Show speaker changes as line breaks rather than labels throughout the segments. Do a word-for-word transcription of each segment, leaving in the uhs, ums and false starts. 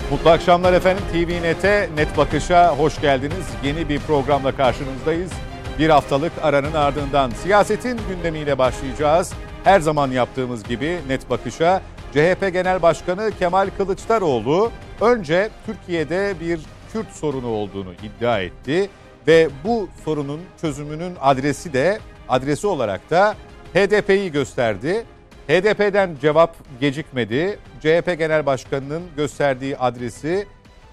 Mutlu akşamlar efendim. T V Net'e, Net Bakış'a hoş geldiniz. Yeni bir programla karşınızdayız. Bir haftalık aranın ardından siyasetin gündemiyle başlayacağız. Her zaman yaptığımız gibi Net Bakış'a C H P Genel Başkanı Kemal Kılıçdaroğlu önce Türkiye'de bir Kürt sorunu olduğunu iddia etti. Ve bu sorunun çözümünün adresi de adresi olarak da H D P'yi gösterdi. H D P'den cevap gecikmedi. C H P Genel Başkanı'nın gösterdiği adresi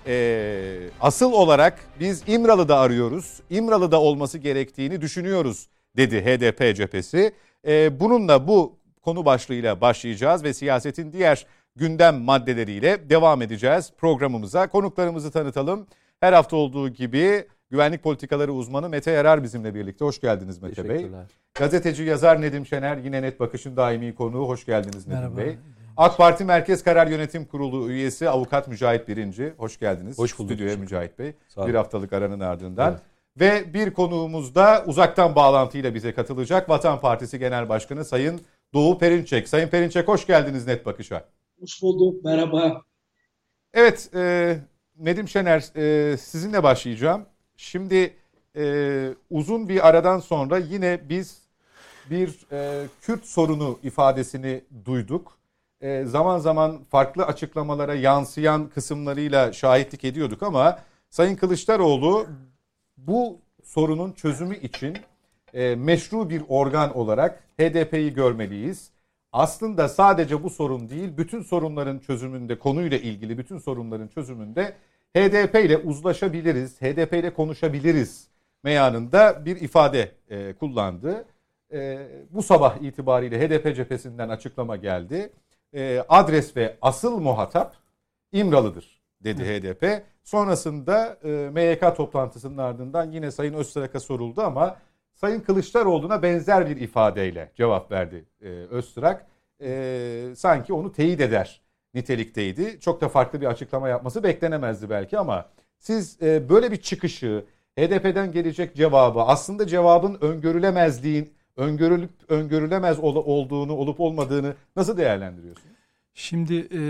e, asıl olarak biz İmralı'da arıyoruz. İmralı'da olması gerektiğini düşünüyoruz dedi H D P cephesi. E, bununla bu konu başlığıyla başlayacağız ve siyasetin diğer gündem maddeleriyle devam edeceğiz programımıza. Konuklarımızı tanıtalım. Her hafta olduğu gibi güvenlik politikaları uzmanı Mete Yarar bizimle birlikte. Hoş geldiniz Mete Bey. Gazeteci yazar Nedim Şener yine Net Bakış'ın daimi konuğu. Hoş geldiniz Nedim Merhaba. Bey. AK Parti Merkez Karar Yönetim Kurulu üyesi Avukat Mücahit Birinci. Hoş geldiniz. Hoş bulduk. Stüdyoya Mücahit Bey. Bir haftalık aranın ardından. Evet. Ve bir konuğumuz da uzaktan bağlantıyla bize katılacak. Vatan Partisi Genel Başkanı Sayın Doğu Perinçek. Sayın Perinçek hoş geldiniz Net Bakış'a.
Hoş bulduk. Merhaba.
Evet e, Nedim Şener e, sizinle başlayacağım. Şimdi e, uzun bir aradan sonra yine biz bir e, Kürt sorunu ifadesini duyduk. E, zaman zaman farklı açıklamalara yansıyan kısımlarıyla şahitlik ediyorduk ama Sayın Kılıçdaroğlu bu sorunun çözümü için e, meşru bir organ olarak H D P'yi görmeliyiz. Aslında sadece bu sorun değil, bütün sorunların çözümünde, konuyla ilgili bütün sorunların çözümünde H D P ile uzlaşabiliriz, H D P ile konuşabiliriz meyanında bir ifade e, kullandı. E, bu sabah itibariyle H D P cephesinden açıklama geldi. E, adres ve asıl muhatap İmralı'dır dedi H D P. Sonrasında e, M Y K toplantısının ardından yine Sayın Öztrak'a soruldu ama Sayın Kılıçdaroğlu'na benzer bir ifadeyle cevap verdi e, Öztrak. E, sanki onu teyit eder nitelikteydi. Çok da farklı bir açıklama yapması beklenemezdi belki ama siz e, böyle bir çıkışı, H D P'den gelecek cevabı, aslında cevabın öngörülemezliğin, öngörülüp öngörülemez ol, olduğunu, olup olmadığını nasıl değerlendiriyorsunuz?
Şimdi e,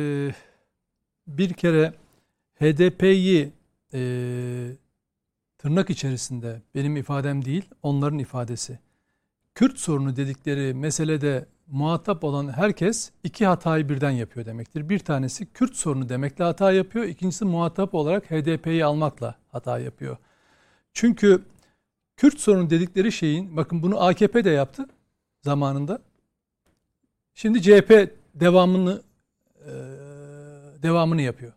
bir kere H D P'yi e, tırnak içerisinde, benim ifadem değil, onların ifadesi, Kürt sorunu dedikleri meselede muhatap olan herkes iki hatayı birden yapıyor demektir. Bir tanesi Kürt sorunu demekle hata yapıyor. İkincisi muhatap olarak H D P'yi almakla hata yapıyor. Çünkü Kürt sorunu dedikleri şeyin, bakın bunu A K P de yaptı zamanında. Şimdi C H P devamını e, devamını yapıyor.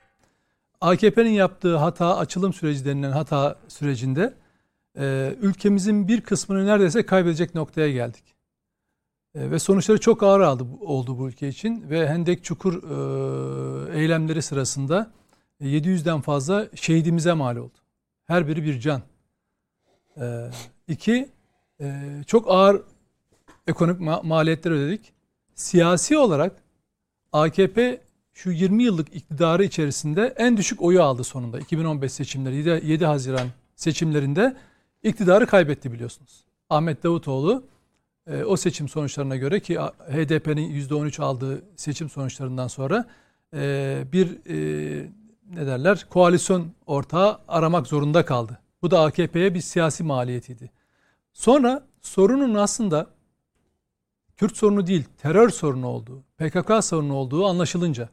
A K P'nin yaptığı hata, açılım süreci denilen hata sürecinde e, ülkemizin bir kısmını neredeyse kaybedecek noktaya geldik. E, ve sonuçları çok ağır aldı, oldu bu ülke için ve Hendek Çukur e, eylemleri sırasında yedi yüzden fazla şehidimize mal oldu. Her biri bir can. E, iki, e, çok ağır ekonomik ma- maliyetler ödedik. Siyasi olarak A K P şu yirmi yıllık iktidarı içerisinde en düşük oyu aldı sonunda. iki bin on beş seçimleri, yedi Haziran seçimlerinde iktidarı kaybetti biliyorsunuz. Ahmet Davutoğlu e, o seçim sonuçlarına göre, ki H D P'nin yüzde on üç aldığı seçim sonuçlarından sonra e, bir e, ne derler koalisyon ortağı aramak zorunda kaldı. Bu da A K P'ye bir siyasi maliyetiydi. Sonra sorunun aslında Kürt sorunu değil, terör sorunu olduğu, P K K sorunu olduğu anlaşılınca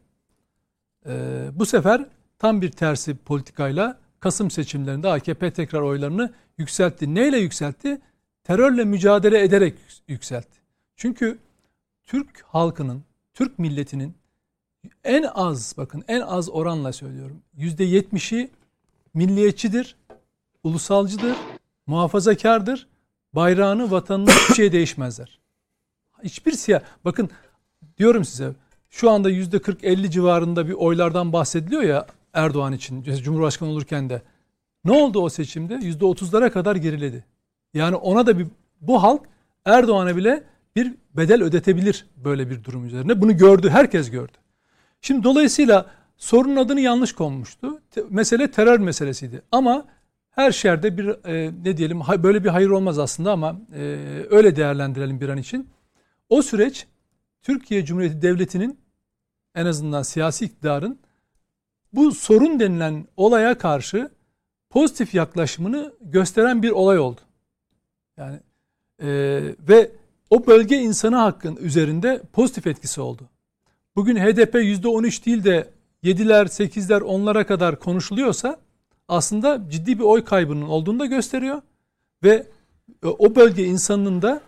e, bu sefer tam bir tersi politikayla Kasım seçimlerinde A K P tekrar oylarını yükseltti. Neyle yükseltti? Terörle mücadele ederek yükseltti. Çünkü Türk halkının, Türk milletinin en az, bakın en az oranla söylüyorum, yüzde yetmişi milliyetçidir, ulusalcıdır, muhafazakardır, bayrağını, vatanını hiçbir şey değişmezler. Hiçbir siyah, bakın diyorum size, şu anda yüzde kırk elli civarında bir oylardan bahsediliyor ya Erdoğan için, Cumhurbaşkanı olurken de. Ne oldu o seçimde? yüzde otuzlara kadar geriledi. Yani ona da bir, bu halk Erdoğan'a bile bir bedel ödetebilir böyle bir durum üzerine. Bunu gördü, herkes gördü. Şimdi dolayısıyla sorunun adını yanlış konmuştu. Te, mesele terör meselesiydi. Ama her şerde bir e, ne diyelim böyle bir hayır olmaz aslında ama e, öyle değerlendirelim bir an için. O süreç Türkiye Cumhuriyeti Devleti'nin, en azından siyasi iktidarın bu sorun denilen olaya karşı pozitif yaklaşımını gösteren bir olay oldu. Yani e, ve o bölge insanı hakkın üzerinde pozitif etkisi oldu. Bugün H D P yüzde on üç değil de yediler, sekizler, onlara kadar konuşuluyorsa aslında ciddi bir oy kaybının olduğunu da gösteriyor. Ve o bölge insanının da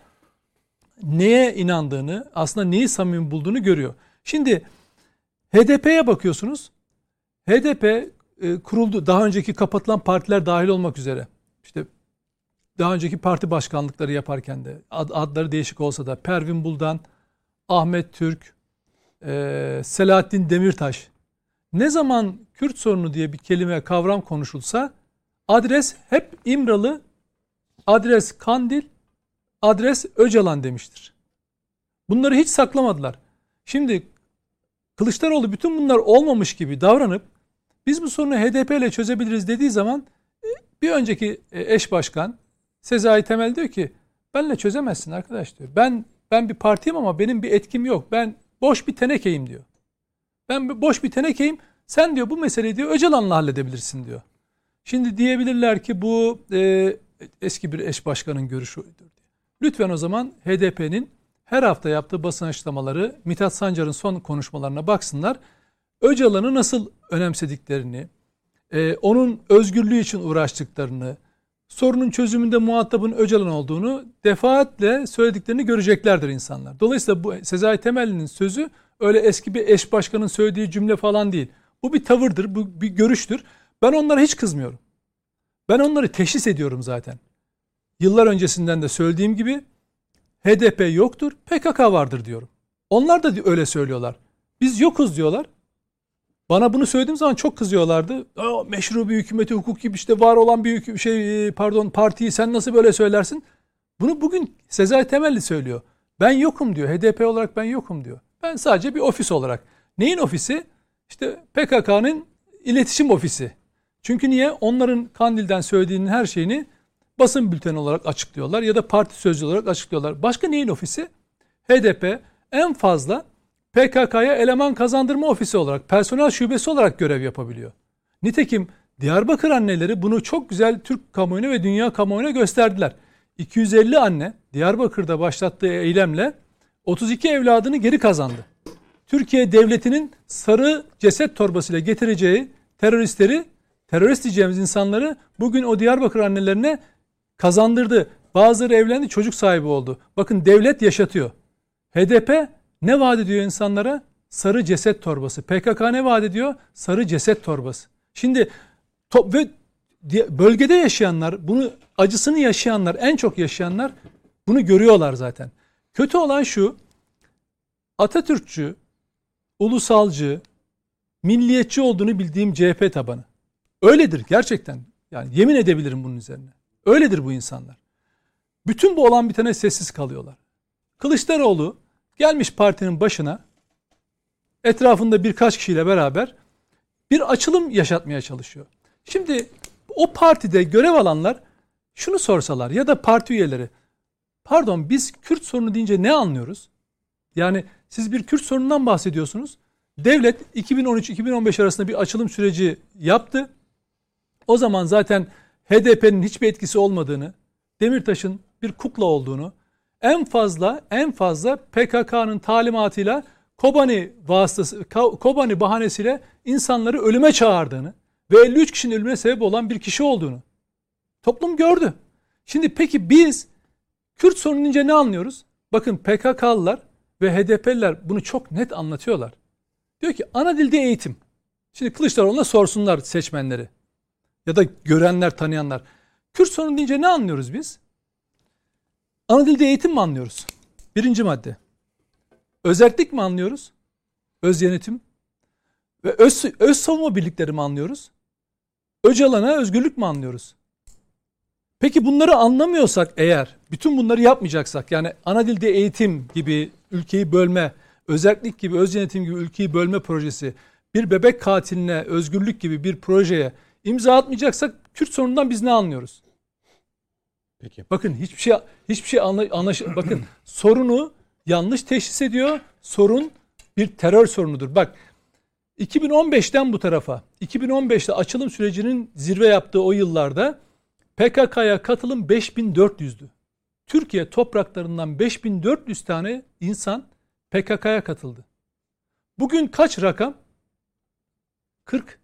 neye inandığını, aslında neyi samimi bulduğunu görüyor. Şimdi H D P'ye bakıyorsunuz. H D P e, kuruldu. Daha önceki kapatılan partiler dahil olmak üzere. İşte daha önceki parti başkanlıkları yaparken de ad, adları değişik olsa da Pervin Buldan, Ahmet Türk, e, Selahattin Demirtaş. Ne zaman Kürt sorunu diye bir kelime, kavram konuşulsa adres hep İmralı, adres Kandil, adres Öcalan demiştir. Bunları hiç saklamadılar. Şimdi Kılıçdaroğlu bütün bunlar olmamış gibi davranıp biz bu sorunu H D P ile çözebiliriz dediği zaman bir önceki eş başkan Sezai Temel diyor ki benle çözemezsin arkadaş diyor. Ben ben bir partiyim ama benim bir etkim yok. Ben boş bir tenekeyim diyor. Ben boş bir tenekeyim. Sen diyor bu meseleyi diyor Öcalan'la halledebilirsin diyor. Şimdi diyebilirler ki bu e, eski bir eş başkanın görüşüdür diye. Lütfen o zaman H D P'nin her hafta yaptığı basın açıklamaları, Mithat Sancar'ın son konuşmalarına baksınlar. Öcalan'ı nasıl önemsediklerini, e, onun özgürlüğü için uğraştıklarını, sorunun çözümünde muhatabın Öcalan olduğunu defaatle söylediklerini göreceklerdir insanlar. Dolayısıyla bu Sezai Temelli'nin sözü öyle eski bir eş başkanın söylediği cümle falan değil. Bu bir tavırdır, bu bir görüştür. Ben onlara hiç kızmıyorum. Ben onları teşhis ediyorum zaten. Yıllar öncesinden de söylediğim gibi H D P yoktur, P K K vardır diyorum. Onlar da öyle söylüyorlar. Biz yokuz diyorlar. Bana bunu söylediğim zaman çok kızıyorlardı. Aa, meşru bir hükümeti, hukuk gibi işte var olan bir hüküm, şey pardon partiyi sen nasıl böyle söylersin? Bunu bugün Sezai Temelli söylüyor. Ben yokum diyor. H D P olarak ben yokum diyor. Ben sadece bir ofis olarak. Neyin ofisi? İşte P K K'nın iletişim ofisi. Çünkü niye? Onların Kandil'den söylediğinin her şeyini basın bülteni olarak açıklıyorlar ya da parti sözcü olarak açıklıyorlar. Başka neyin ofisi? H D P en fazla P K K'ya eleman kazandırma ofisi olarak, personel şubesi olarak görev yapabiliyor. Nitekim Diyarbakır anneleri bunu çok güzel Türk kamuoyuna ve dünya kamuoyuna gösterdiler. iki yüz elli anne Diyarbakır'da başlattığı eylemle otuz iki evladını geri kazandı. Türkiye devletinin sarı ceset torbasıyla getireceği teröristleri, terörist diyeceğimiz insanları bugün o Diyarbakır annelerine kazandırdı. Bazıları evlendi, çocuk sahibi oldu. Bakın devlet yaşatıyor. H D P ne vaat ediyor insanlara? Sarı ceset torbası. P K K ne vaat ediyor? Sarı ceset torbası. Şimdi top ve bölgede yaşayanlar, bunu acısını yaşayanlar, en çok yaşayanlar bunu görüyorlar zaten. Kötü olan şu, Atatürkçü, ulusalcı, milliyetçi olduğunu bildiğim C H P tabanı. Öyledir gerçekten. Yani yemin edebilirim bunun üzerine. Öyledir bu insanlar. Bütün bu olan bitene sessiz kalıyorlar. Kılıçdaroğlu gelmiş partinin başına, etrafında birkaç kişiyle beraber bir açılım yaşatmaya çalışıyor. Şimdi o partide görev alanlar şunu sorsalar ya da parti üyeleri, pardon biz Kürt sorunu deyince ne anlıyoruz? Yani siz bir Kürt sorunundan bahsediyorsunuz. Devlet iki bin on üç iki bin on beş arasında bir açılım süreci yaptı. O zaman zaten H D P'nin hiçbir etkisi olmadığını, Demirtaş'ın bir kukla olduğunu, en fazla en fazla P K K'nın talimatıyla Kobani vasıtası, Kobani bahanesiyle insanları ölüme çağırdığını ve elli üç kişinin ölümüne sebep olan bir kişi olduğunu toplum gördü. Şimdi peki biz Kürt sorunu deyince ne anlıyoruz? Bakın P K K'lılar ve H D P'liler bunu çok net anlatıyorlar. Diyor ki ana dilde eğitim. Şimdi Kılıçdaroğlu'na sorsunlar seçmenleri ya da görenler, tanıyanlar. Kürt sorunu deyince ne anlıyoruz biz? Ana dilde eğitim mi anlıyoruz? Birinci madde. Özerklik mi anlıyoruz? Öz yönetim. Ve öz, öz savunma birlikleri mi anlıyoruz? Öcalan'a özgürlük mü anlıyoruz? Peki bunları anlamıyorsak eğer, bütün bunları yapmayacaksak, yani ana dilde eğitim gibi ülkeyi bölme, özerklik gibi, öz yönetim gibi ülkeyi bölme projesi, bir bebek katiline özgürlük gibi bir projeye imza atmayacaksak Kürt sorunundan biz ne anlıyoruz?
Peki.
Bakın hiçbir şey hiçbir şey anla, anlaş bakın sorunu yanlış teşhis ediyor. Sorun bir terör sorunudur. Bak iki bin on beşten bu tarafa, iki bin on beşte açılım sürecinin zirve yaptığı o yıllarda P K K'ya katılım beş bin dört yüzdü. Türkiye topraklarından beş bin dört yüz tane insan P K K'ya katıldı. Bugün kaç rakam? kırk.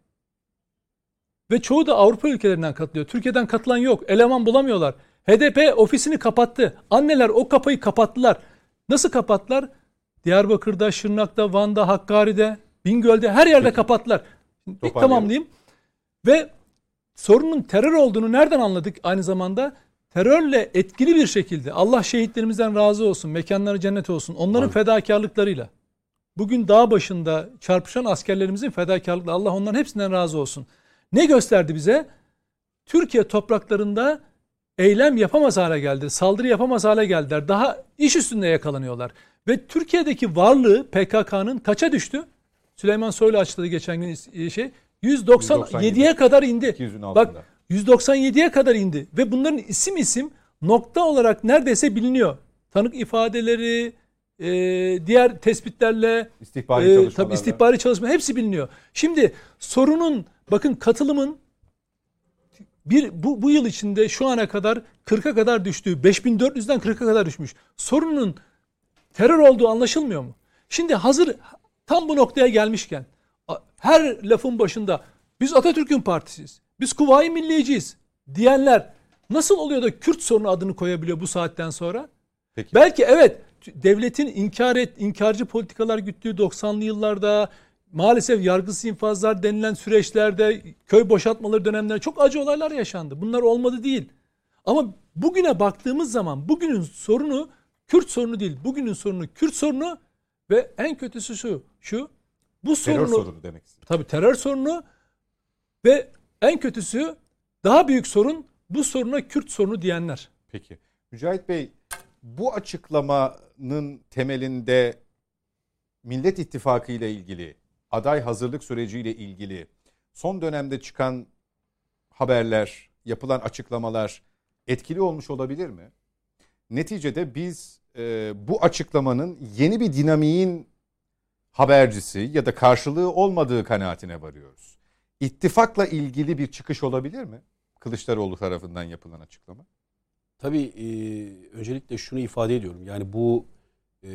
Ve çoğu da Avrupa ülkelerinden katılıyor. Türkiye'den katılan yok. Eleman bulamıyorlar. H D P ofisini kapattı. Anneler o kapıyı kapattılar. Nasıl kapattılar? Diyarbakır'da, Şırnak'ta, Van'da, Hakkari'de, Bingöl'de her yerde
Peki.
kapattılar. İlk tamamlayayım. Ve sorunun terör olduğunu nereden anladık aynı zamanda? Terörle etkili bir şekilde, Allah şehitlerimizden razı olsun, mekanları cennet olsun, onların
Amin.
fedakarlıklarıyla. Bugün dağ başında çarpışan askerlerimizin fedakarlıkları, Allah onların hepsinden razı olsun. Ne gösterdi bize? Türkiye topraklarında eylem yapamaz hale geldi, saldırı yapamaz hale geldiler. Daha iş üstünde yakalanıyorlar. Ve Türkiye'deki varlığı P K K'nın kaça düştü? Süleyman Soylu açıkladı geçen gün şey. yüz doksan yediye kadar indi. Bak yüz doksan yediye kadar indi. Ve bunların isim isim nokta olarak neredeyse biliniyor. Tanık ifadeleri, e, diğer tespitlerle,
istihbari
e,
çalışmalarla.
tabii istihbari çalışma hepsi biliniyor. Şimdi sorunun, bakın katılımın bir bu, bu yıl içinde şu ana kadar kırka kadar düştüğü, beş bin dört yüzden kırka kadar düşmüş. Sorunun terör olduğu anlaşılmıyor mu? Şimdi hazır tam bu noktaya gelmişken her lafın başında biz Atatürk'ün partisiyiz, biz Kuvayi Milliyeciyiz diyenler nasıl oluyor da Kürt sorunu adını koyabiliyor bu saatten sonra?
Peki.
Belki evet devletin inkar et, inkarcı politikalar güttüğü doksanlı yıllarda, maalesef yargısız infazlar denilen süreçlerde, köy boşaltmaları dönemlerinde çok acı olaylar yaşandı. Bunlar olmadı değil. Ama bugüne baktığımız zaman bugünün sorunu Kürt sorunu değil. Bugünün sorunu Kürt sorunu ve en kötüsü şu. şu bu
terör
sorunu,
sorunu demek istiyorum.
Tabii terör sorunu ve en kötüsü daha büyük sorun bu soruna Kürt sorunu diyenler.
Peki. Mücahit Bey, bu açıklamanın temelinde Millet İttifakı ile ilgili, aday hazırlık süreciyle ilgili son dönemde çıkan haberler, yapılan açıklamalar etkili olmuş olabilir mi? Neticede biz e, bu açıklamanın yeni bir dinamiğin habercisi ya da karşılığı olmadığı kanaatine varıyoruz. İttifakla ilgili bir çıkış olabilir mi? Kılıçdaroğlu tarafından yapılan açıklama.
Tabii e, öncelikle şunu ifade ediyorum. Yani bu e,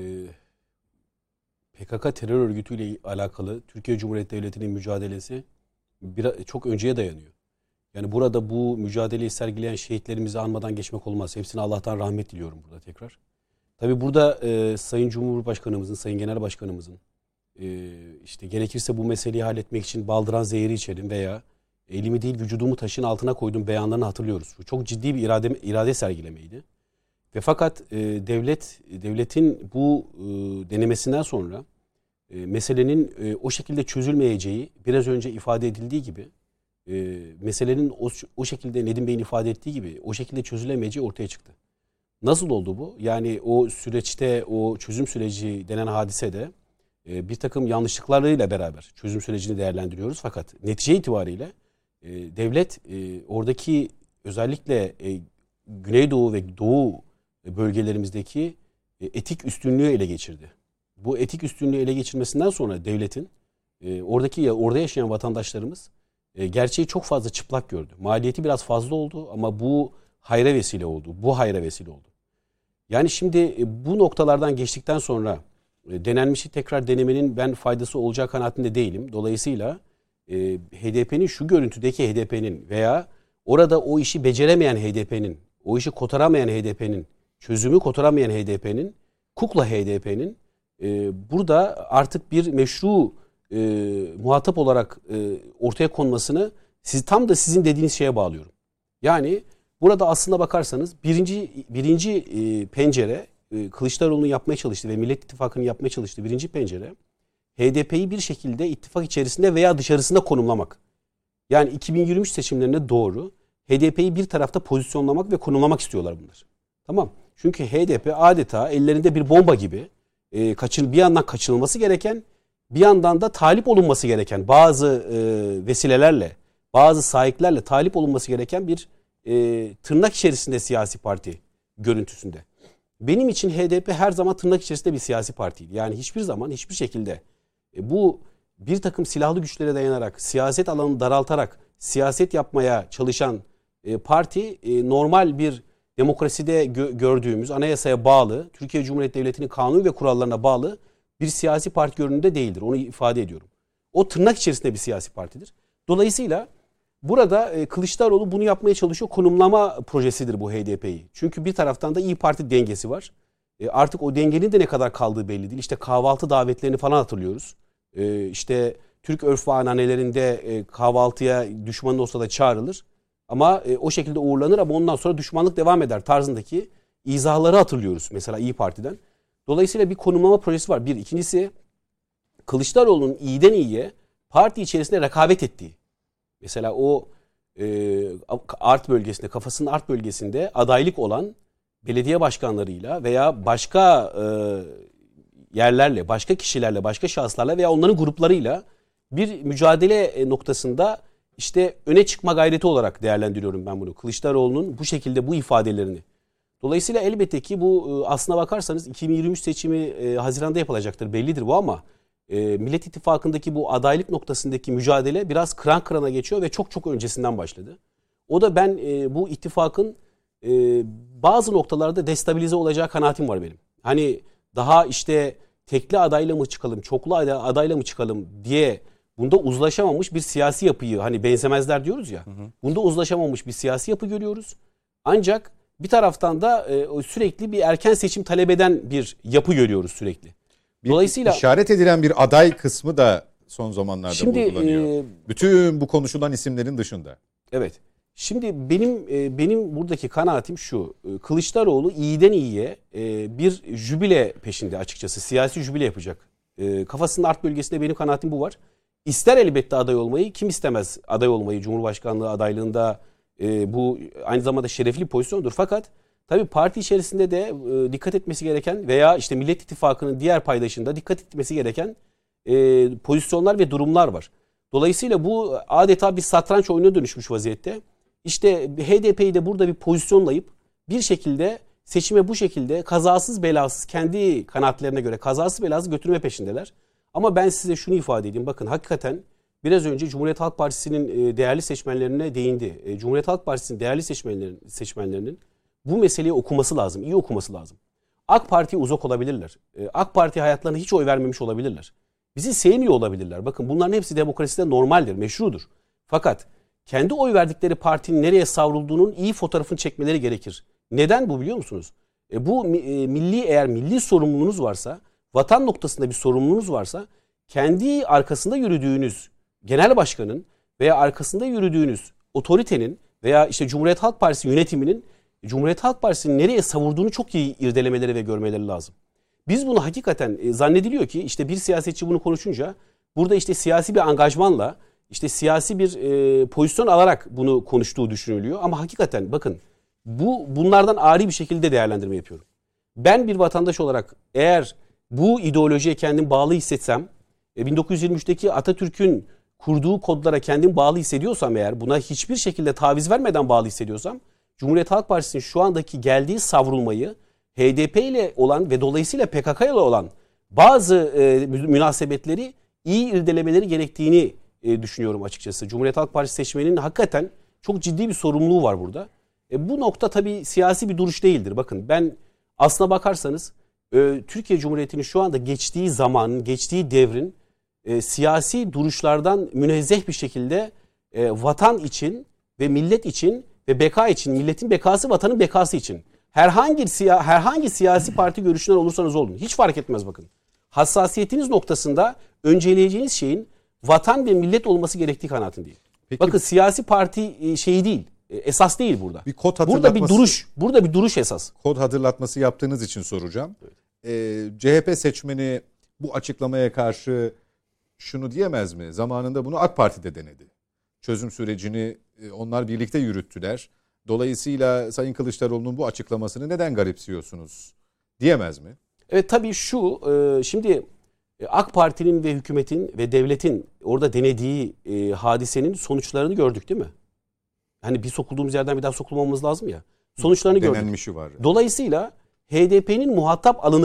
P K K terör örgütüyle alakalı Türkiye Cumhuriyeti Devleti'nin mücadelesi bir, çok önceye dayanıyor. Yani burada bu mücadeleyi sergileyen şehitlerimizi anmadan geçmek olmaz. Hepsine Allah'tan rahmet diliyorum burada tekrar. Tabii burada e, Sayın Cumhurbaşkanımızın, Sayın Genel Başkanımızın e, işte gerekirse bu meseleyi halletmek için baldıran zehri içerim veya elimi değil vücudumu taşın altına koydum beyanlarını hatırlıyoruz. Bu çok ciddi bir irade, irade sergilemeydi. Ve fakat e, devlet devletin bu e, denemesinden sonra e, meselenin e, o şekilde çözülmeyeceği biraz önce ifade edildiği gibi e, meselenin o, o şekilde Nedim Bey'in ifade ettiği gibi o şekilde çözülemeyeceği ortaya çıktı. Nasıl oldu bu? Yani o süreçte o çözüm süreci denen hadisede e, bir takım yanlışlıklarıyla beraber çözüm sürecini değerlendiriyoruz. Fakat netice itibariyle e, devlet e, oradaki özellikle e, Güneydoğu ve Doğu bölgelerimizdeki e, etik üstünlüğü ele geçirdi. Bu etik üstünlüğü ele geçirmesinden sonra devletin e, oradaki ya orada yaşayan vatandaşlarımız e, gerçeği çok fazla çıplak gördü. Maliyeti biraz fazla oldu ama bu hayra vesile oldu. Bu hayra vesile oldu. Yani şimdi e, bu noktalardan geçtikten sonra e, denenmişi tekrar denemenin ben faydası olacağı kanaatinde değilim. Dolayısıyla e, H D P'nin şu görüntüdeki H D P'nin veya orada o işi beceremeyen H D P'nin, o işi kotaramayan H D P'nin, çözümü kotaramayan H D P'nin, kukla H D P'nin e, burada artık bir meşru e, muhatap olarak e, ortaya konmasını siz tam da sizin dediğiniz şeye bağlıyorum. Yani burada aslında bakarsanız birinci birinci e, pencere e, Kılıçdaroğlu'nun yapmaya çalıştığı ve Millet İttifakı'nın yapmaya çalıştığı birinci pencere H D P'yi bir şekilde ittifak içerisinde veya dışarısında konumlamak. Yani iki bin yirmi üç seçimlerine doğru H D P'yi bir tarafta pozisyonlamak ve konumlamak istiyorlar bunlar. Tamam. Çünkü H D P adeta ellerinde bir bomba gibi e, kaçın, bir yandan kaçınılması gereken, bir yandan da talip olunması gereken bazı e, vesilelerle, bazı sahiplerle talip olunması gereken bir e, tırnak içerisinde siyasi parti görüntüsünde. Benim için H D P her zaman tırnak içerisinde bir siyasi partiydi. Yani hiçbir zaman hiçbir şekilde e, bu bir takım silahlı güçlere dayanarak, siyaset alanını daraltarak siyaset yapmaya çalışan e, parti e, normal bir demokraside gö- gördüğümüz anayasaya bağlı, Türkiye Cumhuriyeti Devleti'nin kanun ve kurallarına bağlı bir siyasi parti görünümünde değildir. Onu ifade ediyorum. O tırnak içerisinde bir siyasi partidir. Dolayısıyla burada e, Kılıçdaroğlu bunu yapmaya çalışıyor. Konumlama projesidir bu H D P'yi. Çünkü bir taraftan da İYİ Parti dengesi var. E, artık o dengenin de ne kadar kaldığı belli değil. İşte kahvaltı davetlerini falan hatırlıyoruz. E, işte Türk örf ve ananelerinde e, kahvaltıya düşmanın olsa da çağrılır. Ama e, o şekilde uğurlanır ama ondan sonra düşmanlık devam eder tarzındaki izahları hatırlıyoruz mesela İYİ Parti'den. Dolayısıyla bir konumlama projesi var. Bir. İkincisi Kılıçdaroğlu'nun iyiden iyiye parti içerisinde rekabet ettiği. Mesela o e, Art bölgesinde, kafasının Art bölgesinde adaylık olan belediye başkanlarıyla veya başka e, yerlerle, başka kişilerle, başka şahıslarla veya onların gruplarıyla bir mücadele noktasında işte öne çıkma gayreti olarak değerlendiriyorum ben bunu. Kılıçdaroğlu'nun bu şekilde bu ifadelerini. Dolayısıyla elbette ki bu aslına bakarsanız iki bin yirmi üç seçimi e, Haziran'da yapılacaktır. Bellidir bu ama e, Millet İttifakı'ndaki bu adaylık noktasındaki mücadele biraz kıran kırana geçiyor ve çok çok öncesinden başladı. O da ben e, bu ittifakın e, bazı noktalarda destabilize olacağı kanaatim var benim. Hani daha işte tekli adayla mı çıkalım, çoklu adayla mı çıkalım diye bunda uzlaşamamış bir siyasi yapıyı, hani benzemezler diyoruz ya, hı hı. Bunda uzlaşamamış bir siyasi yapı görüyoruz. Ancak bir taraftan da e, sürekli bir erken seçim talep eden bir yapı görüyoruz sürekli.
Bir
Dolayısıyla
işaret edilen bir aday kısmı da son zamanlarda
şimdi,
vurgulanıyor. E, Bütün bu konuşulan isimlerin dışında.
Evet. Şimdi benim e, benim buradaki kanaatim şu. E, Kılıçdaroğlu iyiden iyiye e, bir jübile peşinde açıkçası. Siyasi jübile yapacak. E, kafasının Art bölgesinde benim kanaatim bu var. İster elbette aday olmayı, kim istemez aday olmayı Cumhurbaşkanlığı adaylığında, e, bu aynı zamanda şerefli bir pozisyondur. Fakat tabii parti içerisinde de e, dikkat etmesi gereken veya işte Millet İttifakı'nın diğer paydaşında dikkat etmesi gereken e, pozisyonlar ve durumlar var. Dolayısıyla bu adeta bir satranç oyununa dönüşmüş vaziyette. İşte H D P'yi de burada bir pozisyonlayıp bir şekilde seçime bu şekilde kazasız belasız kendi kanaatlerine göre kazasız belasız götürme peşindeler. Ama ben size şunu ifade edeyim. Bakın hakikaten biraz önce Cumhuriyet Halk Partisi'nin değerli seçmenlerine değindi. Cumhuriyet Halk Partisi'nin değerli seçmenlerin, seçmenlerinin bu meseleyi okuması lazım. İyi okuması lazım. AK Parti'ye uzak olabilirler. AK Parti hayatlarına hiç oy vermemiş olabilirler. Bizi sevmiyor olabilirler. Bakın bunların hepsi demokraside normaldir, meşrudur. Fakat kendi oy verdikleri partinin nereye savrulduğunun iyi fotoğrafını çekmeleri gerekir. Neden bu biliyor musunuz? E bu e, milli eğer milli sorumluluğunuz varsa, vatan noktasında bir sorumluluğunuz varsa, kendi arkasında yürüdüğünüz genel başkanın veya arkasında yürüdüğünüz otoritenin veya işte Cumhuriyet Halk Partisi yönetiminin Cumhuriyet Halk Partisi'nin nereye savurduğunu çok iyi irdelemeleri ve görmeleri lazım. Biz bunu hakikaten e, zannediliyor ki işte bir siyasetçi bunu konuşunca burada işte siyasi bir angajmanla İşte siyasi bir e, pozisyon alarak bunu konuştuğu düşünülüyor. Ama hakikaten bakın bu bunlardan ari bir şekilde değerlendirme yapıyorum. Ben bir vatandaş olarak eğer bu ideolojiye kendim bağlı hissetsem, e, bin dokuz yüz yirmi üçteki Atatürk'ün kurduğu kodlara kendim bağlı hissediyorsam eğer, buna hiçbir şekilde taviz vermeden bağlı hissediyorsam, Cumhuriyet Halk Partisi'nin şu andaki geldiği savrulmayı H D P ile olan ve dolayısıyla P K K ile olan bazı e, münasebetleri iyi irdelemeleri gerektiğini E, düşünüyorum açıkçası. Cumhuriyet Halk Partisi seçmeninin hakikaten çok ciddi bir sorumluluğu var burada. E, bu nokta tabii siyasi bir duruş değildir. Bakın ben aslına bakarsanız e, Türkiye Cumhuriyeti'nin şu anda geçtiği zamanın, geçtiği devrin e, siyasi duruşlardan münezzeh bir şekilde e, vatan için ve millet için ve beka için, milletin bekası, vatanın bekası için herhangi siya, herhangi siyasi parti görüşünden olursanız olun. Hiç fark etmez bakın. Hassasiyetiniz noktasında önceleyeceğiniz şeyin vatan ve millet olması gerektiği kanaatindeyim. Peki, bakın siyasi parti şeyi değil, esas değil burada.
Bir kod
burada bir duruş, burada bir duruş esas.
Kod hatırlatması yaptığınız için soracağım. Evet. Ee, C H P seçmeni bu açıklamaya karşı şunu diyemez mi? Zamanında bunu AK Parti de denedi. Çözüm sürecini onlar birlikte yürüttüler. Dolayısıyla Sayın Kılıçdaroğlu'nun bu açıklamasını neden garipsiyorsunuz diyemez mi?
Evet tabii şu, şimdi AK Parti'nin ve hükümetin ve devletin orada denediği e, hadisenin sonuçlarını gördük değil mi? Hani bir sokulduğumuz yerden bir daha sokulmamamız lazım ya. Sonuçlarını gördük.
Denenmişi var.
Dolayısıyla H D P'nin muhatap alınıp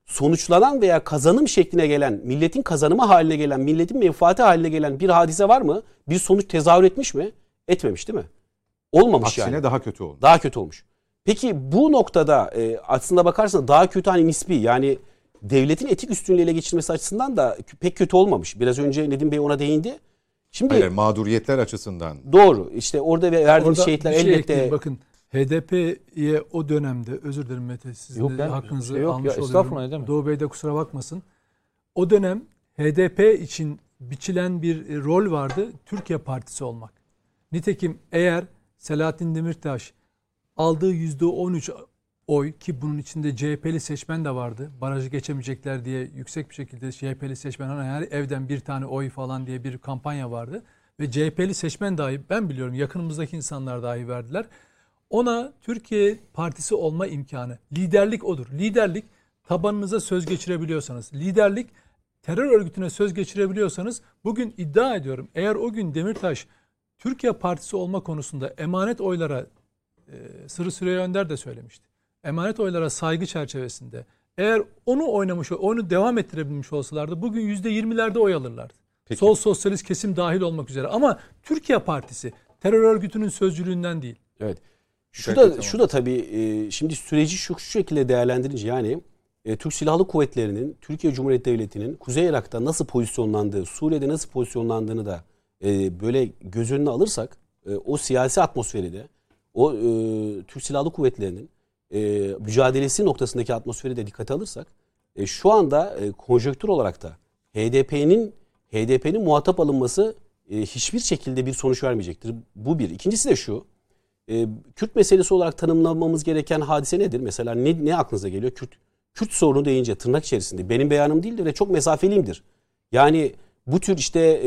sonuçlanan veya kazanım şekline gelen, milletin kazanımı haline gelen, milletin menfaati haline gelen bir hadise var mı? Bir sonuç tezahür etmiş mi? Etmemiş değil mi? Olmamış
Aksine
yani.
daha kötü olmuş.
Daha kötü olmuş. Peki bu noktada e, aslında bakarsanız daha kötü hani nispi, yani devletin etik üstünlüğü ele geçirmesi açısından da pek kötü olmamış. Biraz önce Nedim Bey ona değindi. Şimdi
Hayır, mağduriyetler açısından.
doğru. İşte orada verdiğimiz
Orada
şehitler
bir şey
elbette.
ekleyeyim. Bakın H D P'ye o dönemde, özür dilerim Mete, sizin
Yok
de
ya,
hakkınızı
şey yok
almış
ya,
oluyorum.
estağfurullah, ne demek.
Doğu Bey de kusura bakmasın. O dönem H D P için biçilen bir rol vardı. Türkiye Partisi olmak. Nitekim eğer Selahattin Demirtaş aldığı yüzde on üç oy, ki bunun içinde C H P'li seçmen de vardı. Barajı geçemeyecekler diye yüksek bir şekilde C H P'li seçmen, hani her evden bir tane oy falan diye bir kampanya vardı. Ve C H P'li seçmen dahi, ben biliyorum, yakınımızdaki insanlar dahi verdiler. Ona Türkiye Partisi olma imkanı. Liderlik odur. Liderlik, tabanınıza söz geçirebiliyorsanız. Liderlik, terör örgütüne söz geçirebiliyorsanız. Bugün iddia ediyorum, eğer o gün Demirtaş Türkiye Partisi olma konusunda emanet oylara, e, Sırrı Süreyya Önder de söylemişti, emanet oylara saygı çerçevesinde eğer onu oynamış, onu devam ettirebilmiş olsalardı bugün yüzde yirmilerde oy alırlardı.
Peki.
Sol sosyalist kesim dahil olmak üzere. Ama Türkiye Partisi terör örgütünün sözcülüğünden değil.
Evet. Şu
Peki,
da
tamam.
şu da tabii e, şimdi süreci şu, şu şekilde değerlendirince, yani e, Türk Silahlı Kuvvetleri'nin, Türkiye Cumhuriyeti Devleti'nin Kuzey Irak'ta nasıl pozisyonlandığı, Suriye'de nasıl pozisyonlandığını da e, böyle göz önüne alırsak, e, o siyasi atmosferi de, o e, Türk Silahlı Kuvvetleri'nin e, mücadelesi noktasındaki atmosferi de dikkate alırsak, e, şu anda e, konjonktür olarak da H D P'nin H D P'nin muhatap alınması e, hiçbir şekilde bir sonuç vermeyecektir. Bu bir. İkincisi de şu. E, Kürt meselesi olarak tanımlamamız gereken hadise nedir? Mesela ne, ne aklınıza geliyor? Kürt, Kürt sorunu deyince tırnak içerisinde benim beyanım değildir ve çok mesafeliyimdir. Yani bu tür işte e,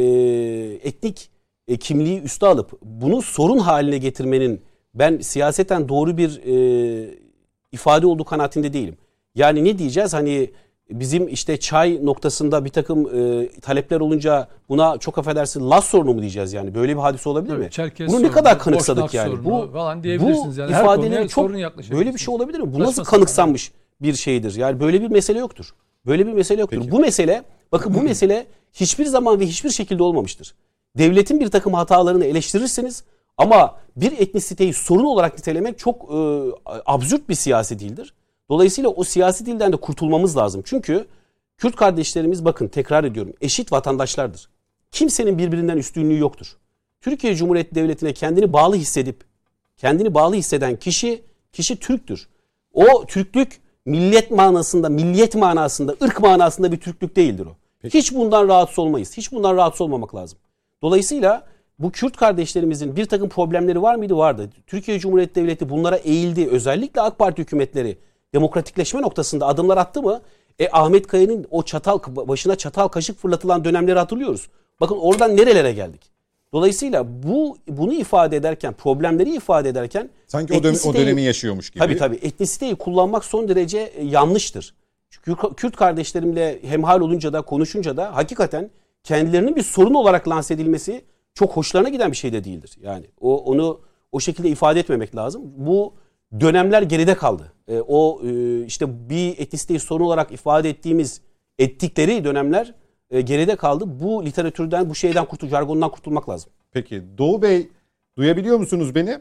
etnik e, kimliği üste alıp bunu sorun haline getirmenin ben siyaseten doğru bir e, ifade olduğu kanaatinde değilim. Yani ne diyeceğiz? Hani bizim işte çay noktasında bir takım e, talepler olunca buna, çok affedersin, Laz sorunu mu diyeceğiz yani? Böyle bir hadise olabilir
Tabii,
mi?
Çerkez
Bunu ne
sorunu,
kadar kanıksadık
Boşnak
yani?
sorunu
Bu
falan
bu
diyebilirsiniz. Yani her konuya
ifadeleri çok,
sorun yaklaşabilirsiniz.
böyle bir şey olabilir mi? Bu
Saçma
nasıl
sapan.
kanıksanmış bir şeydir? Yani böyle bir mesele yoktur. Böyle bir mesele yoktur.
Peki.
Bu mesele, bakın bu mesele hiçbir zaman ve hiçbir şekilde olmamıştır. Devletin bir takım hatalarını eleştirirseniz ama bir etnisiteyi sorun olarak nitelemek çok e, absürt bir siyasi dildir. Dolayısıyla o siyasi dilden de kurtulmamız lazım. Çünkü Kürt kardeşlerimiz, bakın tekrar ediyorum, eşit vatandaşlardır. Kimsenin birbirinden üstünlüğü yoktur. Türkiye Cumhuriyeti Devleti'ne kendini bağlı hissedip kendini bağlı hisseden kişi kişi Türktür. O Türklük millet manasında, milliyet manasında, ırk manasında bir Türklük değildir o.
Peki.
Hiç bundan rahatsız olmayız. Hiç bundan rahatsız olmamak lazım. Dolayısıyla bu Kürt kardeşlerimizin bir takım problemleri var mıydı? Vardı. Türkiye Cumhuriyeti Devleti bunlara eğildi. Özellikle AK Parti hükümetleri demokratikleşme noktasında adımlar attı mı? E Ahmet Kaya'nın o çatal, başına çatal kaşık fırlatılan dönemleri hatırlıyoruz. Bakın oradan nerelere geldik. Dolayısıyla bu bunu ifade ederken, problemleri ifade ederken
Sanki o, dönem, o dönemi yaşıyormuş gibi.
Tabii tabii. Etnisiteyi kullanmak son derece e, yanlıştır. Çünkü Kürt kardeşlerimle hemhal olunca da, konuşunca da hakikaten kendilerinin bir sorun olarak lanse edilmesi çok hoşlarına giden bir şey de değildir. Yani o onu o şekilde ifade etmemek lazım. Bu dönemler geride kaldı. E, o e, işte bir etnisiteyi sorun olarak ifade ettiğimiz, ettikleri dönemler e, geride kaldı. Bu literatürden, bu şeyden kurtul, jargondan kurtulmak lazım.
Peki Doğu Bey, duyabiliyor musunuz beni?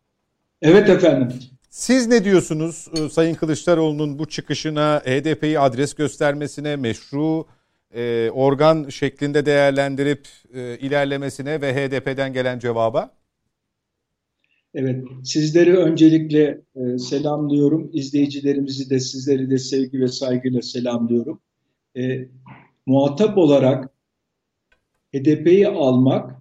Evet efendim.
Siz ne diyorsunuz e, Sayın Kılıçdaroğlu'nun bu çıkışına, H D P'yi adres göstermesine, meşru e, organ şeklinde değerlendirip e, ilerlemesine ve H D P'den gelen cevaba?
Evet, sizleri öncelikle e, selamlıyorum. İzleyicilerimizi de, sizleri de sevgi ve saygıyla selamlıyorum. E, muhatap olarak H D P'yi almak,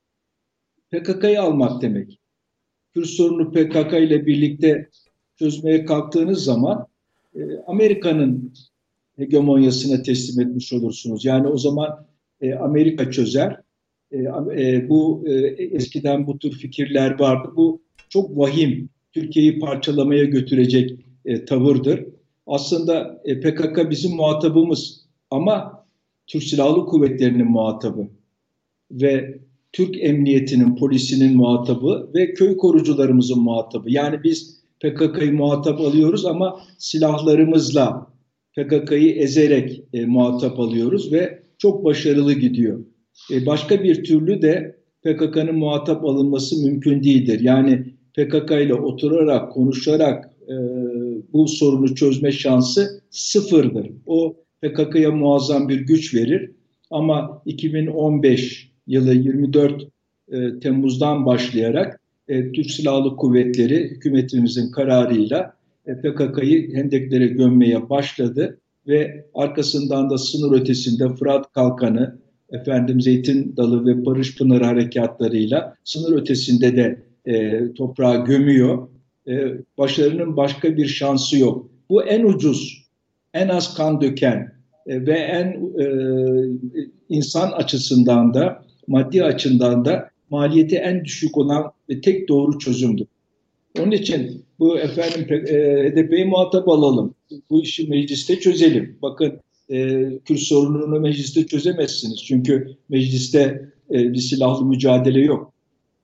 P K K'yı almak demek. Kürt sorunu P K K ile birlikte çözmeye kalktığınız zaman e, Amerika'nın hegemonyasına teslim etmiş olursunuz. Yani o zaman e, Amerika çözer. E, e, bu e, eskiden bu tür fikirler vardı. Bu çok vahim, Türkiye'yi parçalamaya götürecek e, tavırdır. Aslında e, P K K bizim muhatabımız ama Türk Silahlı Kuvvetleri'nin muhatabı ve Türk Emniyeti'nin, polisinin muhatabı ve köy korucularımızın muhatabı. Yani biz P K K'yı muhatap alıyoruz ama silahlarımızla, P K K'yı ezerek e, muhatap alıyoruz ve çok başarılı gidiyor. E, başka bir türlü de P K K'nın muhatap alınması mümkün değildir. Yani P K K ile oturarak, konuşarak e, bu sorunu çözme şansı sıfırdır. O P K K'ya muazzam bir güç verir. Ama iki bin on beş yılı yirmi dört e, Temmuz'dan başlayarak e, Türk Silahlı Kuvvetleri hükümetimizin kararıyla e, P K K'yı hendeklere gömmeye başladı ve arkasından da sınır ötesinde Fırat Kalkanı, efendim Zeytin Dalı ve Barış Pınarı harekatlarıyla sınır ötesinde de e, toprağa gömüyor. E, başarının başka bir şansı yok. Bu en ucuz, en az kan döken e, ve en e, insan açısından da maddi açıdan da maliyeti en düşük olan ve tek doğru çözümdür. Onun için bu efendim e, H D P'yi muhatap alalım. Bu işi mecliste çözelim. Bakın e, Kürt sorununu mecliste çözemezsiniz. Çünkü mecliste e, bir silahlı mücadele yok.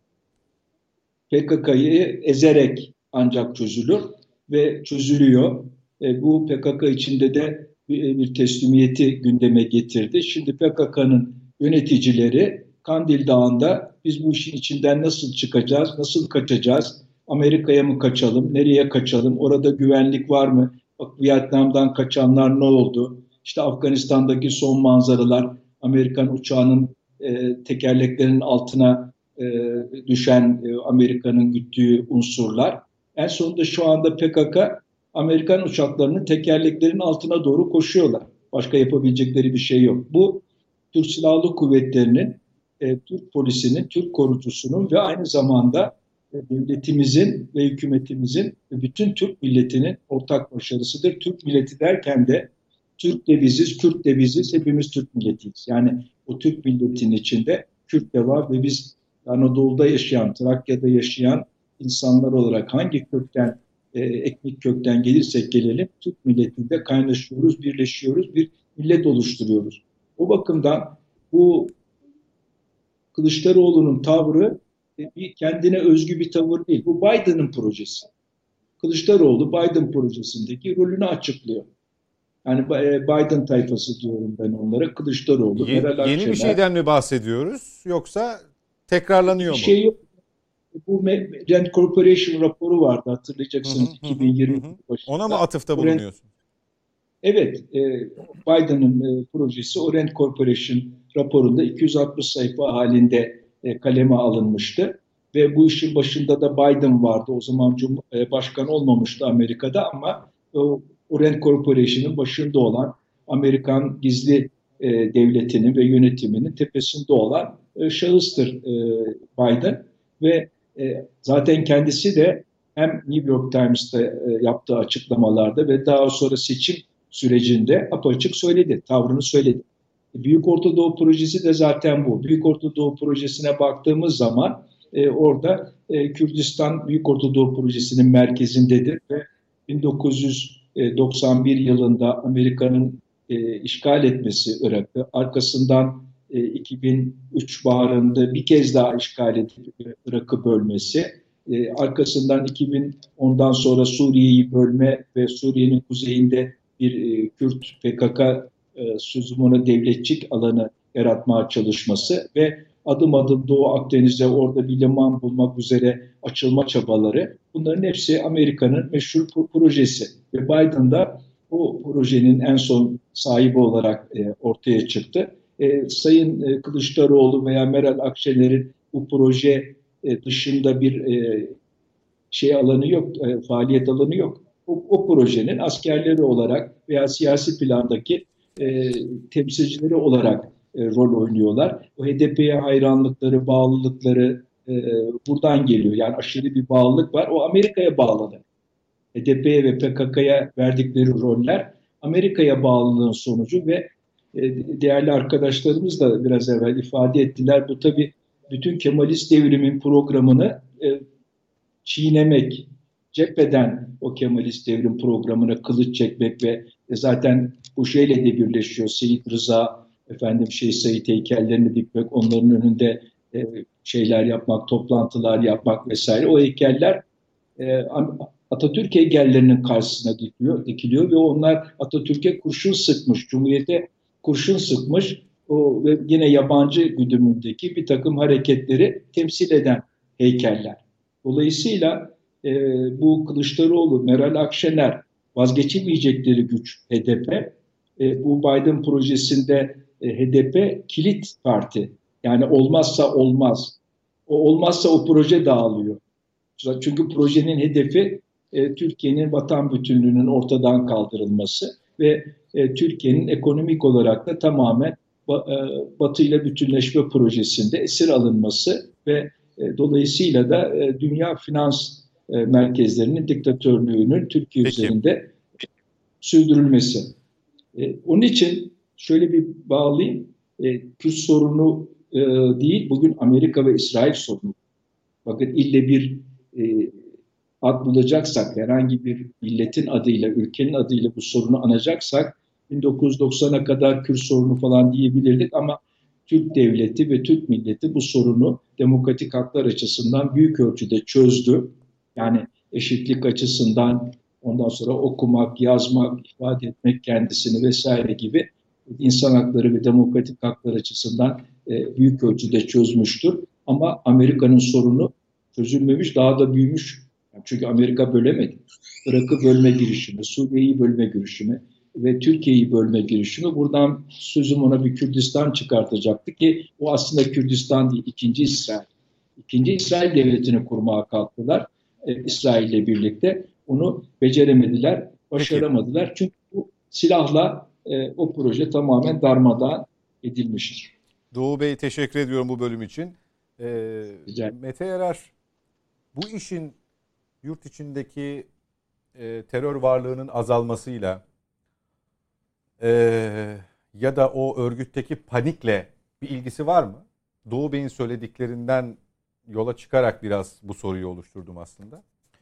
P K K'yı ezerek ancak çözülür ve çözülüyor. E, bu P K K içinde de bir, bir teslimiyeti gündeme getirdi. Şimdi P K K'nın yöneticileri Kandil Dağı'nda biz bu işin içinden nasıl çıkacağız, nasıl kaçacağız, Amerika'ya mı kaçalım, nereye kaçalım, orada güvenlik var mı, bak Vietnam'dan kaçanlar ne oldu, İşte Afganistan'daki son manzaralar, Amerikan uçağının e, tekerleklerinin altına e, düşen e, Amerika'nın güttüğü unsurlar. En sonunda şu anda P K K Amerikan uçaklarının tekerleklerinin altına doğru koşuyorlar. Başka yapabilecekleri bir şey yok. Bu Türk Silahlı Kuvvetleri'nin, e, Türk polisinin, Türk korucusunun ve aynı zamanda e, devletimizin ve hükümetimizin ve bütün Türk milletinin ortak başarısıdır. Türk milleti derken de Türk de biziz, Kürt de biziz, hepimiz Türk milletiyiz. Yani o Türk milletinin içinde Kürt de var ve biz Anadolu'da yaşayan, Trakya'da yaşayan insanlar olarak hangi kökten, e, etnik kökten gelirsek gelelim, Türk milletinde kaynaşıyoruz, birleşiyoruz, bir millet oluşturuyoruz. O bakımdan bu Kılıçdaroğlu'nun tavrı e, bir kendine özgü bir tavır değil. Bu Biden'ın projesi. Kılıçdaroğlu Biden projesindeki rolünü açıklıyor. Yani Biden tayfası diyorum ben onlara. Kılıçdaroğlu,
Ye-
Meral
Yeni bir
Akşener.
şeyden mi bahsediyoruz yoksa tekrarlanıyor
Bir
mu?
şey yok. Bu Rand Corporation raporu vardı hatırlayacaksınız
Hı hı,
iki bin yirmi
hı hı.
başında.
Ona mı atıfta
O Rand-
bulunuyorsun?
Evet, e, Biden'ın e, projesi o Rand Corporation raporunda iki yüz altmış sayfa halinde e, kaleme alınmıştı. Ve bu işin başında da Biden vardı. O zaman Cum e, başkan olmamıştı Amerika'da ama o, o Rand Corporation'ın başında olan Amerikan gizli e, devletinin ve yönetiminin tepesinde olan e, şahıstır e, Biden. Ve e, zaten kendisi de hem New York Times'ta e, yaptığı açıklamalarda ve daha sonra seçim sürecinde apaçık söyledi, tavrını söyledi. Büyük Orta Doğu Projesi de zaten bu. Büyük Orta Doğu Projesi'ne baktığımız zaman e, orada e, Kürdistan Büyük Orta Doğu Projesi'nin merkezindedir ve bin dokuz yüz doksan bir yılında Amerika'nın e, işgal etmesi Irak'ı, arkasından e, iki bin üç baharında bir kez daha işgal edip Irak'ı bölmesi, e, arkasından iki bin ondan sonra Suriye'yi bölme ve Suriye'nin kuzeyinde bir e, Kürt P K K e, sözümüne devletçik alanı yaratmaya çalışması ve adım adım Doğu Akdeniz'e orada bir liman bulmak üzere açılma çabaları, bunların hepsi Amerika'nın meşhur projesi ve Biden da bu projenin en son sahibi olarak e, ortaya çıktı. E, Sayın e, Kılıçdaroğlu veya Meral Akşener'in bu proje e, dışında bir e, şey alanı yok, e, faaliyet alanı yok. O, o projenin askerleri olarak veya siyasi plandaki e, temsilcileri olarak e, rol oynuyorlar. O H D P'ye hayranlıkları, bağlılıkları e, buradan geliyor. Yani aşırı bir bağlılık var. O Amerika'ya bağlılık. H D P'ye ve P K K'ya verdikleri roller Amerika'ya bağlılığın sonucu ve e, değerli arkadaşlarımız da biraz evvel ifade ettiler. Bu tabii bütün Kemalist devrimin programını e, çiğnemek, cepheden o Kemalist devrim programına kılıç çekmek ve zaten bu şeyle de birleşiyor. Seyit Rıza, efendim Şeyh Said heykellerini dikmek, onların önünde e, şeyler yapmak, toplantılar yapmak vesaire. O heykeller e, Atatürk heykellerinin karşısına dikiliyor, dikiliyor ve onlar Atatürk'e kurşun sıkmış, Cumhuriyet'e kurşun sıkmış o, ve yine yabancı güdümündeki bir takım hareketleri temsil eden heykeller. Dolayısıyla e, bu Kılıçdaroğlu, Meral Akşener vazgeçemeyecekleri güç H D P. E, bu Biden projesinde e, H D P kilit parti. Yani olmazsa olmaz. O olmazsa o proje dağılıyor. Çünkü projenin hedefi e, Türkiye'nin vatan bütünlüğünün ortadan kaldırılması ve e, Türkiye'nin ekonomik olarak da tamamen ba, e, Batı ile bütünleşme projesinde esir alınması ve e, dolayısıyla da e, dünya finans e, merkezlerinin diktatörlüğünün Türkiye
Peki.
üzerinde sürdürülmesi. E, onun için şöyle bir bağlayayım. E, Kürt sorunu e, değil, bugün Amerika ve İsrail sorunu. Bakın ille bir e, ad bulacaksak, herhangi bir milletin adıyla, ülkenin adıyla bu sorunu anacaksak, bin dokuz yüz doksana kadar Kürt sorunu falan diyebilirdik ama Türk devleti ve Türk milleti bu sorunu demokratik haklar açısından büyük ölçüde çözdü. Yani eşitlik açısından, ondan sonra okumak, yazmak, ifade etmek kendisini vesaire gibi insan hakları ve demokratik haklar açısından e, büyük ölçüde çözmüştür. Ama Amerika'nın sorunu çözülmemiş, daha da büyümüş. Çünkü Amerika bölemedi. Irak'ı bölme girişimi, Suriye'yi bölme girişimi ve Türkiye'yi bölme girişimi. Buradan sözüm ona bir Kürdistan çıkartacaktı ki o aslında Kürdistan değil, ikinci İsrail. İkinci İsrail devletini kurmaya kalktılar e, İsrail'le birlikte. Onu beceremediler, başaramadılar. Peki. Çünkü bu silahla e, o proje tamamen darmadağın edilmiştir.
Doğu Bey, teşekkür ediyorum bu bölüm için. Ee, Mete Yarar, bu işin yurt içindeki e, terör varlığının azalmasıyla e, ya da o örgütteki panikle bir ilgisi var mı? Doğu Bey'in söylediklerinden yola çıkarak biraz bu soruyu oluşturdum aslında.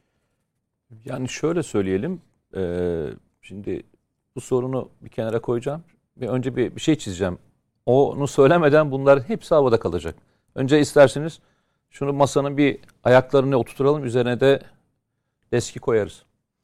Yani şöyle söyleyelim, e, şimdi bu sorunu bir kenara koyacağım ve önce bir, bir şey çizeceğim. Onu söylemeden bunlar hepsi havada kalacak. Önce isterseniz şunu masanın bir ayaklarını oturturalım, üzerine de deski koyarız.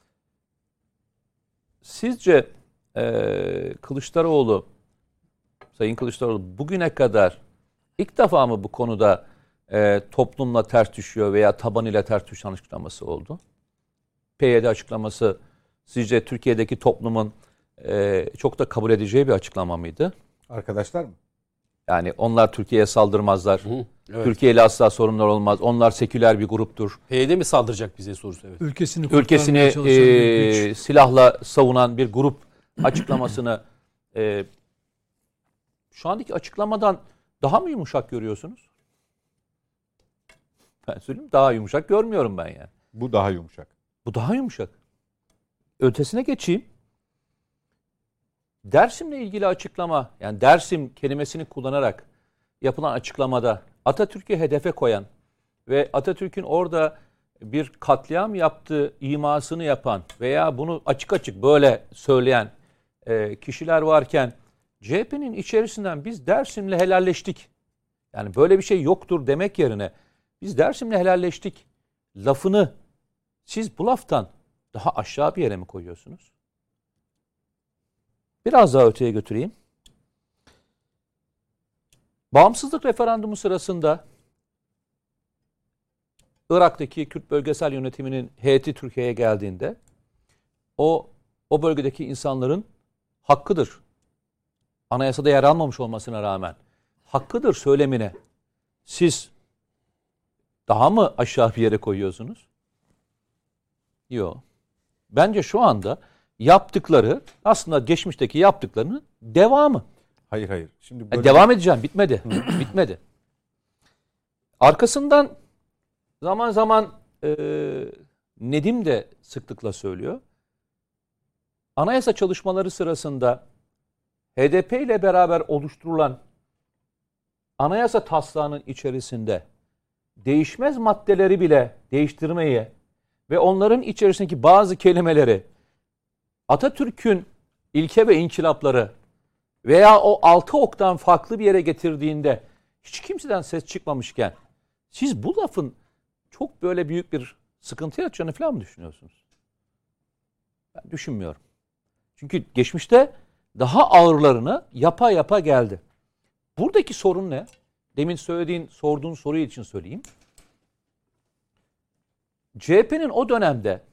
Sizce e, Kılıçdaroğlu, Sayın Kılıçdaroğlu bugüne kadar ilk defa mı bu konuda e, toplumla ters düşüyor veya tabanıyla ters düşen açıklaması oldu? P Y D açıklaması sizce Türkiye'deki toplumun e, çok da kabul edeceği bir açıklama mıydı?
Arkadaşlar mı?
Yani onlar Türkiye'ye saldırmazlar.
Hı, evet.
Türkiye ile asla sorunlar olmaz. Onlar seküler bir gruptur.
P Y D mi saldıracak bize sorusu? Evet.
Ülkesini,
Ülkesini e, silahla savunan bir grup açıklamasını e, şu andaki açıklamadan daha mı yumuşak görüyorsunuz? Ben söyleyeyim, daha yumuşak görmüyorum ben yani.
Bu daha yumuşak.
Bu daha yumuşak. Ötesine geçeyim. Dersim'le ilgili açıklama, yani Dersim kelimesini kullanarak yapılan açıklamada Atatürk'ü hedefe koyan ve Atatürk'ün orada bir katliam yaptığı imasını yapan veya bunu açık açık böyle söyleyen e, kişiler varken C H P'nin içerisinden biz Dersim'le helalleştik. Yani böyle bir şey yoktur demek yerine biz Dersim'le helalleştik lafını siz bu laftan daha aşağı bir yere mi koyuyorsunuz? Biraz daha öteye götüreyim. Bağımsızlık referandumu sırasında Irak'taki Kürt bölgesel yönetiminin heyeti Türkiye'ye geldiğinde o o bölgedeki insanların hakkıdır. Anayasada yer almamış olmasına rağmen hakkıdır söylemine siz daha mı aşağı bir yere koyuyorsunuz? Yok. Bence şu anda yaptıkları aslında geçmişteki yaptıklarının devamı.
Hayır hayır. Şimdi
Yani devam edeceğim. Bitmedi. Bitmedi. Arkasından zaman zaman e, Nedim de sıklıkla söylüyor. Anayasa çalışmaları sırasında H D P ile beraber oluşturulan anayasa taslağının içerisinde değişmez maddeleri bile değiştirmeyi ve onların içerisindeki bazı kelimeleri Atatürk'ün ilke ve inkılapları veya o altı oktan farklı bir yere getirdiğinde hiç kimseden ses çıkmamışken siz bu lafın çok böyle büyük bir sıkıntı yaratacağını falan mı düşünüyorsunuz? Ben düşünmüyorum. Çünkü geçmişte daha ağırlarını yapa yapa geldi. Buradaki sorun ne? Demin söylediğin, sorduğun soru için söyleyeyim. C H P'nin o dönemde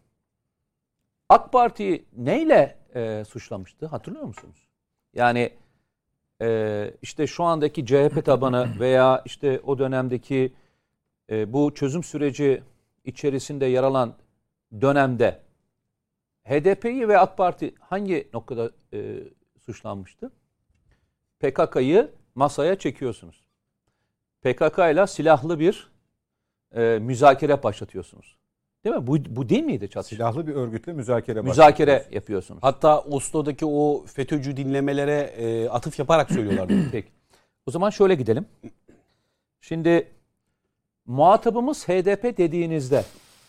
AK Parti'yi neyle e, suçlamıştı? Hatırlıyor musunuz? Yani e, işte şu andaki C H P tabanı veya işte o dönemdeki e, bu çözüm süreci içerisinde yer alan dönemde H D P'yi ve AK Parti hangi noktada e, suçlanmıştı? P K K'yı masaya çekiyorsunuz. P K K ile silahlı bir e, müzakere başlatıyorsunuz. Değil mi? Bu, bu değil miydi çatışma?
Silahlı bir örgütle müzakere
Müzakere yapıyorsunuz.
Hatta Oslo'daki o FETÖ'cü dinlemelere e, atıf yaparak söylüyorlardı.
Peki. O zaman şöyle gidelim. Şimdi muhatabımız H D P dediğinizde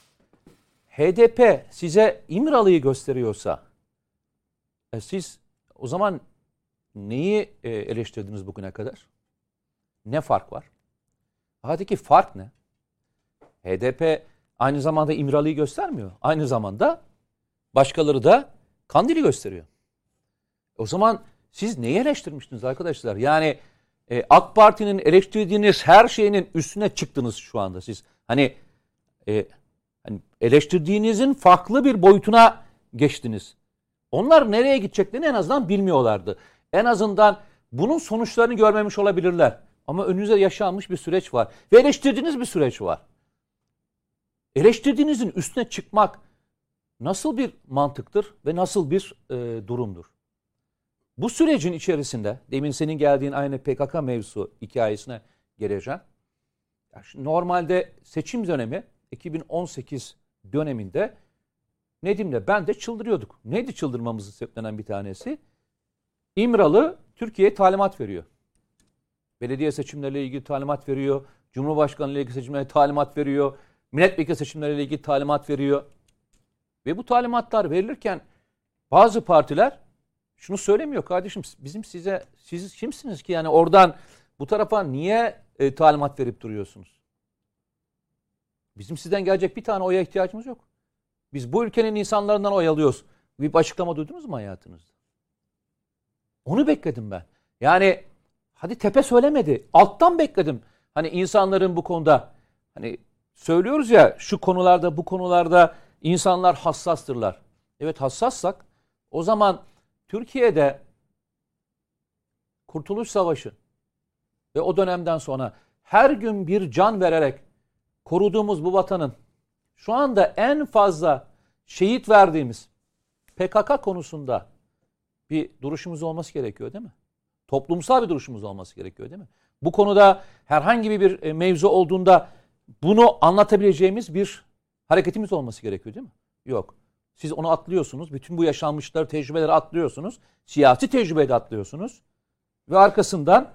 H D P size İmralı'yı gösteriyorsa e, siz o zaman neyi e, eleştirdiniz bugüne kadar? Ne fark var? Aradaki fark ne? H D P aynı zamanda İmralı'yı göstermiyor. Aynı zamanda başkaları da Kandil'i gösteriyor. O zaman siz neyi eleştirmiştiniz arkadaşlar? Yani e, AK Parti'nin eleştirdiğiniz her şeyinin üstüne çıktınız şu anda siz. Hani, e, hani eleştirdiğinizin farklı bir boyutuna geçtiniz. Onlar nereye gideceklerini en azından bilmiyorlardı. En azından bunun sonuçlarını görmemiş olabilirler. Ama önünüzde yaşanmış bir süreç var. Ve eleştirdiğiniz bir süreç var. Eleştirdiğinizin üstüne çıkmak nasıl bir mantıktır ve nasıl bir e, durumdur? Bu sürecin içerisinde, demin senin geldiğin aynı P K K mevzu hikayesine geleceğim. Ya şimdi normalde seçim dönemi iki bin on sekiz döneminde Nedim'le ben de çıldırıyorduk. Neydi çıldırmamızı sebeplenen bir tanesi? İmralı Türkiye'ye talimat veriyor. Belediye seçimleriyle ilgili talimat veriyor. Cumhurbaşkanı ile ilgili seçimlere talimat veriyor. Milletvekili seçimleriyle ilgili talimat veriyor. Ve bu talimatlar verilirken bazı partiler şunu söylemiyor. Kardeşim bizim size, siz kimsiniz ki yani oradan bu tarafa niye e, talimat verip duruyorsunuz? Bizim sizden gelecek bir tane oya ihtiyacımız yok. Biz bu ülkenin insanlarından oy alıyoruz. Bir açıklama duydunuz mu hayatınızda? Onu bekledim ben. Yani hadi tepe söylemedi. Alttan bekledim. Hani insanların bu konuda hani söylüyoruz ya şu konularda bu konularda insanlar hassastırlar. Evet hassassak o zaman Türkiye'de Kurtuluş Savaşı ve o dönemden sonra her gün bir can vererek koruduğumuz bu vatanın şu anda en fazla şehit verdiğimiz P K K konusunda bir duruşumuz olması gerekiyor değil mi? Toplumsal bir duruşumuz olması gerekiyor değil mi? Bu konuda herhangi bir mevzu olduğunda bunu anlatabileceğimiz bir hareketimiz olması gerekiyor değil mi? Yok. Siz onu atlıyorsunuz. Bütün bu yaşanmışları, tecrübeleri atlıyorsunuz. Siyasi tecrübeyi de atlıyorsunuz. Ve arkasından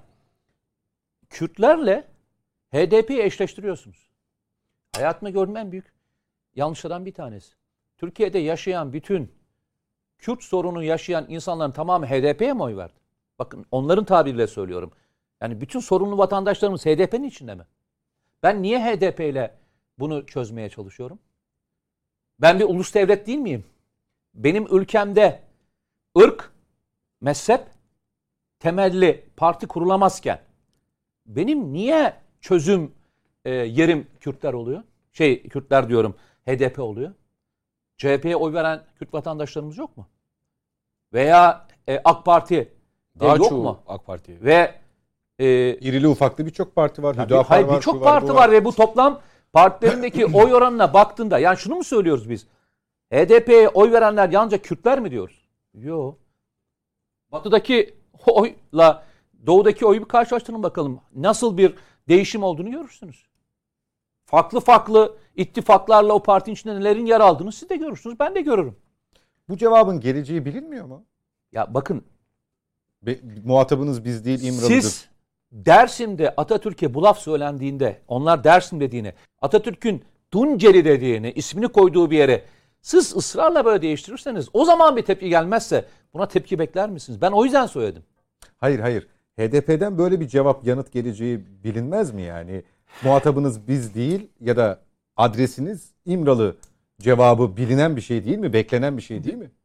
Kürtlerle H D P'yi eşleştiriyorsunuz. Hayatımda gördüğüm en büyük yanlışlardan bir tanesi. Türkiye'de yaşayan bütün Kürt sorunu yaşayan insanların tamamı H D P'ye mi oy verdi? Bakın onların tabiriyle söylüyorum. Yani bütün sorunlu vatandaşlarımız H D P'nin içinde mi? Ben niye H D P ile bunu çözmeye çalışıyorum? Ben bir ulus devlet değil miyim? Benim ülkemde ırk, mezhep temelli parti kurulamazken benim niye çözüm e, yerim Kürtler oluyor? Şey Kürtler diyorum H D P oluyor. C H P'ye oy veren Kürt vatandaşlarımız yok mu? Veya e, AK Parti
Daha
yok
çoğu
mu?
AK Parti.
Ve e,
İrili ufaklı birçok parti var.
Yani
Hüdapar
hayır
var.
birçok
şu
parti
bu
var ve bu toplam partilerindeki oy oranına baktığında yani şunu mu söylüyoruz biz? H D P'ye oy verenler yalnızca Kürtler mi diyoruz? Yok. Batıdaki oyla doğudaki oyu bir karşılaştırın bakalım. Nasıl bir değişim olduğunu görürsünüz. Farklı farklı ittifaklarla o partinin içinde nelerin yer aldığını siz de görürsünüz. Ben de görürüm.
Bu cevabın geleceği bilinmiyor mu?
Ya bakın.
Be, muhatabınız biz değil İmralı'dır.
Siz Dersim'de Atatürk'e bu laf söylendiğinde, onlar Dersim dediğini, Atatürk'ün Tunceli dediğini, ismini koyduğu bir yere siz ısrarla böyle değiştirirseniz o zaman bir tepki gelmezse buna tepki bekler misiniz? Ben o yüzden söyledim.
Hayır hayır. H D P'den böyle bir cevap yanıt geleceği bilinmez mi yani? Muhatabınız biz değil ya da adresiniz İmralı cevabı bilinen bir şey değil mi? Beklenen bir şey değil mi?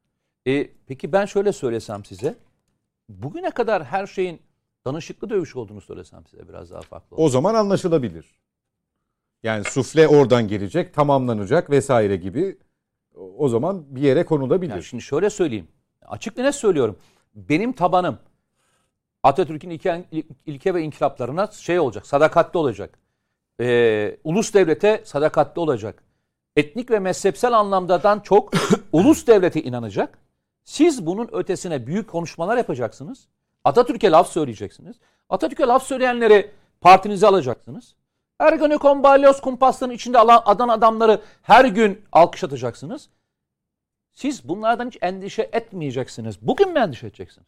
E, peki ben şöyle söylesem size. Bugüne kadar her şeyin danışıklı dövüş olduğunu söylesem size biraz daha farklı olur.
O zaman anlaşılabilir. Yani sufle oradan gelecek, tamamlanacak vesaire gibi. O zaman bir yere konulabilir.
Yani şimdi şöyle söyleyeyim. Açık ve net söylüyorum. Benim tabanım Atatürk'ün ilke, ilke ve inkılaplarına şey olacak, sadakatli olacak. Ee, ulus devlete sadakatli olacak. Etnik ve mezhepsel anlamdadan çok ulus devlete inanacak. Siz bunun ötesine büyük konuşmalar yapacaksınız. Atatürk'e laf söyleyeceksiniz. Atatürk'e laf söyleyenleri partinize alacaksınız. Ergenekon, balyoz, kumpasların içinde adan adamları her gün alkış atacaksınız. Siz bunlardan hiç endişe etmeyeceksiniz. Bugün mü endişe edeceksiniz?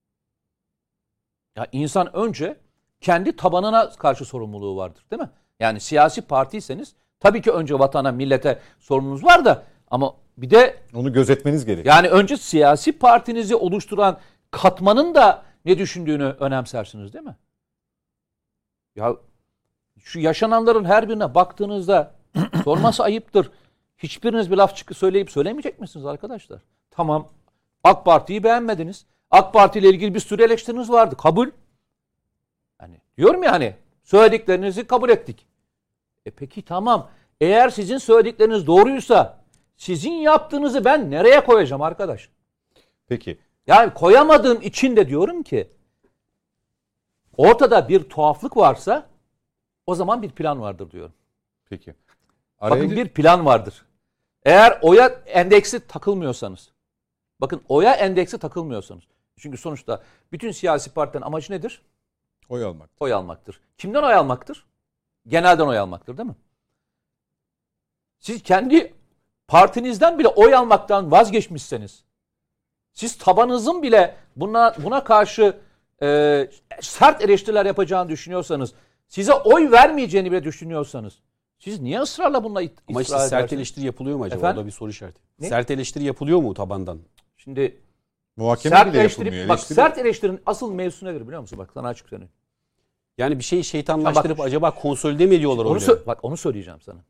Ya insan önce kendi tabanına karşı sorumluluğu vardır, değil mi? Yani siyasi partiyseniz tabii ki önce vatana, millete sorumlunuz var da ama bir de
onu gözetmeniz gerekiyor.
Yani önce siyasi partinizi oluşturan katmanın da ne düşündüğünü önemsersiniz, değil mi? Ya şu yaşananların her birine baktığınızda sorması ayıptır. Hiçbiriniz bir laf çıkıp söyleyip söylemeyecek misiniz arkadaşlar? Tamam, AK Parti'yi beğenmediniz. AK Parti ile ilgili bir sürü eleştiriniz vardı. Kabul. Yani diyorum ya hani söylediklerinizi kabul ettik. E peki tamam. Eğer sizin söyledikleriniz doğruysa sizin yaptığınızı ben nereye koyacağım arkadaş?
Peki.
Yani koyamadığım için de diyorum ki ortada bir tuhaflık varsa o zaman bir plan vardır diyorum.
Peki.
Araya bakın
gir-
bir plan vardır. Eğer oya endeksi takılmıyorsanız, bakın oya endeksi takılmıyorsanız, çünkü sonuçta bütün siyasi partilerin amacı nedir?
Oy almak.
Oy almaktır. Kimden oy almaktır? Genelden oy almaktır, değil mi? Siz kendi partinizden bile oy almaktan vazgeçmişseniz, siz tabanınızın bile buna buna karşı e, sert eleştiriler yapacağını düşünüyorsanız, size oy vermeyeceğini bile düşünüyorsanız, siz niye ısrarla bununla it-
Ama işte
ısrar
sert
edersiniz?
eleştiri yapılıyor mu acaba?
Efendim?
Orada bir soru işareti.
Ne?
Sert eleştiri yapılıyor mu tabandan?
Şimdi
Muhakeme
sert
bile
eleştiri,
yapılmıyor.
bak
Eleştiri-
sert eleştirinin asıl mevzusu nedir biliyor musun? Bak sana açık söyleyeyim.
Yani bir şeyi şeytanlaştırıp
Bak-
acaba konsolide mi ediyorlar
Onu
oyları?
sö- bak onu söyleyeceğim sana.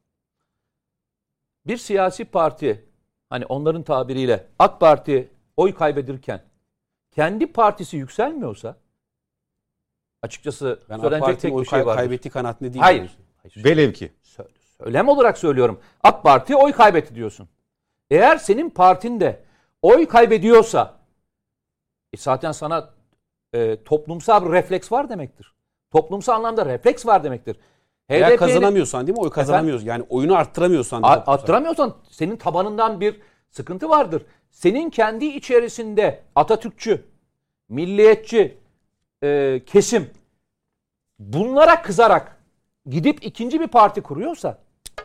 Bir siyasi parti, hani onların tabiriyle AK Parti oy kaybedirken kendi partisi yükselmiyorsa, açıkçası
Ben AK
söylenecek
Parti'nin
tek
oy
bir şey
kay-
vardır.
kaybettiği kanaatinde değilim.
Hayır. Hayır.
Velev ki.
Söyle, söylem olarak söylüyorum. AK Parti oy kaybetti diyorsun. Eğer senin partin de oy kaybediyorsa e zaten sana e, toplumsal bir refleks var demektir. Toplumsal anlamda refleks var demektir.
Eğer
H D P'nin
kazanamıyorsan değil mi? Oy kazanamıyorsun. Yani oyunu arttıramıyorsan.
A- arttıramıyorsan senin tabanından bir sıkıntı vardır. Senin kendi içerisinde Atatürkçü, milliyetçi e, kesim bunlara kızarak gidip ikinci bir parti kuruyorsa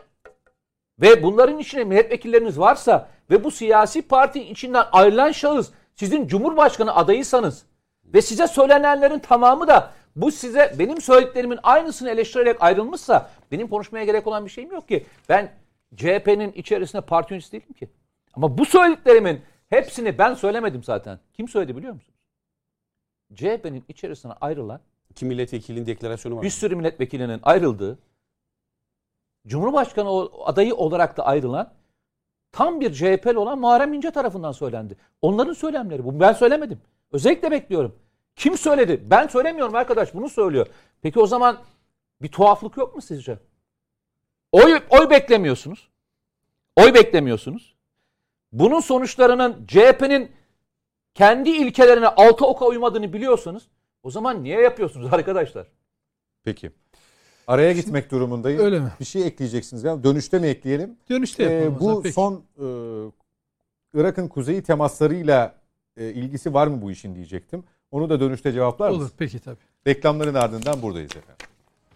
ve bunların içine milletvekilleriniz varsa ve bu siyasi partinin içinden ayrılan şahıs sizin Cumhurbaşkanı adayıysanız ve size söylenenlerin tamamı da bu size benim söylediklerimin aynısını eleştirerek ayrılmışsa benim konuşmaya gerek olan bir şeyim yok ki. Ben C H P'nin içerisinde parti yöneticisi değilim ki. Ama bu söylediklerimin hepsini ben söylemedim zaten. Kim söyledi biliyor musunuz? C H P'nin içerisine ayrılan
İki milletvekilinin deklarasyonu var.
bir sürü milletvekilinin ayrıldığı, Cumhurbaşkanı adayı olarak da ayrılan tam bir C H P'li olan Muharrem İnce tarafından söylendi. Onların söylemleri. Bu ben söylemedim. Özellikle bekliyorum. Kim söyledi? Ben söylemiyorum arkadaş. Bunu söylüyor. Peki o zaman bir tuhaflık yok mu sizce? Oy, oy beklemiyorsunuz. Oy beklemiyorsunuz. Bunun sonuçlarının C H P'nin kendi ilkelerine altı oka uymadığını biliyorsanız o zaman niye yapıyorsunuz arkadaşlar?
Peki. Araya gitmek durumundayım.
Öyle mi?
Bir şey ekleyeceksiniz. Ya. Dönüşte mi ekleyelim?
Dönüşte
Ee,
yapalım. o zaman.
bu
Peki.
son e, Irak'ın kuzeyi temaslarıyla e, ilgisi var mı bu işin diyecektim. Onu da dönüşte cevaplar
Olur
mısın?
peki tabii.
Reklamların ardından buradayız efendim.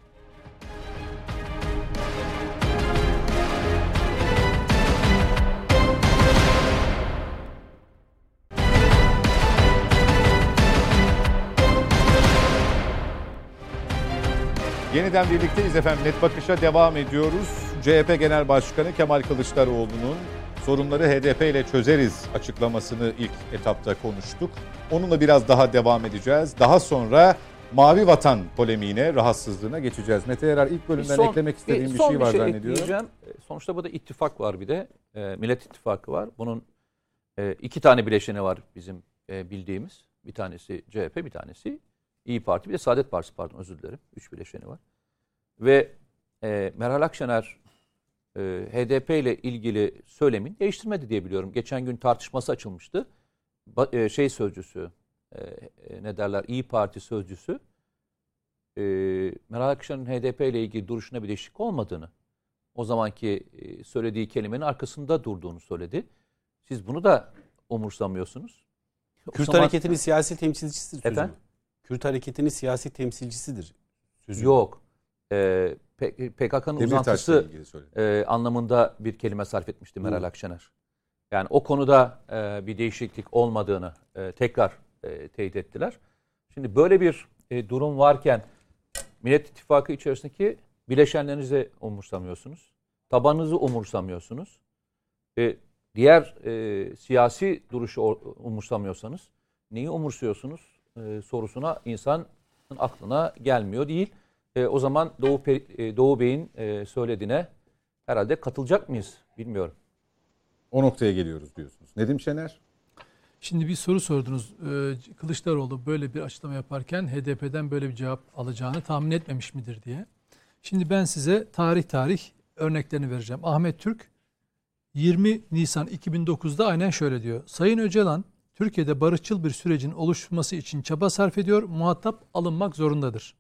Yeniden birlikteyiz efendim. Net Bakış'a devam ediyoruz. C H P Genel Başkanı Kemal Kılıçdaroğlu'nun sorunları H D P ile çözeriz açıklamasını ilk etapta konuştuk. Onunla biraz daha devam edeceğiz. Daha sonra Mavi Vatan polemiğine, rahatsızlığına geçeceğiz. Mete Yarar ilk bölümden
Son-
eklemek istediğim bir,
son
şey var zannediyorum.
ekleyeceğim. Sonuçta burada ittifak var bir de. E, Millet İttifakı var. Bunun E, iki tane bileşeni var bizim e, bildiğimiz. Bir tanesi C H P, bir tanesi İYİ Parti, bir de Saadet Partisi, pardon özür dilerim. Üç bileşeni var. Ve e, Meral Akşener e, H D P ile ilgili söylemin değiştirmedi diye biliyorum. Geçen gün tartışması açılmıştı. Ba, e, şey sözcüsü, e, e, ne derler, İYİ Parti sözcüsü, e, Meral Akşener'in H D P ile ilgili duruşuna bir değişiklik olmadığını, o zamanki e, söylediği kelimenin arkasında durduğunu söyledi. Siz bunu da umursamıyorsunuz.
Kürt
zaman...
hareketinin siyasi temsilcisidir sözü.
Efendim?
Kürt hareketinin siyasi temsilcisidir sözü.
Yok. Ee, P K K'nın uzantısı e, anlamında bir kelime sarf etmişti Meral Akşener. Yani o konuda e, bir değişiklik olmadığını e, tekrar e, teyit ettiler. Şimdi böyle bir e, durum varken Millet İttifakı içerisindeki bileşenlerinizi umursamıyorsunuz. Tabanınızı umursamıyorsunuz. E, diğer e, siyasi duruşu umursamıyorsanız neyi umursuyorsunuz e, sorusuna insanın aklına gelmiyor değil. E, o zaman Doğu, e, Doğu Bey'in e, söylediğine herhalde katılacak mıyız bilmiyorum.
O noktaya geliyoruz diyorsunuz. Nedim Şener?
Şimdi bir soru sordunuz. Ee, Kılıçdaroğlu böyle bir açıklama yaparken H D P'den böyle bir cevap alacağını tahmin etmemiş midir diye. Şimdi ben size tarih tarih örneklerini vereceğim. Ahmet Türk yirmi Nisan iki bin dokuzda aynen şöyle diyor. Sayın Öcalan, Türkiye'de barışçıl bir sürecin oluşması için çaba sarf ediyor, muhatap alınmak zorundadır.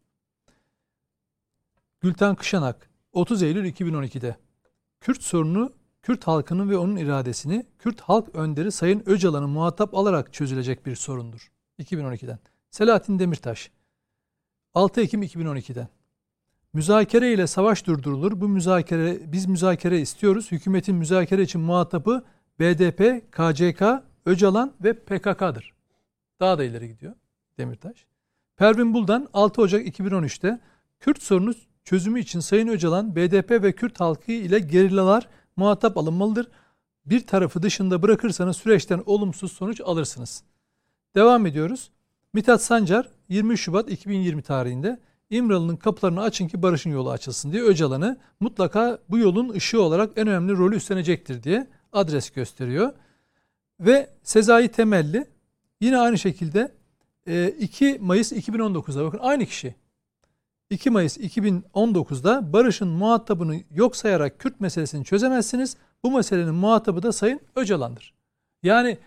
Gülten Kışanak, otuz Eylül iki bin on iki'de Kürt sorunu, Kürt halkının ve onun iradesini Kürt halk önderi Sayın Öcalan'ı muhatap alarak çözülecek bir sorundur. iki bin on iki'den. Selahattin Demirtaş, altı Ekim iki bin on iki'den. Müzakere ile savaş durdurulur. Bu müzakere, biz müzakere istiyoruz. Hükümetin müzakere için muhatabı B D P, K C K, Öcalan ve P K K'dır. Daha da ileri gidiyor Demirtaş. Pervin Buldan, altı Ocak iki bin on üç'te Kürt sorunu çözümü için Sayın Öcalan, B D P ve Kürt halkı ile gerillalar muhatap alınmalıdır. Bir tarafı dışında bırakırsanız süreçten olumsuz sonuç alırsınız. Devam ediyoruz. Mithat Sancar, yirmi üç Şubat iki bin yirmi tarihinde İmralı'nın kapılarını açın ki barışın yolu açılsın diye Öcalan'ı mutlaka bu yolun ışığı olarak en önemli rolü üstlenecektir diye adres gösteriyor. Ve Sezai Temelli yine aynı şekilde iki Mayıs iki bin on dokuz'da bakın aynı kişi. iki Mayıs iki bin on dokuz'da barışın muhatabını yok sayarak Kürt meselesini çözemezsiniz. Bu meselenin muhatabı da Sayın Öcalan'dır. Yani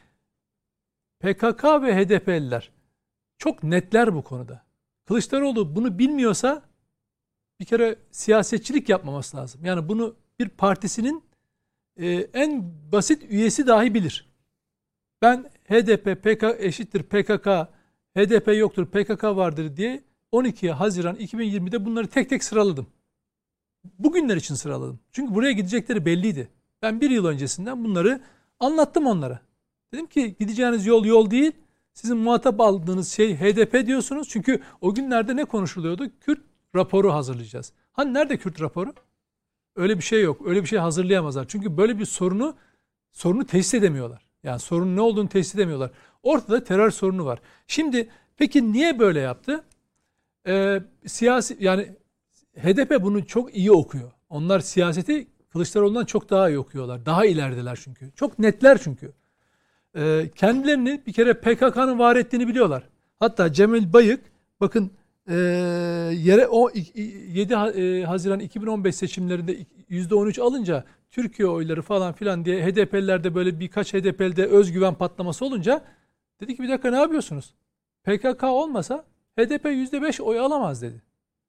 P K K ve H D P'liler çok netler bu konuda. Kılıçdaroğlu bunu bilmiyorsa bir kere siyasetçilik yapmaması lazım. Yani bunu bir partisinin e, en basit üyesi dahi bilir. Ben H D P, P K eşittir P K K, H D P yoktur, P K K vardır diye on iki Haziran iki bin yirmi'de bunları tek tek sıraladım. Bugünler için sıraladım. Çünkü buraya gidecekleri belliydi. Ben bir yıl öncesinden bunları anlattım onlara. Dedim ki gideceğiniz yol yol değil. Sizin muhatap aldığınız şey H D P diyorsunuz. Çünkü o günlerde ne konuşuluyordu? Kürt raporu hazırlayacağız. Hani nerede Kürt raporu? Öyle bir şey yok. Öyle bir şey hazırlayamazlar. Çünkü böyle bir sorunu sorunu teşhis edemiyorlar. Yani sorunun ne olduğunu teşhis edemiyorlar. Ortada terör sorunu var. Şimdi peki niye böyle yaptı? Ee, siyasi yani H D P bunu çok iyi okuyor. Onlar siyaseti Kılıçdaroğlu'ndan çok daha iyi okuyorlar. Daha ilerideler çünkü. Çok netler çünkü. Ee, kendilerini bir kere P K K'nın var ettiğini biliyorlar. Hatta Cemil Bayık bakın e, yere o yedi Haziran iki bin on beş seçimlerinde yüzde on üç alınca Türkiye oyları falan filan diye H D P'lilerde böyle birkaç H D P'lide özgüven patlaması olunca dedi ki bir dakika ne yapıyorsunuz? P K K olmasa H D P yüzde beş oy alamaz dedi.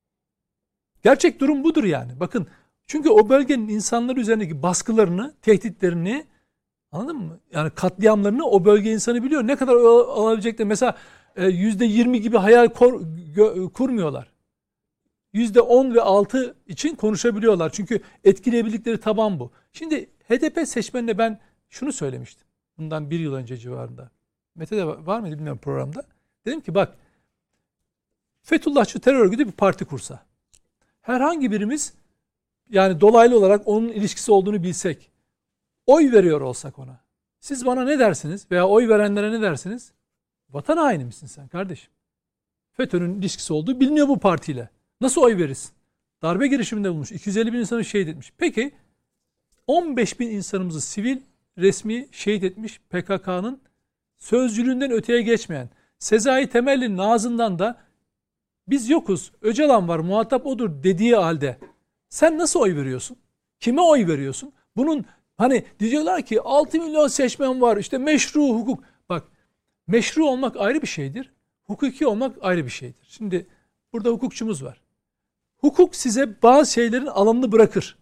Gerçek durum budur yani. Bakın çünkü o bölgenin insanları üzerindeki baskılarını, tehditlerini anladın mı? Yani katliamlarını o bölge insanı biliyor. Ne kadar alabilecekler. Mesela yüzde yirmi gibi hayal kur, gö, kurmuyorlar. yüzde on ve altı için konuşabiliyorlar. Çünkü etkileyebildikleri taban bu. Şimdi H D P seçmenine ben şunu söylemiştim. Bundan bir yıl önce civarında. Mete'de var mıydı bilmiyorum programda. Dedim ki bak Fethullahçı terör örgütü bir parti kursa. Herhangi birimiz yani dolaylı olarak onun ilişkisi olduğunu bilsek, oy veriyor olsak ona. Siz bana ne dersiniz veya oy verenlere ne dersiniz? Vatan haini misin sen kardeşim? FETÖ'nün ilişkisi olduğu biliniyor bu partiyle. Nasıl oy verirsin? Darbe girişiminde bulmuş. iki yüz elli bin insanı şehit etmiş. Peki on beş bin insanımızı sivil resmi şehit etmiş P K K'nın sözcülüğünden öteye geçmeyen Sezai Temelli'nin ağzından da biz yokuz, Öcalan var, muhatap odur dediği halde sen nasıl oy veriyorsun? Kime oy veriyorsun? Bunun hani diyorlar ki altı milyon seçmen var, işte meşru hukuk. Bak, meşru olmak ayrı bir şeydir. Hukuki olmak ayrı bir şeydir. Şimdi burada hukukçumuz var. Hukuk size bazı şeylerin alanını bırakır.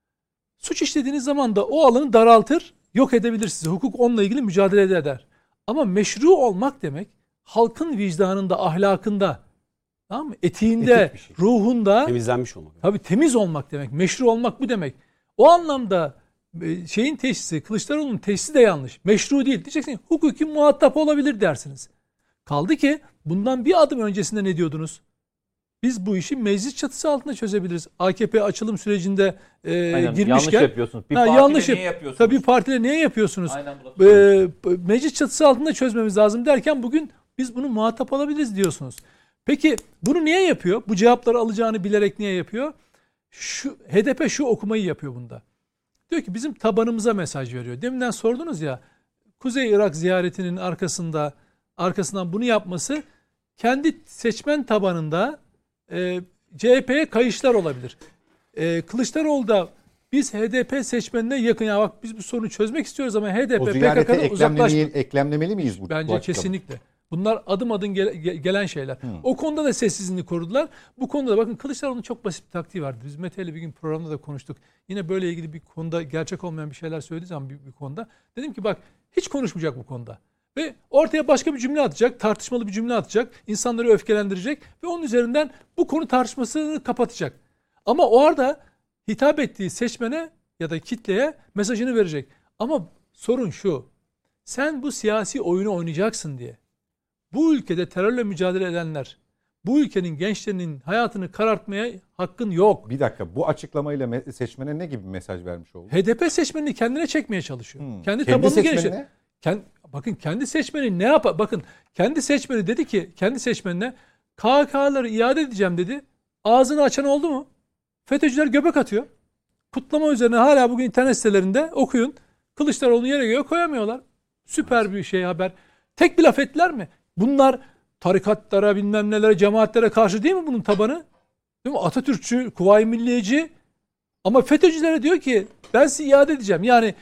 Suç işlediğiniz zaman da o alanı daraltır, yok edebilir sizi. Hukuk onunla ilgili mücadele eder. Ama meşru olmak demek halkın vicdanında, ahlakında, tamam mı? Etiğinde,
şey.
ruhunda
Temizlenmiş olmak.
Tabii temiz olmak demek. Meşru olmak bu demek. O anlamda şeyin teşhisi, Kılıçdaroğlu'nun teşhisi de yanlış. Meşru değil. Diyeceksin hukuki muhatap olabilir dersiniz. Kaldı ki bundan bir adım öncesinde ne diyordunuz? Biz bu işi meclis çatısı altında çözebiliriz. A K P açılım sürecinde e,
Aynen,
girmişken.
yanlış yapıyorsunuz. Bir
ha,
partide
yanlış
niye
yap-
yapıyorsunuz?
Tabii partide niye yapıyorsunuz?
Aynen, bu da
E, meclis çatısı altında çözmemiz lazım derken bugün biz bunu muhatap olabiliriz diyorsunuz. Peki bunu niye yapıyor? Bu cevapları alacağını bilerek niye yapıyor? Şu H D P şu okumayı yapıyor bunda. Diyor ki bizim tabanımıza mesaj veriyor. Deminden sordunuz ya, Kuzey Irak ziyaretinin arkasında arkasından bunu yapması kendi seçmen tabanında e, C H P'ye kayışlar olabilir. E, Kılıçdaroğlu da biz H D P seçmenine yakın, ya bak biz bu sorunu çözmek istiyoruz ama H D P
O
P K
ziyarete
K'dan uzaklaşma.
eklemlemeli, eklemlemeli miyiz bu?
Bence
bu açıklama?
kesinlikle. Bunlar adım adım gele, gelen şeyler. Hmm. O konuda da sessizliğini korudular. Bu konuda da bakın Kılıçdaroğlu'nun çok basit bir taktiği vardı. Biz Mete ile bir gün programda da konuştuk. Yine böyle ilgili bir konuda gerçek olmayan bir şeyler söylediği zaman bir, bir konuda. Dedim ki bak hiç konuşmayacak bu konuda. Ve ortaya başka bir cümle atacak. Tartışmalı bir cümle atacak. İnsanları öfkelendirecek. Ve onun üzerinden bu konu tartışmasını kapatacak. Ama o arada hitap ettiği seçmene ya da kitleye mesajını verecek. Ama sorun şu. Sen bu siyasi oyunu oynayacaksın diye bu ülkede terörle mücadele edenler, bu ülkenin gençlerinin hayatını karartmaya hakkın yok.
Bir dakika, bu açıklamayla seçmene ne gibi bir mesaj vermiş oldu?
H D P seçmenini kendine çekmeye çalışıyor.
Hmm.
Kendi,
kendi
tabanını
seçmenine?
genişlet. Kend, bakın kendi seçmeni ne yapar? Bakın kendi seçmeni dedi ki kendi seçmenine K H K'ları iade edeceğim dedi. Ağzını açan oldu mu? FETÖ'cüler göbek atıyor. Kutlama üzerine hala bugün internet sitelerinde okuyun. Kılıçdaroğlu'nu yere göğe koyamıyorlar. Süper bir şey haber. Tek bir laf ettiler mi? Bunlar tarikatlara, bilmem nelere, cemaatlere karşı değil mi bunun tabanı? Değil mi? Atatürkçü, Kuvayi Milliyeci. Ama FETÖ'cülere diyor ki ben sizi iade edeceğim. Yani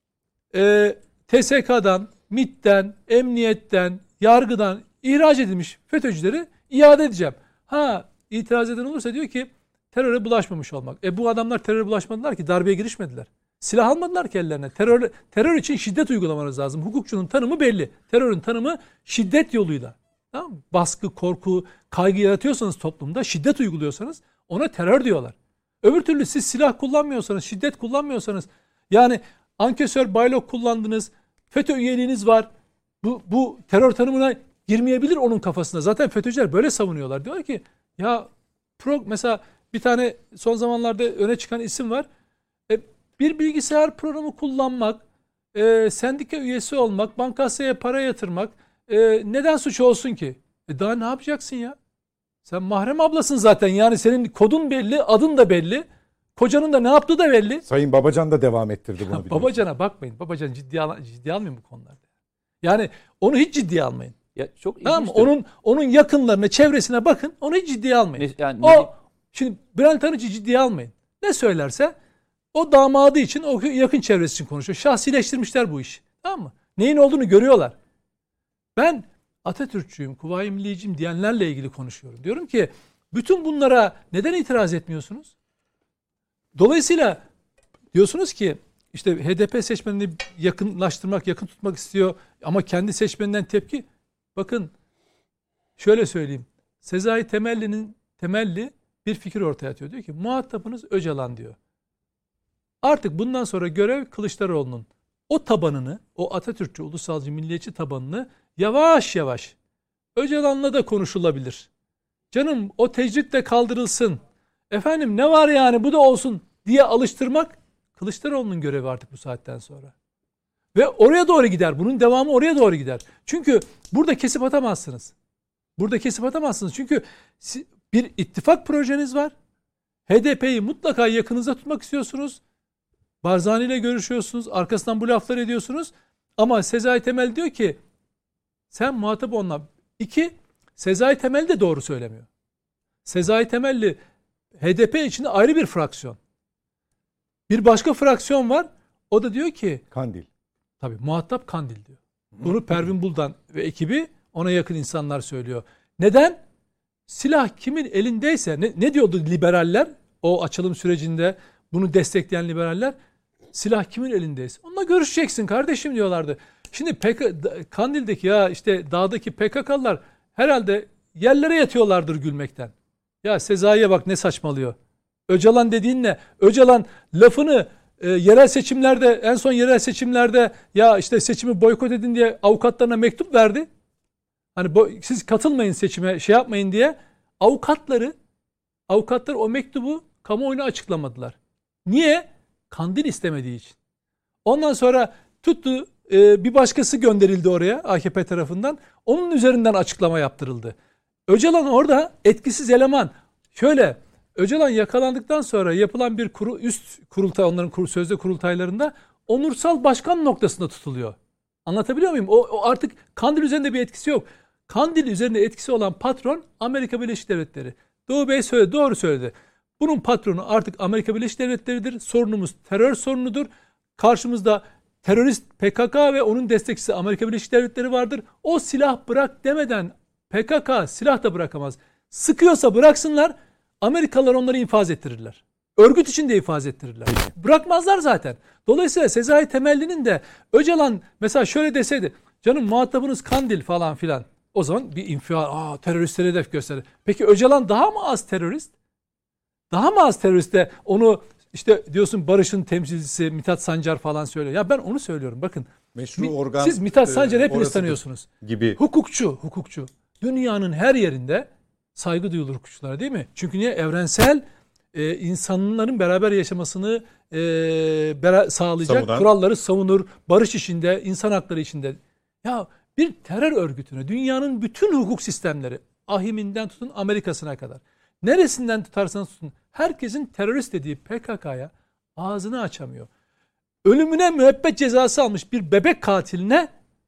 e, T S K'dan, MİT'ten, Emniyet'ten, Yargı'dan ihraç edilmiş FETÖ'cüleri iade edeceğim. Ha, itiraz eden olursa diyor ki teröre bulaşmamış olmak. E bu adamlar teröre bulaşmadılar ki, darbeye girişmediler. Silah almadılar ki ellerine. Terör, terör için şiddet uygulamanız lazım. Hukukçunun tanımı belli. Terörün tanımı şiddet yoluyla. Tamam mı? Baskı, korku, kaygı yaratıyorsanız toplumda, şiddet uyguluyorsanız ona terör diyorlar. Öbür türlü siz silah kullanmıyorsanız, şiddet kullanmıyorsanız, yani ankesör, baylok kullandınız, FETÖ üyeliğiniz var. Bu, bu terör tanımına girmeyebilir onun kafasında. Zaten FETÖ'cüler böyle savunuyorlar. Diyorlar ki ya pro, mesela bir tane son zamanlarda öne çıkan isim var. E, bir bilgisayar programı kullanmak, e, sendika üyesi olmak, bankasaya para yatırmak e, neden suç olsun ki? E daha ne yapacaksın ya? Sen mahrem ablasın zaten. Yani senin kodun belli, adın da belli. Kocanın da ne yaptığı da belli.
Sayın Babacan da devam ettirdi bunu.
Ya, Babacan'a bakmayın. Babacan ciddiye, al ciddiye almayın bu konularda. Yani onu hiç ciddiye almayın.
Ya çok
tamam mı?
ilginçtir.
Onun onun yakınlarına, çevresine bakın. Onu hiç ciddiye almayın.
Ne- yani
o
ne-
şimdi Bülent Arıcı ciddiye almayın. Ne söylerse o damadı için, o yakın çevresi için konuşuyor. Şahsileştirmişler bu işi. Tamam mı? Neyin olduğunu görüyorlar. Ben Atatürkçüyüm, Kuvayi Milliyeciyim diyenlerle ilgili konuşuyorum. Diyorum ki bütün bunlara neden itiraz etmiyorsunuz? Dolayısıyla diyorsunuz ki işte H D P seçmenini yakınlaştırmak, yakın tutmak istiyor ama kendi seçmeninden tepki. Bakın şöyle söyleyeyim. Sezai Temelli'nin Temelli bir fikir ortaya atıyor. Diyor ki muhatabınız Öcalan diyor. Artık bundan sonra görev Kılıçdaroğlu'nun. O tabanını, o Atatürkçü, ulusalcı, milliyetçi tabanını yavaş yavaş Öcalan'la da konuşulabilir. Canım o tecrit de kaldırılsın. Efendim ne var yani bu da olsun diye alıştırmak Kılıçdaroğlu'nun görevi artık bu saatten sonra. Ve oraya doğru gider. Bunun devamı oraya doğru gider. Çünkü burada kesip atamazsınız. Burada kesip atamazsınız. Çünkü bir ittifak projeniz var. H D P'yi mutlaka yakınızda tutmak istiyorsunuz. Barzani ile görüşüyorsunuz. Arkasından bu lafları ediyorsunuz. Ama Sezai Temel diyor ki sen muhatap onunla. İki, Sezai Temel de doğru söylemiyor. Sezai Temelli H D P içinde ayrı bir fraksiyon. Bir başka fraksiyon var. O da diyor ki
Kandil.
tabii muhatap Kandil diyor. Bunu Pervin Buldan ve ekibi, ona yakın insanlar söylüyor. Neden? Silah kimin elindeyse, ne, ne diyordu liberaller? O açılım sürecinde bunu destekleyen liberaller, silah kimin elindeyse onunla görüşeceksin kardeşim diyorlardı. Şimdi P K K, Kandil'deki ya işte dağdaki P K K'lılar herhalde yerlere yatıyorlardır gülmekten. Ya Sezai'ye bak ne saçmalıyor. Öcalan dediğin ne? Öcalan lafını e, yerel seçimlerde, en son yerel seçimlerde ya işte seçimi boykot edin diye avukatlarına mektup verdi. Hani bu, siz katılmayın seçime, şey yapmayın diye avukatları avukatlar o mektubu kamuoyuna açıklamadılar. Niye? Kandil istemediği için. Ondan sonra tuttu e, bir başkası gönderildi oraya A K P tarafından. Onun üzerinden açıklama yaptırıldı. Öcalan orada etkisiz eleman. Şöyle, Öcalan yakalandıktan sonra yapılan bir kuru, üst kurultay, onların kur, sözde kurultaylarında onursal başkan noktasında tutuluyor. Anlatabiliyor muyum? O, o artık Kandil üzerinde bir etkisi yok. Kandil üzerinde etkisi olan patron Amerika Birleşik Devletleri. Doğu Bey söyledi, doğru söyledi. Bunun patronu artık Amerika Birleşik Devletleri'dir. Sorunumuz terör sorunudur. Karşımızda terörist P K K ve onun destekçisi Amerika Birleşik Devletleri vardır. O silah bırak demeden P K K silah da bırakamaz. Sıkıyorsa bıraksınlar, Amerikalılar onları infaz ettirirler. Örgüt için de infaz ettirirler. Bırakmazlar zaten. Dolayısıyla Sezai Temelli'nin de Öcalan mesela şöyle deseydi, canım muhatabınız Kandil falan filan. O zaman bir infial, aa teröristlere hedef gösterir. Peki Öcalan daha mı az terörist? Daha mı az teröriste onu işte diyorsun Barış'ın temsilcisi Mithat Sancar falan söylüyor. Ya ben onu söylüyorum bakın.
Meşru organ.
Siz Mithat Sancar'ı hepiniz
orasıdır
tanıyorsunuz.
Gibi.
Hukukçu, hukukçu. Dünyanın her yerinde saygı duyulur hukukçulara değil mi? Çünkü niye? Evrensel e, insanların beraber yaşamasını e, bera- sağlayacak
Savunan.
kuralları savunur. Barış içinde, insan hakları içinde. Ya bir terör örgütüne dünyanın bütün hukuk sistemleri, ahiminden tutun Amerika'sına kadar, neresinden tutarsanız tutun, herkesin terörist dediği P K K'ya ağzını açamıyor. Ölümüne müebbet cezası almış bir bebek katiline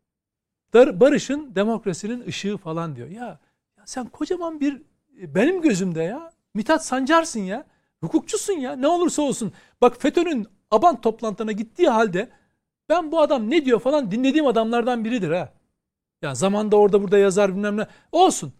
Barış'ın, demokrasinin ışığı falan diyor. Ya, ya sen kocaman bir, benim gözümde ya Mithat Sancar'sın ya. Hukukçusun ya. Ne olursa olsun. Bak FETÖ'nün Abant toplantılarına gittiği halde ben bu adam ne diyor falan dinlediğim adamlardan biridir ha. Ya zamanda orada burada yazar bilmem ne. Olsun.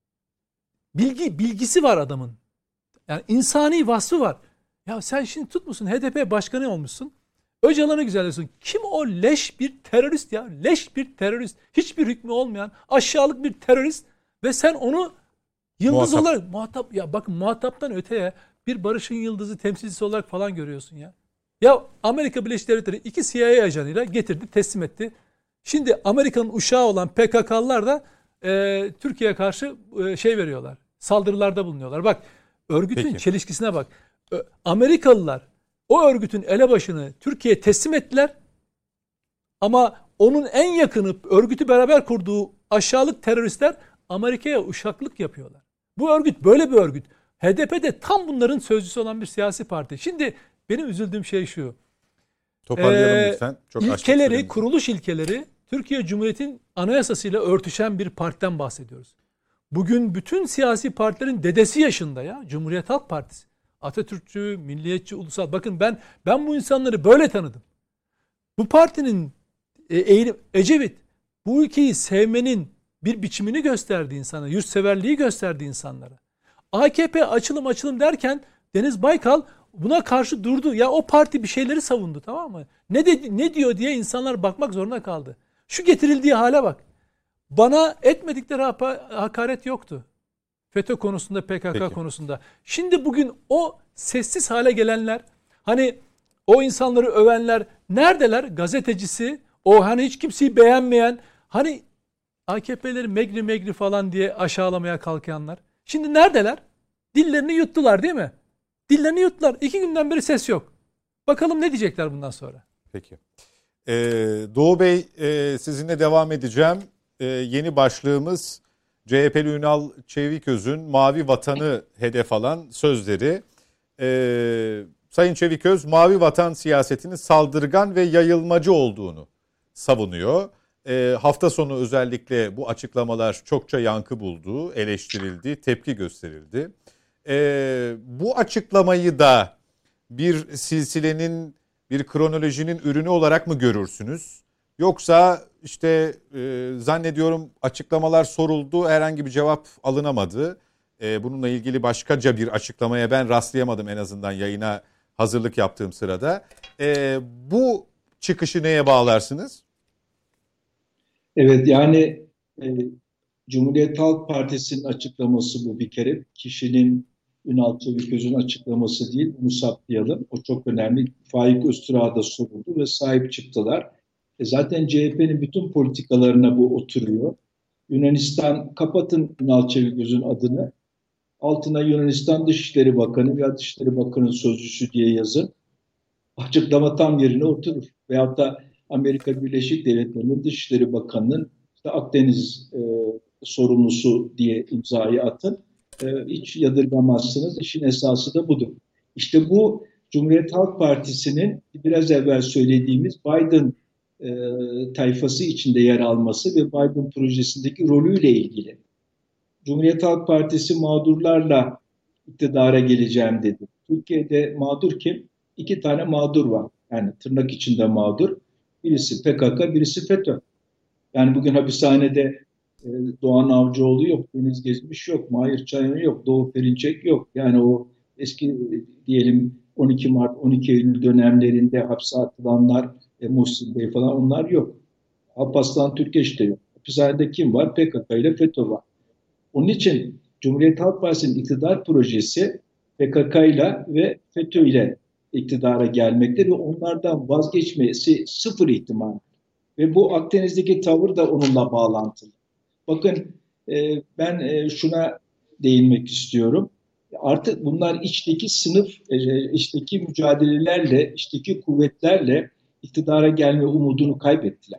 Bilgi, bilgisi var adamın. Yani insani vasfı var. Ya sen şimdi tutmuşsun H D P başkanı olmuşsun. Öcalan'ı güzelliyorsun. Kim o leş bir terörist ya? Leş bir terörist. Hiçbir hükmü olmayan aşağılık bir terörist. Ve sen onu yıldız
Muhatap.
olarak muhatap, ya bakın muhataptan öteye bir Barış'ın yıldızı temsilcisi olarak falan görüyorsun ya. Ya Amerika Birleşik Devletleri iki C I A ajanıyla getirdi, teslim etti. Şimdi Amerika'nın uşağı olan P K K'lılar da e, Türkiye'ye karşı e, şey veriyorlar. Saldırılarda bulunuyorlar. Bak örgütün
Peki.
çelişkisine bak. Ö, Amerikalılar o örgütün elebaşını Türkiye'ye teslim ettiler. Ama onun en yakını, örgütü beraber kurduğu aşağılık teröristler Amerika'ya uşaklık yapıyorlar. Bu örgüt böyle bir örgüt. H D P de tam bunların sözcüsü olan bir siyasi parti. Şimdi benim üzüldüğüm şey şu.
Toparlayalım
Ee,
lütfen. Çok açtık
İlkeleri,
süremizi.
kuruluş ilkeleri Türkiye Cumhuriyeti'nin anayasasıyla örtüşen bir partiden bahsediyoruz. Bugün bütün siyasi partilerin dedesi yaşında ya. Cumhuriyet Halk Partisi. Atatürkçü, milliyetçi, ulusal. Bakın ben ben bu insanları böyle tanıdım. Bu partinin e, eğilim, Ecevit bu ülkeyi sevmenin bir biçimini gösterdi insana. Yurtseverliği gösterdi insanlara. A K P açılım açılım derken Deniz Baykal buna karşı durdu. Ya o parti bir şeyleri savundu, tamam mı? Ne dedi, ne diyor diye insanlar bakmak zorunda kaldı. Şu getirildiği hale bak. Bana etmedikleri hakaret yoktu. FETÖ konusunda, P K K
Peki.
konusunda. Şimdi bugün o sessiz hale gelenler, hani o insanları övenler neredeler? Gazetecisi, o hani hiç kimseyi beğenmeyen, hani A K P'leri megri megri falan diye aşağılamaya kalkanlar. Şimdi neredeler? Dillerini yuttular değil mi? Dillerini yuttular. İki günden beri ses yok. Bakalım ne diyecekler bundan sonra.
Peki. Ee, Doğu Bey e, sizinle devam edeceğim. Ee, yeni başlığımız C H P'li Ünal Çeviköz'ün Mavi Vatan'ı hedef alan sözleri. Ee, Sayın Çeviköz Mavi Vatan siyasetinin saldırgan ve yayılmacı olduğunu savunuyor. E, hafta sonu özellikle bu açıklamalar çokça yankı buldu, eleştirildi, tepki gösterildi. E, bu açıklamayı da bir silsilenin, bir kronolojinin ürünü olarak mı görürsünüz? Yoksa işte e, zannediyorum açıklamalar soruldu, herhangi bir cevap alınamadı. E, bununla ilgili başkaca bir açıklamaya ben rastlayamadım en azından yayına hazırlık yaptığım sırada. E, bu çıkışı neye bağlarsınız?
Evet, yani e, Cumhuriyet Halk Partisi'nin açıklaması bu bir kere. Kişinin, Ünal Çeviköz'ün açıklaması değil, bunu saptayalım. O çok önemli. Faik Öztürk'a da soruldu ve sahip çıktılar. E zaten C H P'nin bütün politikalarına bu oturuyor. Yunanistan, kapatın Ünal Çeviköz'ün adını. Altına Yunanistan Dışişleri Bakanı veya Dışişleri Bakanı Sözcüsü diye yazın. Açıklama tam yerine oturur. Veyahut da Amerika Birleşik Devletleri'nin Dışişleri Bakanı'nın işte Akdeniz e, sorumlusu diye imzayı atın. E, hiç yadırgamazsınız. İşin esası da budur. İşte bu Cumhuriyet Halk Partisi'nin biraz evvel söylediğimiz Biden e, tayfası içinde yer alması ve Biden projesindeki rolüyle ilgili. Cumhuriyet Halk Partisi mağdurlarla iktidara geleceğim dedi. Türkiye'de mağdur kim? İki tane mağdur var. Yani tırnak içinde mağdur. Birisi P K K, birisi FETÖ. Yani bugün hapishanede e, Doğan Avcıoğlu yok, Deniz Gezmiş yok, Mahir Çayan yok, Doğu Perinçek yok. Yani o eski e, diyelim on iki Mart, on iki Eylül dönemlerinde hapse atılanlar, e, Muhsin Bey falan onlar yok. Alparslan Türkeş de yok. Hapishanede kim var? P K K ile FETÖ var. Onun için Cumhuriyet Halk Partisi'nin iktidar projesi P K K ile ve FETÖ ile iktidara gelmekte ve onlardan vazgeçmesi sıfır ihtimal. Ve bu Akdeniz'deki tavır da onunla bağlantılı. Bakın e, ben e, şuna değinmek istiyorum. Artık bunlar içteki sınıf, e, içteki mücadelelerle, içteki kuvvetlerle iktidara gelme umudunu kaybettiler.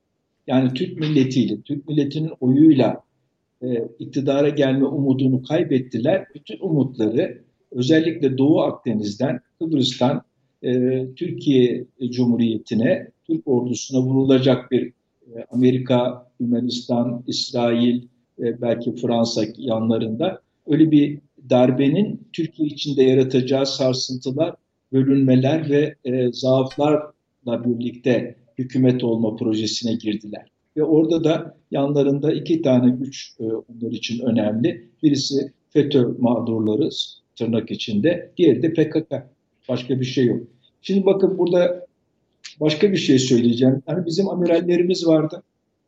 Yani Türk milletiyle, Türk milletinin oyuyla e, iktidara gelme umudunu kaybettiler. Bütün umutları özellikle Doğu Akdeniz'den, Kıbrıs'tan e, Türkiye Cumhuriyeti'ne, Türk ordusuna vurulacak bir e, Amerika, Yunanistan, İsrail, e, belki Fransa yanlarında öyle bir darbenin Türkiye içinde yaratacağı sarsıntılar, bölünmeler ve e, zaaflarla birlikte hükümet olma projesine girdiler. Ve orada da yanlarında iki tane güç e, onlar için önemli. Birisi FETÖ mağdurları tırnak içinde, diğeri de P K K. Başka bir şey yok. Şimdi bakın burada başka bir şey söyleyeceğim. Yani bizim amirallerimiz vardı.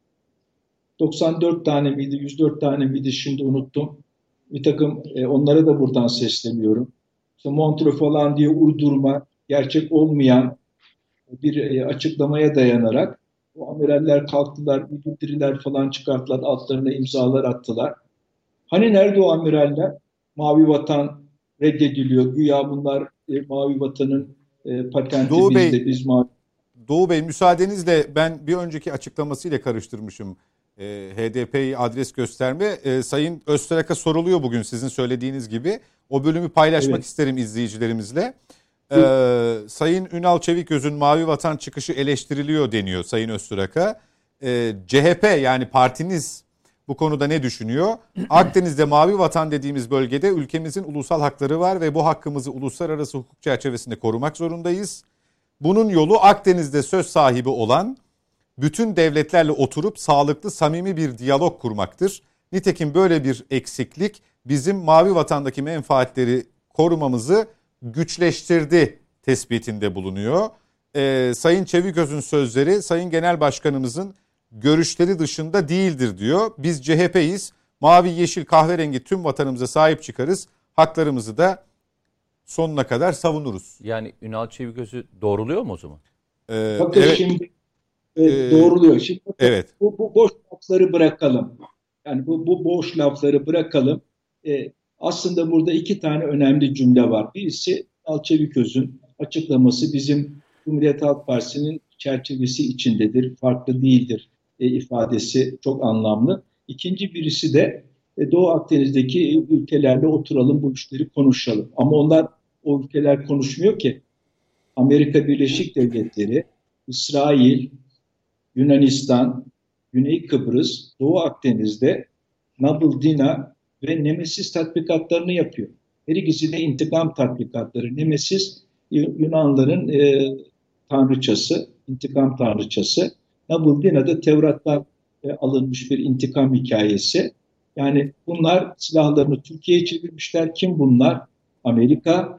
doksan dört tane miydi, yüz dört tane miydi şimdi unuttum. Bir takım e, onlara da buradan sesleniyorum. İşte Montreux falan diye uydurma, gerçek olmayan bir e, açıklamaya dayanarak o amiraller kalktılar, bildiriler falan çıkarttılar, altlarına imzalar attılar. Hani nerede o amiraller? Mavi Vatan reddediliyor. Güya bunlar e, Mavi Vatan'ın e, patenti
Doğu
bizde,
Bey,
biz mavi.
Doğu Bey müsaadenizle ben bir önceki açıklamasıyla karıştırmışım. E, H D P'yi adres gösterme. E, Sayın Öztürk'a soruluyor bugün sizin söylediğiniz gibi. O bölümü paylaşmak
Evet.
isterim izleyicilerimizle. E, Sayın Ünal Çeviköz'ün Mavi Vatan çıkışı eleştiriliyor deniyor Sayın Öztürk'a. E, C H P yani partiniz bu konuda ne düşünüyor? Akdeniz'de Mavi Vatan dediğimiz bölgede ülkemizin ulusal hakları var ve bu hakkımızı uluslararası hukuk çerçevesinde korumak zorundayız. Bunun yolu Akdeniz'de söz sahibi olan bütün devletlerle oturup sağlıklı, samimi bir diyalog kurmaktır. Nitekim böyle bir eksiklik bizim Mavi Vatan'daki menfaatleri korumamızı güçleştirdi tespitinde bulunuyor. Ee, Sayın Çeviköz'ün sözleri Sayın Genel Başkanımızın görüşleri dışında değildir diyor. Biz C H P'yiz. Mavi, yeşil, kahverengi tüm vatanımıza sahip çıkarız. Haklarımızı da sonuna kadar savunuruz.
Yani Ünal Çeviköz'ü doğruluyor mu o zaman?
Ee,
Bakın
evet,
şimdi e,
Ee,
doğruluyor. Şimdi bakın,
evet.
bu, bu boş lafları bırakalım. Yani bu, bu boş lafları bırakalım. E, aslında burada iki tane önemli cümle var. Birisi Ünal Çeviköz'ün açıklaması bizim Cumhuriyet Halk Partisi'nin çerçevesi içindedir, farklı değildir e, ifadesi çok anlamlı. İkinci birisi de e, Doğu Akdeniz'deki ülkelerle oturalım, bu işleri konuşalım. Ama onlar o ülkeler konuşmuyor ki. Amerika Birleşik Devletleri, İsrail, Yunanistan, Güney Kıbrıs, Doğu Akdeniz'de Naval Dina ve Nemesis tatbikatlarını yapıyor. Her ikisi de intikam tatbikatları. Nemesis Yunanların e, tanrıçası, intikam tanrıçası. Naval Dina da Tevrat'tan e, alınmış bir intikam hikayesi. Yani bunlar silahlarını Türkiye'ye çevirmişler. Kim bunlar? Amerika,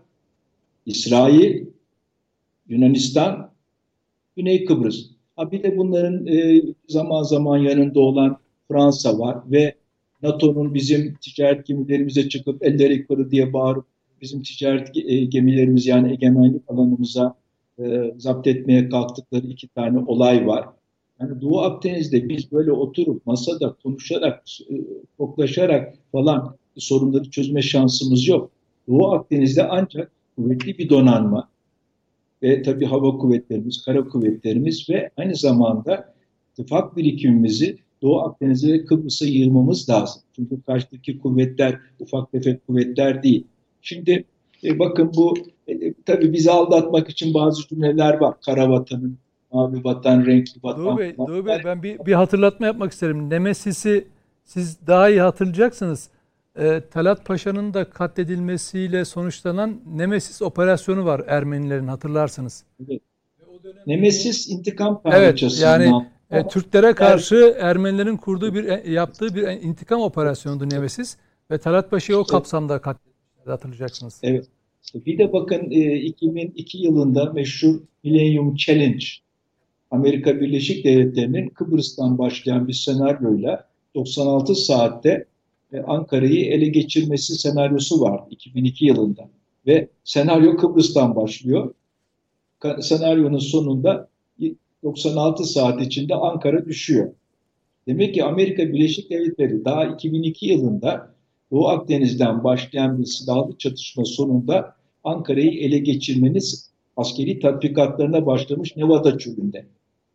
İsrail, Yunanistan, Güney Kıbrıs. Ha bir de bunların e, zaman zaman yanında olan Fransa var ve NATO'nun bizim ticaret gemilerimize çıkıp elleri yukarı diye bağırıp bizim ticaret e, gemilerimiz yani egemenlik alanımıza e, zapt etmeye kalktıkları iki tane olay var. Yani Doğu Akdeniz'de biz böyle oturup masada konuşarak, e, koklaşarak falan sorunları çözme şansımız yok. Doğu Akdeniz'de ancak kuvvetli bir donanma ve tabii hava kuvvetlerimiz, kara kuvvetlerimiz ve aynı zamanda ittifak birikimimizi Doğu Akdeniz'e ve Kıbrıs'a yığmamız lazım. Çünkü karşıdaki kuvvetler ufak tefek kuvvetler değil. Şimdi e, bakın bu e, tabii bizi aldatmak için bazı cümleler var. Kara vatanın, mavi vatan, renkli vatan.
Doğu Bey, Doğu Bey ben bir, bir hatırlatma yapmak isterim. Nemesis'i siz daha iyi hatırlayacaksınız. E, Talat Paşa'nın da katledilmesiyle sonuçlanan Nemesis operasyonu var Ermenilerin, hatırlarsınız.
Evet. Nemesis intikam tanrıçası.
Evet, yani e, Türklere karşı Ermenilerin kurduğu bir yaptığı bir intikam operasyonuydu Nemesis ve Talat Paşa'yı o kapsamda katledilmişler, hatırlayacaksınız.
Evet. Bir de bakın e, iki bin iki yılında meşhur Millennium Challenge, Amerika Birleşik Devletleri'nin Kıbrıs'tan başlayan bir senaryoyla doksan altı saatte Ankara'yı ele geçirmesi senaryosu var iki bin iki yılında. Ve senaryo Kıbrıs'tan başlıyor. Senaryonun sonunda doksan altı saat içinde Ankara düşüyor. Demek ki Amerika Birleşik Devletleri daha iki bin iki yılında Doğu Akdeniz'den başlayan bir silahlı çatışma sonunda Ankara'yı ele geçirmeniz askeri tatbikatlarına başlamış Nevada çölünde.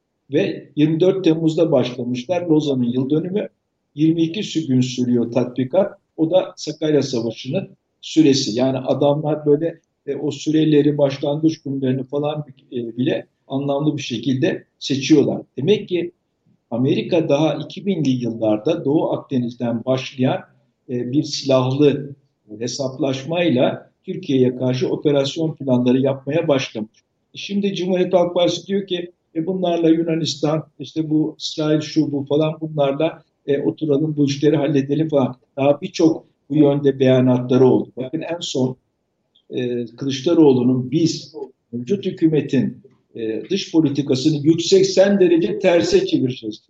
Ve yirmi dört Temmuz'da başlamışlar. Lozan'ın yıl dönümü. yirmi iki gün sürüyor tatbikat. O da Sakarya Savaşı'nın süresi. Yani adamlar böyle e, o süreleri, başlangıç günlerini falan e, bile anlamlı bir şekilde seçiyorlar. Demek ki Amerika daha iki binli yıllarda Doğu Akdeniz'den başlayan e, bir silahlı hesaplaşmayla Türkiye'ye karşı operasyon planları yapmaya başlamış. Şimdi Cumhuriyet Halk Partisi diyor ki e, bunlarla Yunanistan, işte bu İsrail şu bu falan bunlarla E, oturalım bu işleri halledelim falan. Daha birçok bu yönde beyanatları oldu. Bakın en son e, Kılıçdaroğlu'nun biz mevcut hükümetin e, dış politikasını yüz seksen derece terse çevireceğiz.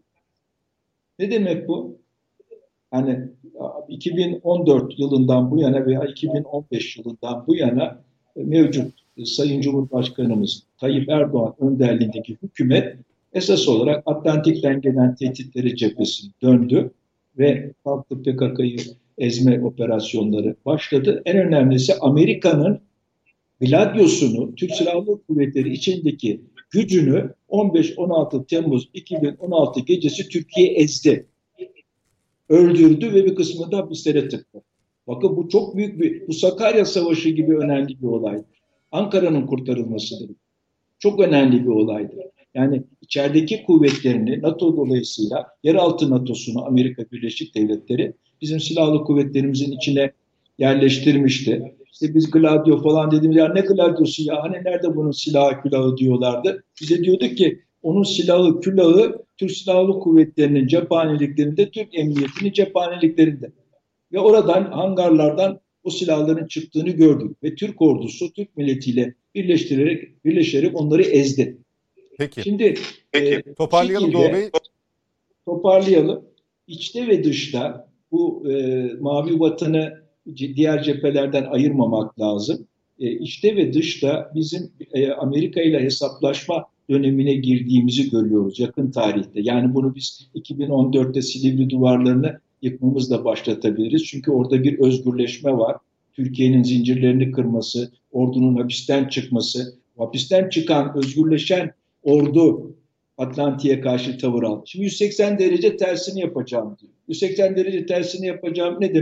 Ne demek bu? Hani iki bin on dört yılından bu yana veya iki bin on beş yılından bu yana e, mevcut e, Sayın Cumhurbaşkanımız Tayyip Erdoğan önderliğindeki hükümet esas olarak Atlantik'ten gelen tehditleri cephesine döndü ve kalktı P K K'yı ezme operasyonları başladı. En önemlisi Amerika'nın Gladyos'unu, Türk Silahlı Kuvvetleri içindeki gücünü on beş on altı Temmuz iki bin on altı gecesi Türkiye ezdi. Öldürdü ve bir kısmını da hapislere tıktı. Bakın bu çok büyük bir, bu Sakarya Savaşı gibi önemli bir olaydır. Ankara'nın kurtarılmasıdır. Çok önemli bir olaydır. Yani içerideki kuvvetlerini NATO dolayısıyla yeraltı NATO'sunu Amerika Birleşik Devletleri bizim silahlı kuvvetlerimizin içine yerleştirmişti. İşte biz Gladio falan dediğimiz ya ne Gladio'su ya hani nerede bunun silahı külahı diyorlardı. Bize diyorduk ki onun silahı külahı Türk Silahlı Kuvvetleri'nin cephaneliklerinde, Türk Emniyeti'nin cephaneliklerinde. Ve oradan hangarlardan o silahların çıktığını gördük. Ve Türk ordusu Türk milletiyle birleştirerek, birleşerek onları ezdi.
Peki.
Şimdi
Peki. E, toparlayalım Doğu Bey.
Toparlayalım. İçte ve dışta bu e, mavi vatanı diğer cephelerden ayırmamak lazım. E, içte ve dışta bizim e, Amerika ile hesaplaşma dönemine girdiğimizi görüyoruz yakın tarihte. Yani bunu biz iki bin on dörtte Silivri duvarlarını yıkmamızla başlatabiliriz. Çünkü orada bir özgürleşme var. Türkiye'nin zincirlerini kırması, ordunun hapisten çıkması, hapisten çıkan, özgürleşen ordu Atlantik'e karşı tavır aldı. Şimdi yüz seksen derece tersini yapacağım diyor. yüz seksen derece tersini yapacağım ne demek?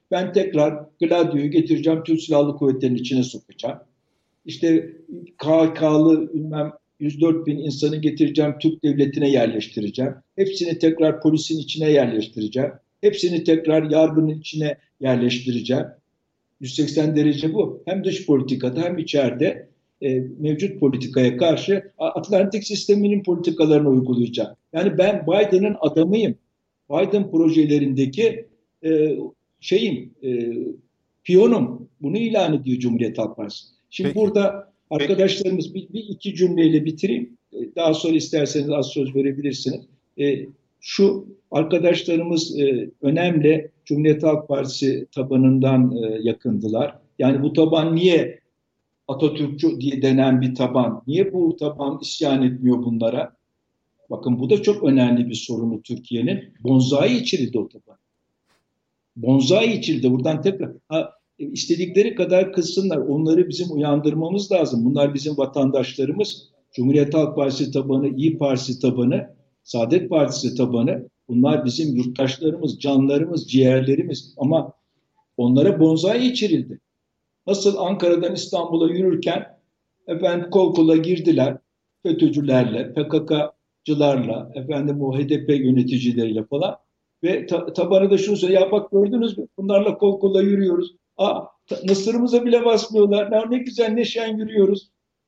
Ben tekrar Gladio'yu getireceğim, Türk Silahlı Kuvvetleri'nin içine sokacağım. İşte K K'lı bilmem yüz dört bin insanı getireceğim, Türk Devleti'ne yerleştireceğim. Hepsini tekrar polisin içine yerleştireceğim. Hepsini tekrar yargının içine yerleştireceğim. yüz seksen derece bu. Hem dış politikada hem içeride e, mevcut politikaya karşı Atlantik sisteminin politikalarını uygulayacağım. Yani ben Biden'ın adamıyım. Biden projelerindeki e, şeyim, e, piyonum. Bunu ilan ediyor Cumhuriyet Halk Partisi. Şimdi
Peki.
burada arkadaşlarımız bir, bir iki cümleyle bitireyim. Daha sonra isterseniz az söz verebilirsiniz. E, şu arkadaşlarımız e, önemli Cumhuriyet Halk Partisi tabanından e, yakındılar. Yani bu taban niye Atatürkçü diye denen bir taban? Niye bu taban isyan etmiyor bunlara? Bakın bu da çok önemli bir sorunu Türkiye'nin. Bonzai içildi o taban. Bonzai içildi. Buradan tekrar ha, istedikleri kadar kızsınlar. Onları bizim uyandırmamız lazım. Bunlar bizim vatandaşlarımız. Cumhuriyet Halk Partisi tabanı, İYİ Partisi tabanı, Saadet Partisi tabanı. Bunlar bizim yurttaşlarımız, canlarımız, ciğerlerimiz. Ama onlara bonzai içirildi. Nasıl Ankara'dan İstanbul'a yürürken efendim kol kola girdiler FETÖ'cülerle, P K K'cılarla, efendim o H D P yöneticileriyle falan. Ve ta, tabanı da şunu söylüyor. Ya bak gördünüz mü? Bunlarla kol kola yürüyoruz. Aa, Mısır'ımıza bile basmıyorlar. Ne, ne güzel ne şen yürüyoruz.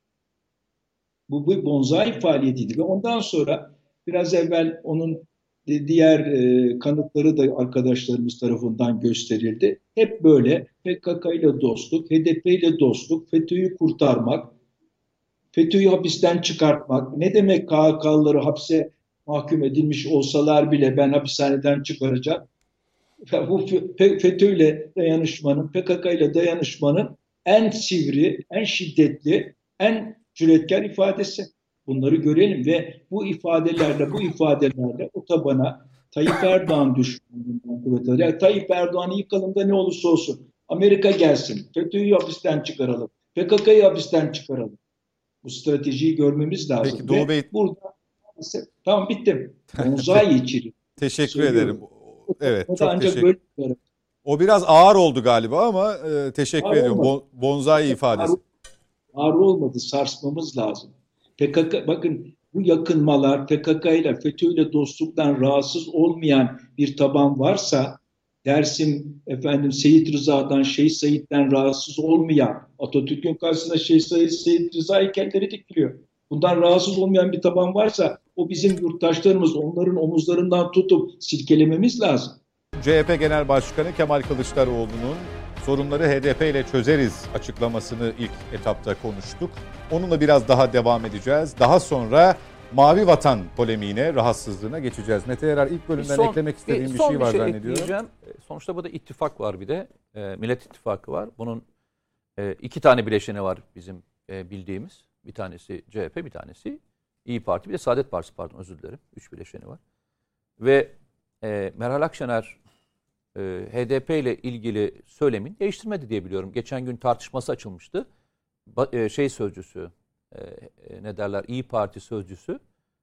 Bu bir bonzai faaliyetiydi. Ve ondan sonra biraz evvel onun diğer e, kanıtları da arkadaşlarımız tarafından gösterildi. Hep böyle P K K ile dostluk, H D P ile dostluk, FETÖ'yü kurtarmak, FETÖ'yü hapisten çıkartmak. Ne demek K H K'lıları hapse mahkum edilmiş olsalar bile ben hapishaneden çıkaracağım. Bu FETÖ ile dayanışmanın, P K K ile dayanışmanın en sivri, en şiddetli, en cüretkar ifadesi. Bunları görelim ve bu ifadelerle, bu ifadelerle o tabana Tayyip Erdoğan düşmanlığından kuvvet alıyor. Yani Tayyip Erdoğan'ı yıkalım da ne olursa olsun. Amerika gelsin, FETÖ'yü hapisten çıkaralım, P K K'yı hapisten çıkaralım. Bu stratejiyi görmemiz lazım.
Peki Doğu Bey.
Burada, tamam bittim. Bonzai içeri.
Teşekkür
Söylüyorum.
ederim. Evet,
o
çok
ancak
teşekkür.
Böyle...
O biraz ağır oldu galiba ama e, teşekkür
Ağır
ediyorum.
olmadı.
Bon, bonzai ifadesi.
Ağır, ağır olmadı. Sarsmamız lazım. P K K, bakın bu yakınmalar P K K ile FETÖ ile dostluktan rahatsız olmayan bir taban varsa, Dersim efendim Seyit Rıza'dan, Şeyh Said'den rahatsız olmayan, Atatürk'ün karşısında Şeyh Said, Seyit Rıza heykelleri dikiliyor. Bundan rahatsız olmayan bir taban varsa o bizim yurttaşlarımız, onların omuzlarından tutup silkelememiz lazım.
C H P Genel Başkanı Kemal Kılıçdaroğlu'nun sorunları H D P ile çözeriz açıklamasını ilk etapta konuştuk. Onunla biraz daha devam edeceğiz. Daha sonra Mavi Vatan polemiğine, rahatsızlığına geçeceğiz. Mete Yarar, ilk bölümden
son,
eklemek istediğim bir,
bir
şey
bir
var
şey
zannediyorum.
Ekleyeceğim. Sonuçta burada ittifak var bir de. E, Millet İttifakı var. Bunun e, iki tane bileşeni var bizim e, bildiğimiz. Bir tanesi C H P, bir tanesi İYİ Parti, bir de Saadet Partisi, pardon özür dilerim. Üç bileşeni var. Ve e, Meral Akşener e, H D P ile ilgili söylemin değiştirmedi diye biliyorum. Geçen gün tartışması açılmıştı. Ba, e, şey sözcüsü, e, e, ne derler, İYİ Parti sözcüsü,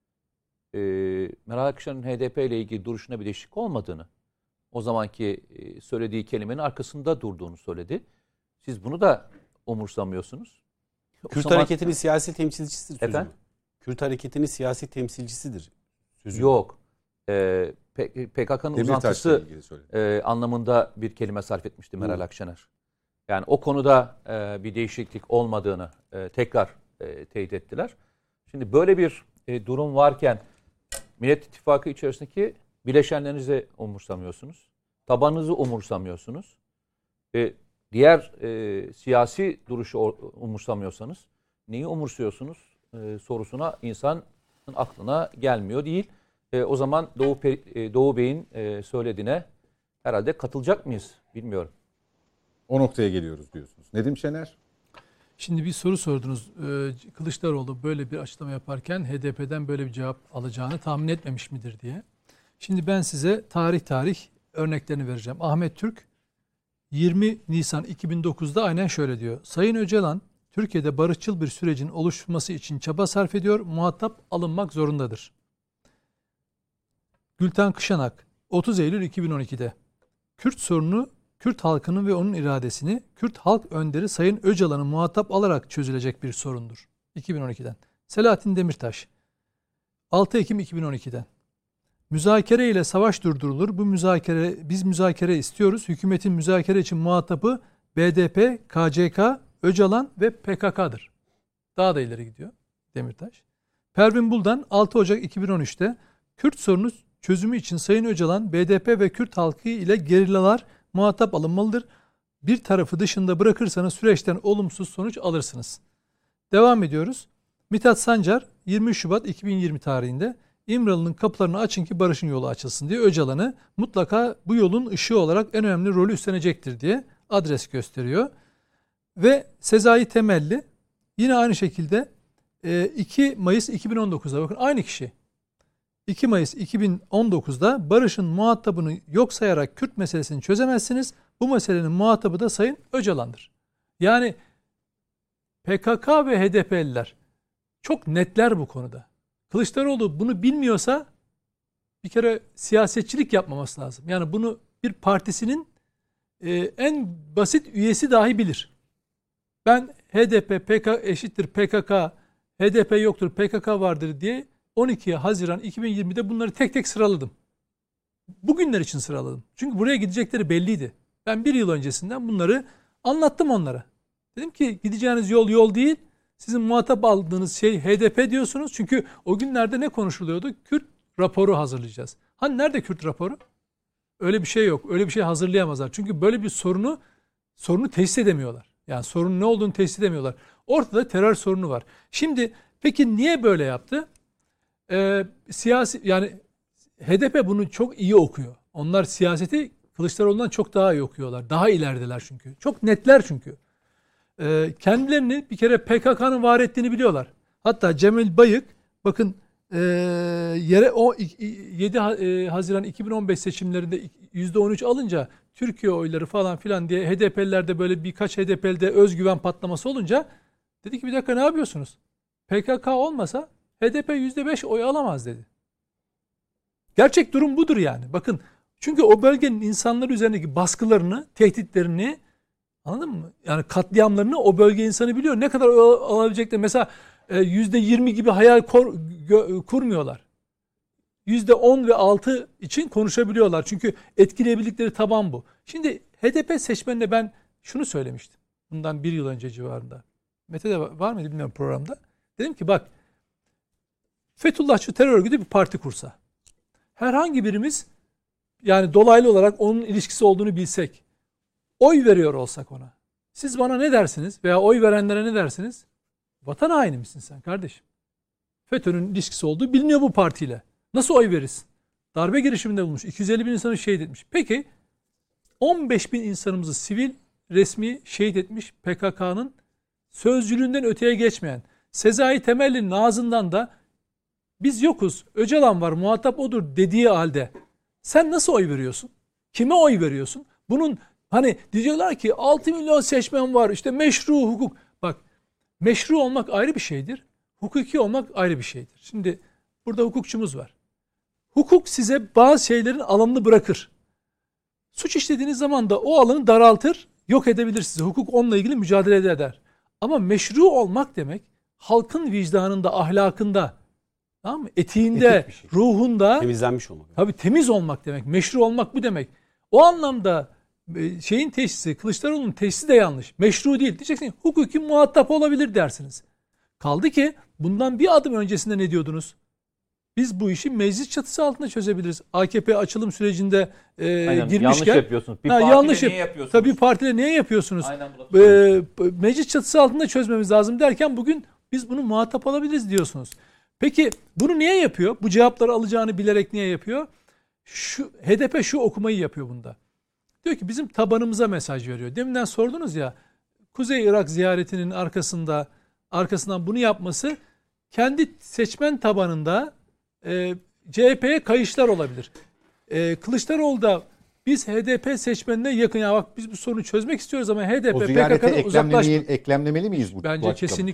e, Meral Akşener'in H D P ile ilgili duruşuna bir değişiklik olmadığını, o zamanki e, söylediği kelimenin arkasında durduğunu söyledi. Siz bunu da umursamıyorsunuz.
Kürt
zaman...
hareketinin siyasi temsilcisidir sözü.
Efendim?
Kürt hareketinin siyasi temsilcisidir sözü.
Yok. Ee, P K K'nın uzantısı e, anlamında bir kelime sarf etmişti Meral
Hı.
Akşener. Yani o konuda e, bir değişiklik olmadığını e, tekrar e, teyit ettiler. Şimdi böyle bir e, durum varken Millet İttifakı içerisindeki bileşenlerinizi umursamıyorsunuz. Tabanınızı umursamıyorsunuz. E, diğer e, siyasi duruşu umursamıyorsanız neyi umursuyorsunuz e, sorusuna insanın aklına gelmiyor değil. E, o zaman Doğu, e, Doğu Bey'in e, söylediğine herhalde katılacak mıyız bilmiyorum.
O noktaya geliyoruz diyorsunuz. Nedim Şener?
Şimdi bir soru sordunuz. Ee, Kılıçdaroğlu böyle bir açıklama yaparken H D P'den böyle bir cevap alacağını tahmin etmemiş midir diye. Şimdi ben size tarih tarih örneklerini vereceğim. Ahmet Türk yirmi Nisan iki bin dokuzda aynen şöyle diyor. Sayın Öcalan, Türkiye'de barışçıl bir sürecin oluşması için çaba sarf ediyor, muhatap alınmak zorundadır. Gülten Kışanak, otuz Eylül iki bin on ikide Kürt sorunu Kürt halkının ve onun iradesini Kürt halk önderi Sayın Öcalan'ı muhatap alarak çözülecek bir sorundur. iki bin on ikiden. Selahattin Demirtaş. altı Ekim iki bin on ikiden. Müzakere ile savaş durdurulur. Bu müzakere, biz müzakere istiyoruz. Hükümetin müzakere için muhatabı B D P, K C K, Öcalan ve P K K'dır. Daha da ileri gidiyor Demirtaş. Pervin Buldan altı Ocak iki bin on üçte Kürt sorunu çözümü için Sayın Öcalan, B D P ve Kürt halkı ile gerillalar muhatap alınmalıdır. Bir tarafı dışında bırakırsanız süreçten olumsuz sonuç alırsınız. Devam ediyoruz. Mithat Sancar yirmi üç Şubat iki bin yirmi tarihinde İmralı'nın kapılarını açın ki barışın yolu açılsın diye Öcalan'ı mutlaka bu yolun ışığı olarak en önemli rolü üstlenecektir diye adres gösteriyor. Ve Sezai Temelli yine aynı şekilde iki Mayıs iki bin on dokuzda bakın aynı kişi. iki Mayıs iki bin on dokuzda barışın muhatabını yok sayarak Kürt meselesini çözemezsiniz. Bu meselenin muhatabı da Sayın Öcalan'dır. Yani P K K ve H D P'liler çok netler bu konuda. Kılıçdaroğlu bunu bilmiyorsa bir kere siyasetçilik yapmaması lazım. Yani bunu bir partisinin e, en basit üyesi dahi bilir. Ben H D P, P K eşittir P K K, H D P yoktur, P K K vardır diye on iki Haziran iki bin yirmide bunları tek tek sıraladım. Bugünler için sıraladım. Çünkü buraya gidecekleri belliydi. Ben bir yıl öncesinden bunları anlattım onlara. Dedim ki gideceğiniz yol yol değil. Sizin muhatap aldığınız şey H D P diyorsunuz. Çünkü o günlerde ne konuşuluyordu? Kürt raporu hazırlayacağız. Hani nerede Kürt raporu? Öyle bir şey yok. Öyle bir şey hazırlayamazlar. Çünkü böyle bir sorunu sorunu teşhis edemiyorlar. Yani sorunun ne olduğunu teşhis edemiyorlar. Ortada terör sorunu var. Şimdi peki niye böyle yaptı? Ee, siyasi yani H D P bunu çok iyi okuyor. Onlar siyaseti Kılıçdaroğlu'ndan çok daha iyi okuyorlar. Daha ilerideler çünkü. Çok netler çünkü. Ee, kendilerini bir kere P K K'nın var ettiğini biliyorlar. Hatta Cemil Bayık bakın e, yere o yedi Haziran iki bin on beş seçimlerinde yüzde on üç alınca Türkiye oyları falan filan diye H D P'lilerde böyle birkaç H D P'lide özgüven patlaması olunca dedi ki bir dakika ne yapıyorsunuz? P K K olmasa H D P yüzde beş oy alamaz dedi. Gerçek durum budur yani. Bakın çünkü o bölgenin insanları üzerindeki baskılarını, tehditlerini anladın mı? Yani katliamlarını o bölge insanı biliyor. Ne kadar alabilecekler. Mesela yüzde yirmi gibi hayal kur, gö, kurmuyorlar. yüzde on ve altı için konuşabiliyorlar. Çünkü etkileyebildikleri taban bu. Şimdi H D P seçmenine ben şunu söylemiştim. Bundan bir yıl önce civarında. Mete'de var mıydı bilmiyorum programda. Dedim ki bak Fethullahçı terör örgütü bir parti kursa. Herhangi birimiz yani dolaylı olarak onun ilişkisi olduğunu bilsek. Oy veriyor olsak ona. Siz bana ne dersiniz? Veya oy verenlere ne dersiniz? Vatan haini misin sen kardeşim? FETÖ'nün ilişkisi olduğu biliniyor bu partiyle. Nasıl oy verirsin? Darbe girişiminde bulmuş. iki yüz elli bin insanı şehit etmiş. Peki on beş bin insanımızı sivil resmi şehit etmiş P K K'nın sözcülüğünden öteye geçmeyen Sezai Temelli'nin ağzından da biz yokuz, Öcalan var, muhatap odur dediği halde sen nasıl oy veriyorsun? Kime oy veriyorsun? Bunun hani diyorlar ki altı milyon seçmen var, işte meşru hukuk. Bak meşru olmak ayrı bir şeydir, hukuki olmak ayrı bir şeydir. Şimdi burada hukukçumuz var. Hukuk size bazı şeylerin alanını bırakır. Suç işlediğiniz zaman da o alanı daraltır, yok edebilir sizi. Hukuk onunla ilgili mücadele eder. Ama meşru olmak demek halkın vicdanında, ahlakında, tamam mı? Etiğinde, şey. ruhunda
temizlenmiş olmak.
Tabii temiz olmak demek. Meşru olmak bu demek. O anlamda şeyin teşhisi, Kılıçdaroğlu'nun teşhisi de yanlış. Meşru değil. Diyeceksin hukuki muhatap olabilir dersiniz. Kaldı ki bundan bir adım öncesinde ne diyordunuz? Biz bu işi meclis çatısı altında çözebiliriz. A K P açılım sürecinde e,
Aynen,
girmişken.
Yanlış yapıyorsunuz. Bir
ha,
partide
yanlış
niye
yap-
yapıyorsunuz?
Tabii partide niye yapıyorsunuz?
Aynen,
e, meclis çatısı altında çözmemiz lazım derken bugün biz bunu muhatap alabiliriz diyorsunuz. Peki bunu niye yapıyor? Bu cevapları alacağını bilerek niye yapıyor? Şu H D P şu okumayı yapıyor bunda. Diyor ki bizim tabanımıza mesaj veriyor. Deminden sordunuz ya Kuzey Irak ziyaretinin arkasında arkasından bunu yapması kendi seçmen tabanında e, C H P'ye kayışlar olabilir. E, Kılıçdaroğlu da biz H D P seçmenine yakın ya bak biz bu sorunu çözmek istiyoruz ama H D P
o
P K K'dan uzaklaşmak.
Eklemlemeli miyiz bu?
Bence
bu
kesinlikle.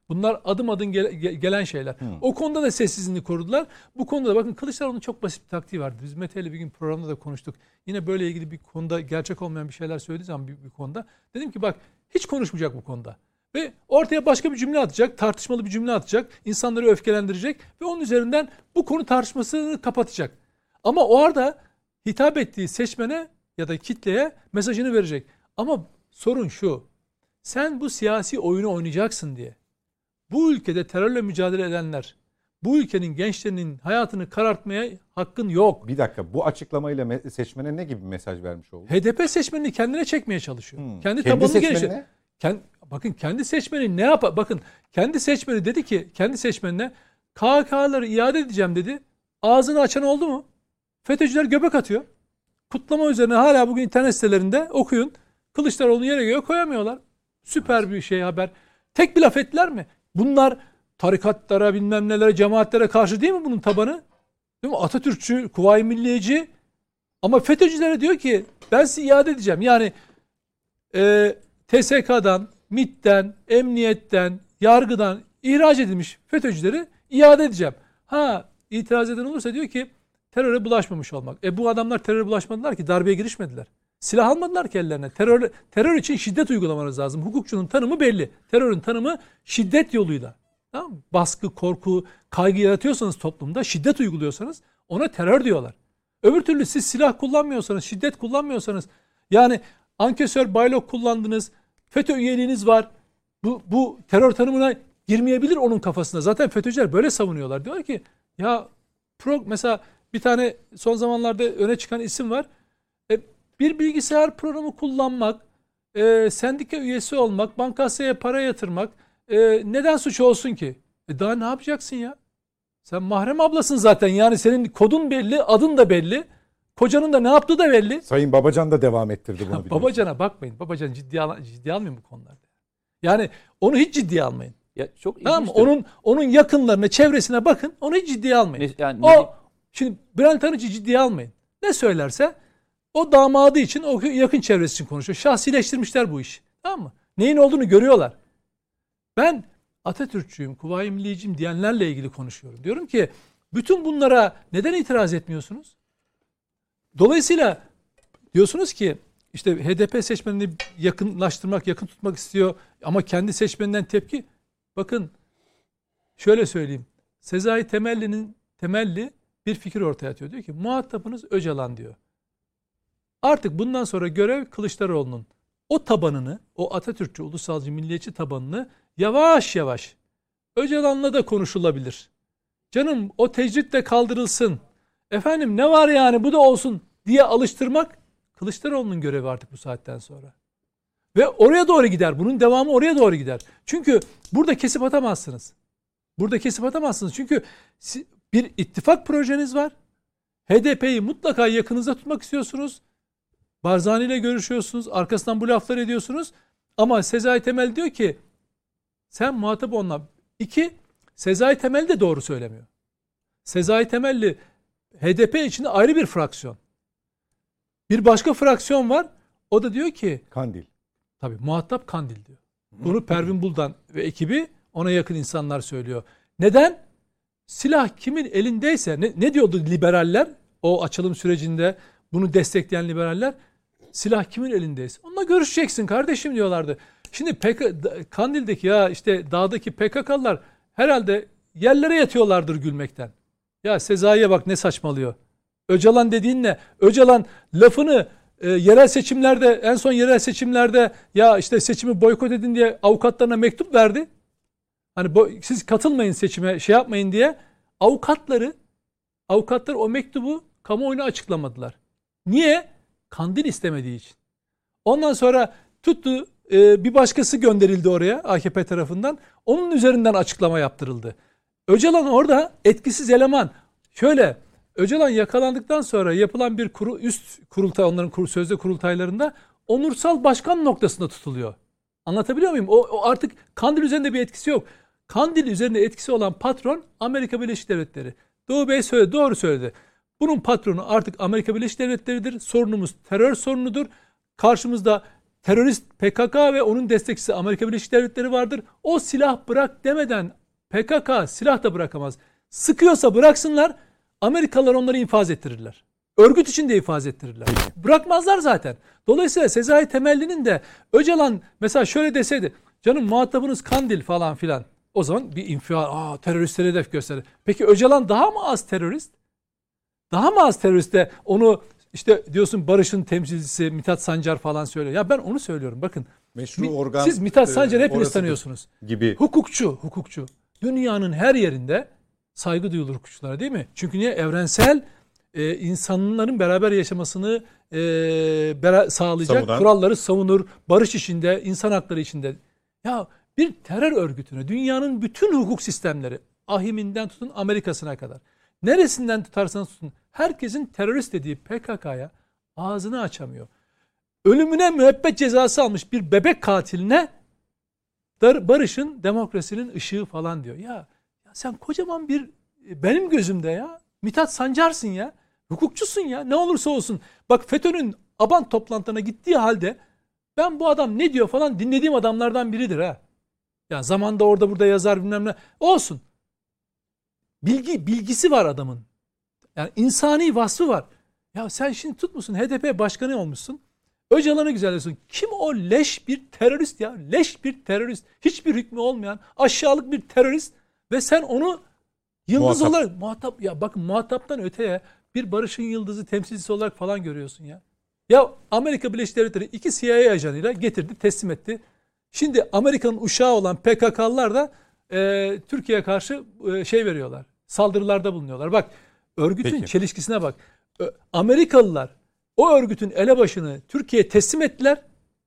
Bunlar adım adım gele, gelen şeyler. Hmm. O konuda da sessizliğini korudular. Bu konuda da bakın Kılıçdaroğlu'nun çok basit bir taktiği vardı. Biz Mete ile bir gün programda da konuştuk. Yine böyle ilgili bir konuda gerçek olmayan bir şeyler söylediği zaman bir, bir konuda. Dedim ki bak hiç konuşmayacak bu konuda. Ve ortaya başka bir cümle atacak. Tartışmalı bir cümle atacak. İnsanları öfkelendirecek. Ve onun üzerinden bu konu tartışmasını kapatacak. Ama o arada hitap ettiği seçmene ya da kitleye mesajını verecek. Ama sorun şu. Sen bu siyasi oyunu oynayacaksın diye. Bu ülkede terörle mücadele edenler, bu ülkenin gençlerinin hayatını karartmaya hakkın yok.
Bir dakika, bu açıklamayla seçmene ne gibi bir mesaj vermiş oldu?
H D P seçmenini kendine çekmeye çalışıyor.
Hmm.
Kendi,
kendi
tabanını geliştiriyor.
Kend,
bakın kendi seçmeni ne yapar? Bakın kendi seçmeni dedi ki kendi seçmenine K H K'ları iade edeceğim dedi. Ağzını açan oldu mu? FETÖ'cüler göbek atıyor. Kutlama üzerine hala bugün internet sitelerinde okuyun. Kılıçdaroğlu'nu yere göğe koyamıyorlar. Süper bir şey haber. Tek bir laf ettiler mi? Bunlar tarikatlara bilmem nelere cemaatlere karşı değil mi bunun tabanı? Değil mi? Atatürkçü, Kuvayi Milliyeci ama FETÖ'cülere diyor ki ben sizi iade edeceğim. Yani e, T S K'dan, MİT'ten, Emniyet'ten, Yargı'dan ihraç edilmiş FETÖ'cüleri iade edeceğim. Ha itiraz eden olursa diyor ki teröre bulaşmamış olmak. E bu adamlar teröre bulaşmadılar ki darbeye girişmediler. Silah almadılar ki ellerine. Terör, terör için şiddet uygulamanız lazım. Hukukçunun tanımı belli. Terörün tanımı şiddet yoluyla. Tamam mı? Baskı, korku, kaygı yaratıyorsanız toplumda, şiddet uyguluyorsanız ona terör diyorlar. Öbür türlü siz silah kullanmıyorsanız, şiddet kullanmıyorsanız, yani ankesör, baylok kullandınız, FETÖ üyeliğiniz var. Bu, bu terör tanımına girmeyebilir onun kafasında. Zaten FETÖ'cüler böyle savunuyorlar. Diyorlar ki ya pro, mesela bir tane son zamanlarda öne çıkan isim var. E, bir bilgisayar programı kullanmak, e, sendika üyesi olmak, bankasaya para yatırmak e, neden suç olsun ki? E daha ne yapacaksın ya? Sen mahrem ablasın zaten. Yani senin kodun belli, adın da belli. Kocanın da ne yaptığı da belli.
Sayın Babacan da devam ettirdi bunu.
Babacan'a bakmayın. Babacan ciddiye, al ciddiye almayın bu konularda. Yani onu hiç ciddiye almayın.
Ya çok
tamam mı? Onun onun yakınlarına, çevresine bakın. Onu hiç ciddiye almayın. Ne, yani, o ne? Şimdi Bülent Arınç'ı ciddiye almayın. Ne söylerse o damadı için, o yakın çevresi için konuşuyor. Şahsileştirmişler bu işi. Tamam mı? Neyin olduğunu görüyorlar. Ben Atatürkçüyüm, Kuvayi Milliyeciyim diyenlerle ilgili konuşuyorum. Diyorum ki bütün bunlara neden itiraz etmiyorsunuz? Dolayısıyla diyorsunuz ki işte H D P seçmenini yakınlaştırmak, yakın tutmak istiyor ama kendi seçmeninden tepki. Bakın şöyle söyleyeyim. Sezai Temelli'nin Temelli bir fikir ortaya atıyor. Diyor ki muhatabınız Öcalan diyor. Artık bundan sonra görev Kılıçdaroğlu'nun o tabanını, o Atatürkçü, ulusalcı, milliyetçi tabanını yavaş yavaş Öcalan'la da konuşulabilir. Canım o tecrit de kaldırılsın. Efendim ne var yani bu da olsun diye alıştırmak Kılıçdaroğlu'nun görevi artık bu saatten sonra. Ve oraya doğru gider. Bunun devamı oraya doğru gider. Çünkü burada kesip atamazsınız. Burada kesip atamazsınız. Çünkü bir ittifak projeniz var. H D P'yi mutlaka yakınızda tutmak istiyorsunuz. Barzani ile görüşüyorsunuz. Arkasından bu lafları ediyorsunuz. Ama Sezai Temel diyor ki sen muhatap onunla. İki, Sezai Temel de doğru söylemiyor. Sezai Temelli H D P içinde ayrı bir fraksiyon. Bir başka fraksiyon var. O da diyor ki
Kandil.
Tabii muhatap Kandil diyor. Bunu Pervin Buldan ve ekibi ona yakın insanlar söylüyor. Neden? Silah kimin elindeyse ne, ne diyordu liberaller? O açılım sürecinde bunu destekleyen liberaller. Silah kimin elindeyse onunla görüşeceksin kardeşim diyorlardı. Şimdi P K, Kandil'deki ya işte dağdaki P K K'lılar herhalde yerlere yatıyorlardır gülmekten. Ya Sezai'ye bak ne saçmalıyor. Öcalan dediğin ne? Öcalan lafını e, yerel seçimlerde en son yerel seçimlerde ya işte seçimi boykot edin diye avukatlarına mektup verdi. Hani bo- siz katılmayın seçime şey yapmayın diye avukatları avukatlar o mektubu kamuoyuna açıklamadılar. Niye? Kandil istemediği için. Ondan sonra tuttu e, bir başkası gönderildi oraya A K P tarafından. Onun üzerinden açıklama yaptırıldı. Öcalan orada etkisiz eleman. Şöyle Öcalan yakalandıktan sonra yapılan bir kuru, üst kurultay, onların kur, sözde kurultaylarında onursal başkan noktasında tutuluyor. Anlatabiliyor muyum? O, o artık Kandil üzerinde bir etkisi yok. Kandil üzerinde etkisi olan patron Amerika Birleşik Devletleri. Doğu Bey söyledi, doğru söyledi. Bunun patronu artık Amerika Birleşik Devletleri'dir. Sorunumuz terör sorunudur. Karşımızda terörist P K K ve onun destekçisi Amerika Birleşik Devletleri vardır. O silah bırak demeden P K K silah da bırakamaz. Sıkıyorsa bıraksınlar, Amerikalılar onları infaz ettirirler. Örgüt için de infaz ettirirler. Bırakmazlar zaten. Dolayısıyla Sezai Temelli'nin de Öcalan mesela şöyle deseydi, canım muhatabınız Kandil falan filan. O zaman bir infial, aa teröristlere hedef gösterir. Peki Öcalan daha mı az terörist? Daha mı az terörist de onu işte diyorsun Barış'ın temsilcisi Mithat Sancar falan söylüyor. Ya ben onu söylüyorum bakın.
Meşru organ,
siz Mithat Sancar'ı hepiniz
orası
tanıyorsunuz.
Gibi.
Hukukçu, hukukçu. Dünyanın her yerinde saygı duyulur hukukçulara, değil mi? Çünkü niye? Evrensel e, insanların beraber yaşamasını e, bera- sağlayacak
Savunan.
kuralları savunur. Barış içinde, insan hakları içinde. Ya bir terör örgütüne dünyanın bütün hukuk sistemleri, Ahim'inden tutun Amerika'sına kadar, neresinden tutarsanız tutun, herkesin terörist dediği P K K'ya ağzını açamıyor. Ölümüne müebbet cezası almış bir bebek katiline Barış'ın, demokrasinin ışığı falan diyor. Ya, ya sen kocaman bir, benim gözümde ya, Mithat Sancar'sın ya. Hukukçusun ya. Ne olursa olsun. Bak FETÖ'nün Abant toplantılarına gittiği halde ben bu adam ne diyor falan dinlediğim adamlardan biridir ha. Ya zamanda orada burada yazar bilmem ne. Olsun. Bilgi, bilgisi var adamın. Yani insani vasfı var. Ya sen şimdi tutmuşsun H D P başkanı olmuşsun. Öcalan'ı güzelliyorsun. Kim o leş bir terörist ya? Leş bir terörist. Hiçbir hükmü olmayan aşağılık bir terörist ve sen onu yıldız
Muhatap.
olarak muhatap, ya bakın muhataptan öteye bir Barış'ın yıldızı temsilcisi olarak falan görüyorsun ya. Ya Amerika Birleşik Devletleri iki C I A ajanıyla getirdi, teslim etti. Şimdi Amerika'nın uşağı olan P K K'lılar da e, Türkiye'ye karşı e, şey veriyorlar. Saldırılarda bulunuyorlar. Bak örgütün
Peki.
çelişkisine bak. Ö- Amerikalılar o örgütün elebaşını Türkiye'ye teslim ettiler.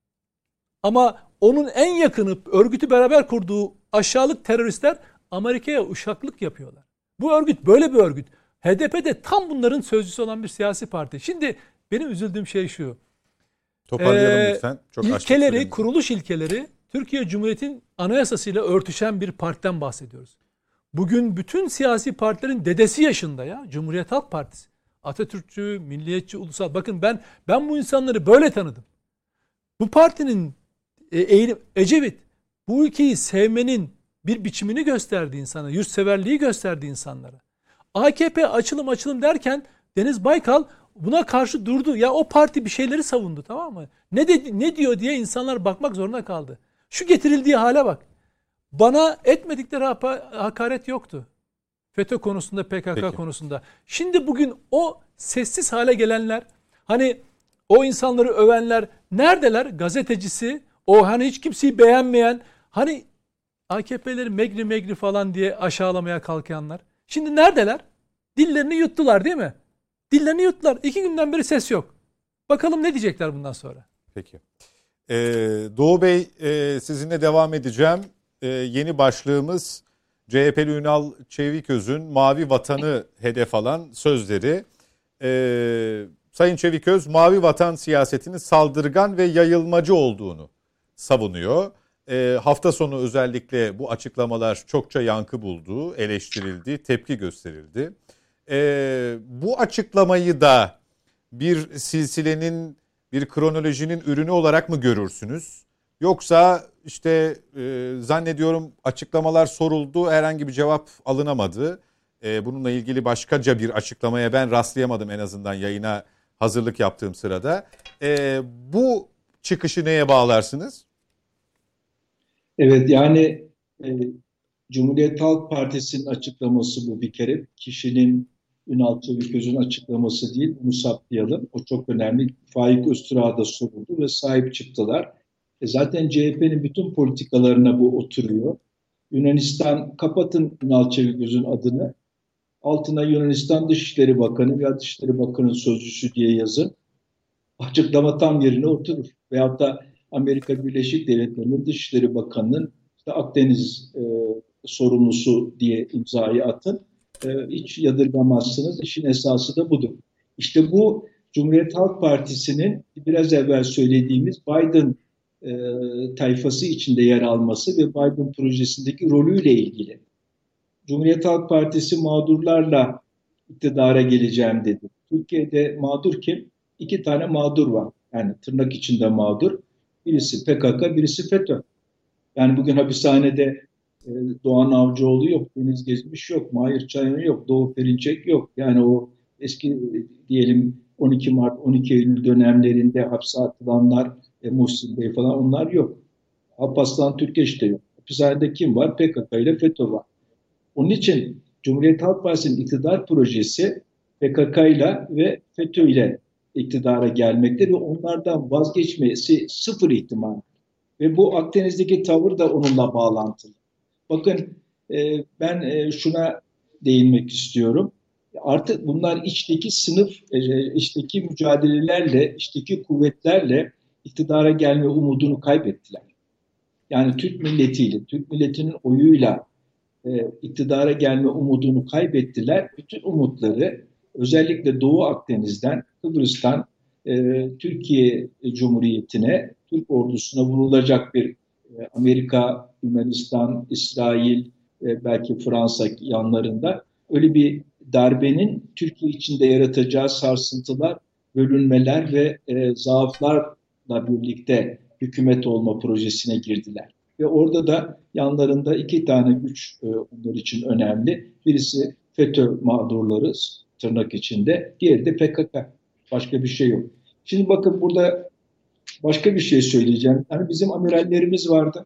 Ama onun en yakını, örgütü beraber kurduğu aşağılık teröristler Amerika'ya uşaklık yapıyorlar. Bu örgüt böyle bir örgüt. H D P de tam bunların sözcüsü olan bir siyasi parti. Şimdi benim üzüldüğüm şey şu.
Toparlayalım
Ee,
lütfen. Çok açtık
İlkeleri,
süremizi.
kuruluş ilkeleri Türkiye Cumhuriyeti'nin anayasasıyla örtüşen bir partiden bahsediyoruz. Bugün bütün siyasi partilerin dedesi yaşında ya. Cumhuriyet Halk Partisi. Atatürkçü, milliyetçi, ulusal. Bakın ben ben bu insanları böyle tanıdım. Bu partinin e, eğilim, Ecevit bu ülkeyi sevmenin bir biçimini gösterdi insana. Yurtseverliği gösterdi insanlara. A K P açılım açılım derken Deniz Baykal buna karşı durdu. Ya o parti bir şeyleri savundu, tamam mı? Ne dedi, ne diyor diye insanlar bakmak zorunda kaldı. Şu getirildiği hale bak. Bana etmedikleri hakaret yoktu. FETÖ konusunda, P K K
Peki.
konusunda. Şimdi bugün o sessiz hale gelenler, hani o insanları övenler neredeler? Gazetecisi, o hani hiç kimseyi beğenmeyen, hani A K P'leri megri megri falan diye aşağılamaya kalkanlar. Şimdi neredeler? Dillerini yuttular, değil mi? Dillerini yuttular. İki günden beri ses yok. Bakalım ne diyecekler bundan sonra?
Peki. Ee, Doğu Bey, e, sizinle devam edeceğim. Ee, yeni başlığımız C H P'li Ünal Çeviköz'ün Mavi Vatan'ı hedef alan sözleri. Ee, Sayın Çeviköz, Mavi Vatan siyasetinin saldırgan ve yayılmacı olduğunu savunuyor. Ee, hafta sonu özellikle bu açıklamalar çokça yankı buldu, eleştirildi, tepki gösterildi. Ee, bu açıklamayı da bir silsilenin, bir kronolojinin ürünü olarak mı görürsünüz? Yoksa işte e, zannediyorum açıklamalar soruldu, herhangi bir cevap alınamadı. E, bununla ilgili başkaca bir açıklamaya ben rastlayamadım en azından yayına hazırlık yaptığım sırada. E, bu çıkışı neye bağlarsınız?
Evet, yani e, Cumhuriyet Halk Partisi'nin açıklaması bu bir kere. Kişinin, Ünal Çeviköz'ün açıklaması değil, bunu saptayalım. O çok önemli. Faik Öztürk'e da soruldu ve sahip çıktılar. E zaten C H P'nin bütün politikalarına bu oturuyor. Yunanistan, kapatın Ünal Çeviköz'ün adını. Altına Yunanistan Dışişleri Bakanı veya Dışişleri Bakanı Sözcüsü diye yazın. Açıklama tam yerine oturur. Veyahut da Amerika Birleşik Devletleri'nin Dışişleri Bakanı'nın işte Akdeniz e, sorumlusu diye imzayı atın. E, hiç yadırgamazsınız. İşin esası da budur. İşte bu Cumhuriyet Halk Partisi'nin biraz evvel söylediğimiz Biden e, tayfası içinde yer alması ve Biden projesindeki rolüyle ilgili. Cumhuriyet Halk Partisi mağdurlarla iktidara geleceğim dedi. Türkiye'de mağdur kim? İki tane mağdur var. Yani tırnak içinde mağdur. Birisi P K K, birisi FETÖ. Yani bugün hapishanede e, Doğan Avcıoğlu yok, Deniz Gezmiş yok, Mahir Çayan yok, Doğu Perinçek yok. Yani o eski diyelim on iki Mart, on iki Eylül dönemlerinde hapse atılanlar, e, Muhsin Bey falan onlar yok. Alparslan Türkeş de yok. Hapishanede kim var? P K K ile FETÖ var. Onun için Cumhuriyet Halk Partisi'nin iktidar projesi P K K ile ve FETÖ ile iktidara gelmekte ve onlardan vazgeçmesi sıfır ihtimal. Ve bu Akdeniz'deki tavır da onunla bağlantılı. Bakın e, ben e, şuna değinmek istiyorum. Artık bunlar içteki sınıf, e, içteki mücadelelerle, içteki kuvvetlerle iktidara gelme umudunu kaybettiler. Yani Türk milletiyle, Türk milletinin oyuyla e, iktidara gelme umudunu kaybettiler. Bütün umutları özellikle Doğu Akdeniz'den, Kıbrıs'tan e, Türkiye Cumhuriyeti'ne, Türk ordusuna vurulacak bir e, Amerika, Yunanistan, İsrail, e, belki Fransa yanlarında öyle bir darbenin Türkiye içinde yaratacağı sarsıntılar, bölünmeler ve e, zaaflarla birlikte hükümet olma projesine girdiler. Ve orada da yanlarında iki tane güç e, onlar için önemli. Birisi FETÖ mağdurları tırnak içinde, diğeri de P K K. Başka bir şey yok. Şimdi bakın burada başka bir şey söyleyeceğim. Hani bizim amirallerimiz vardı.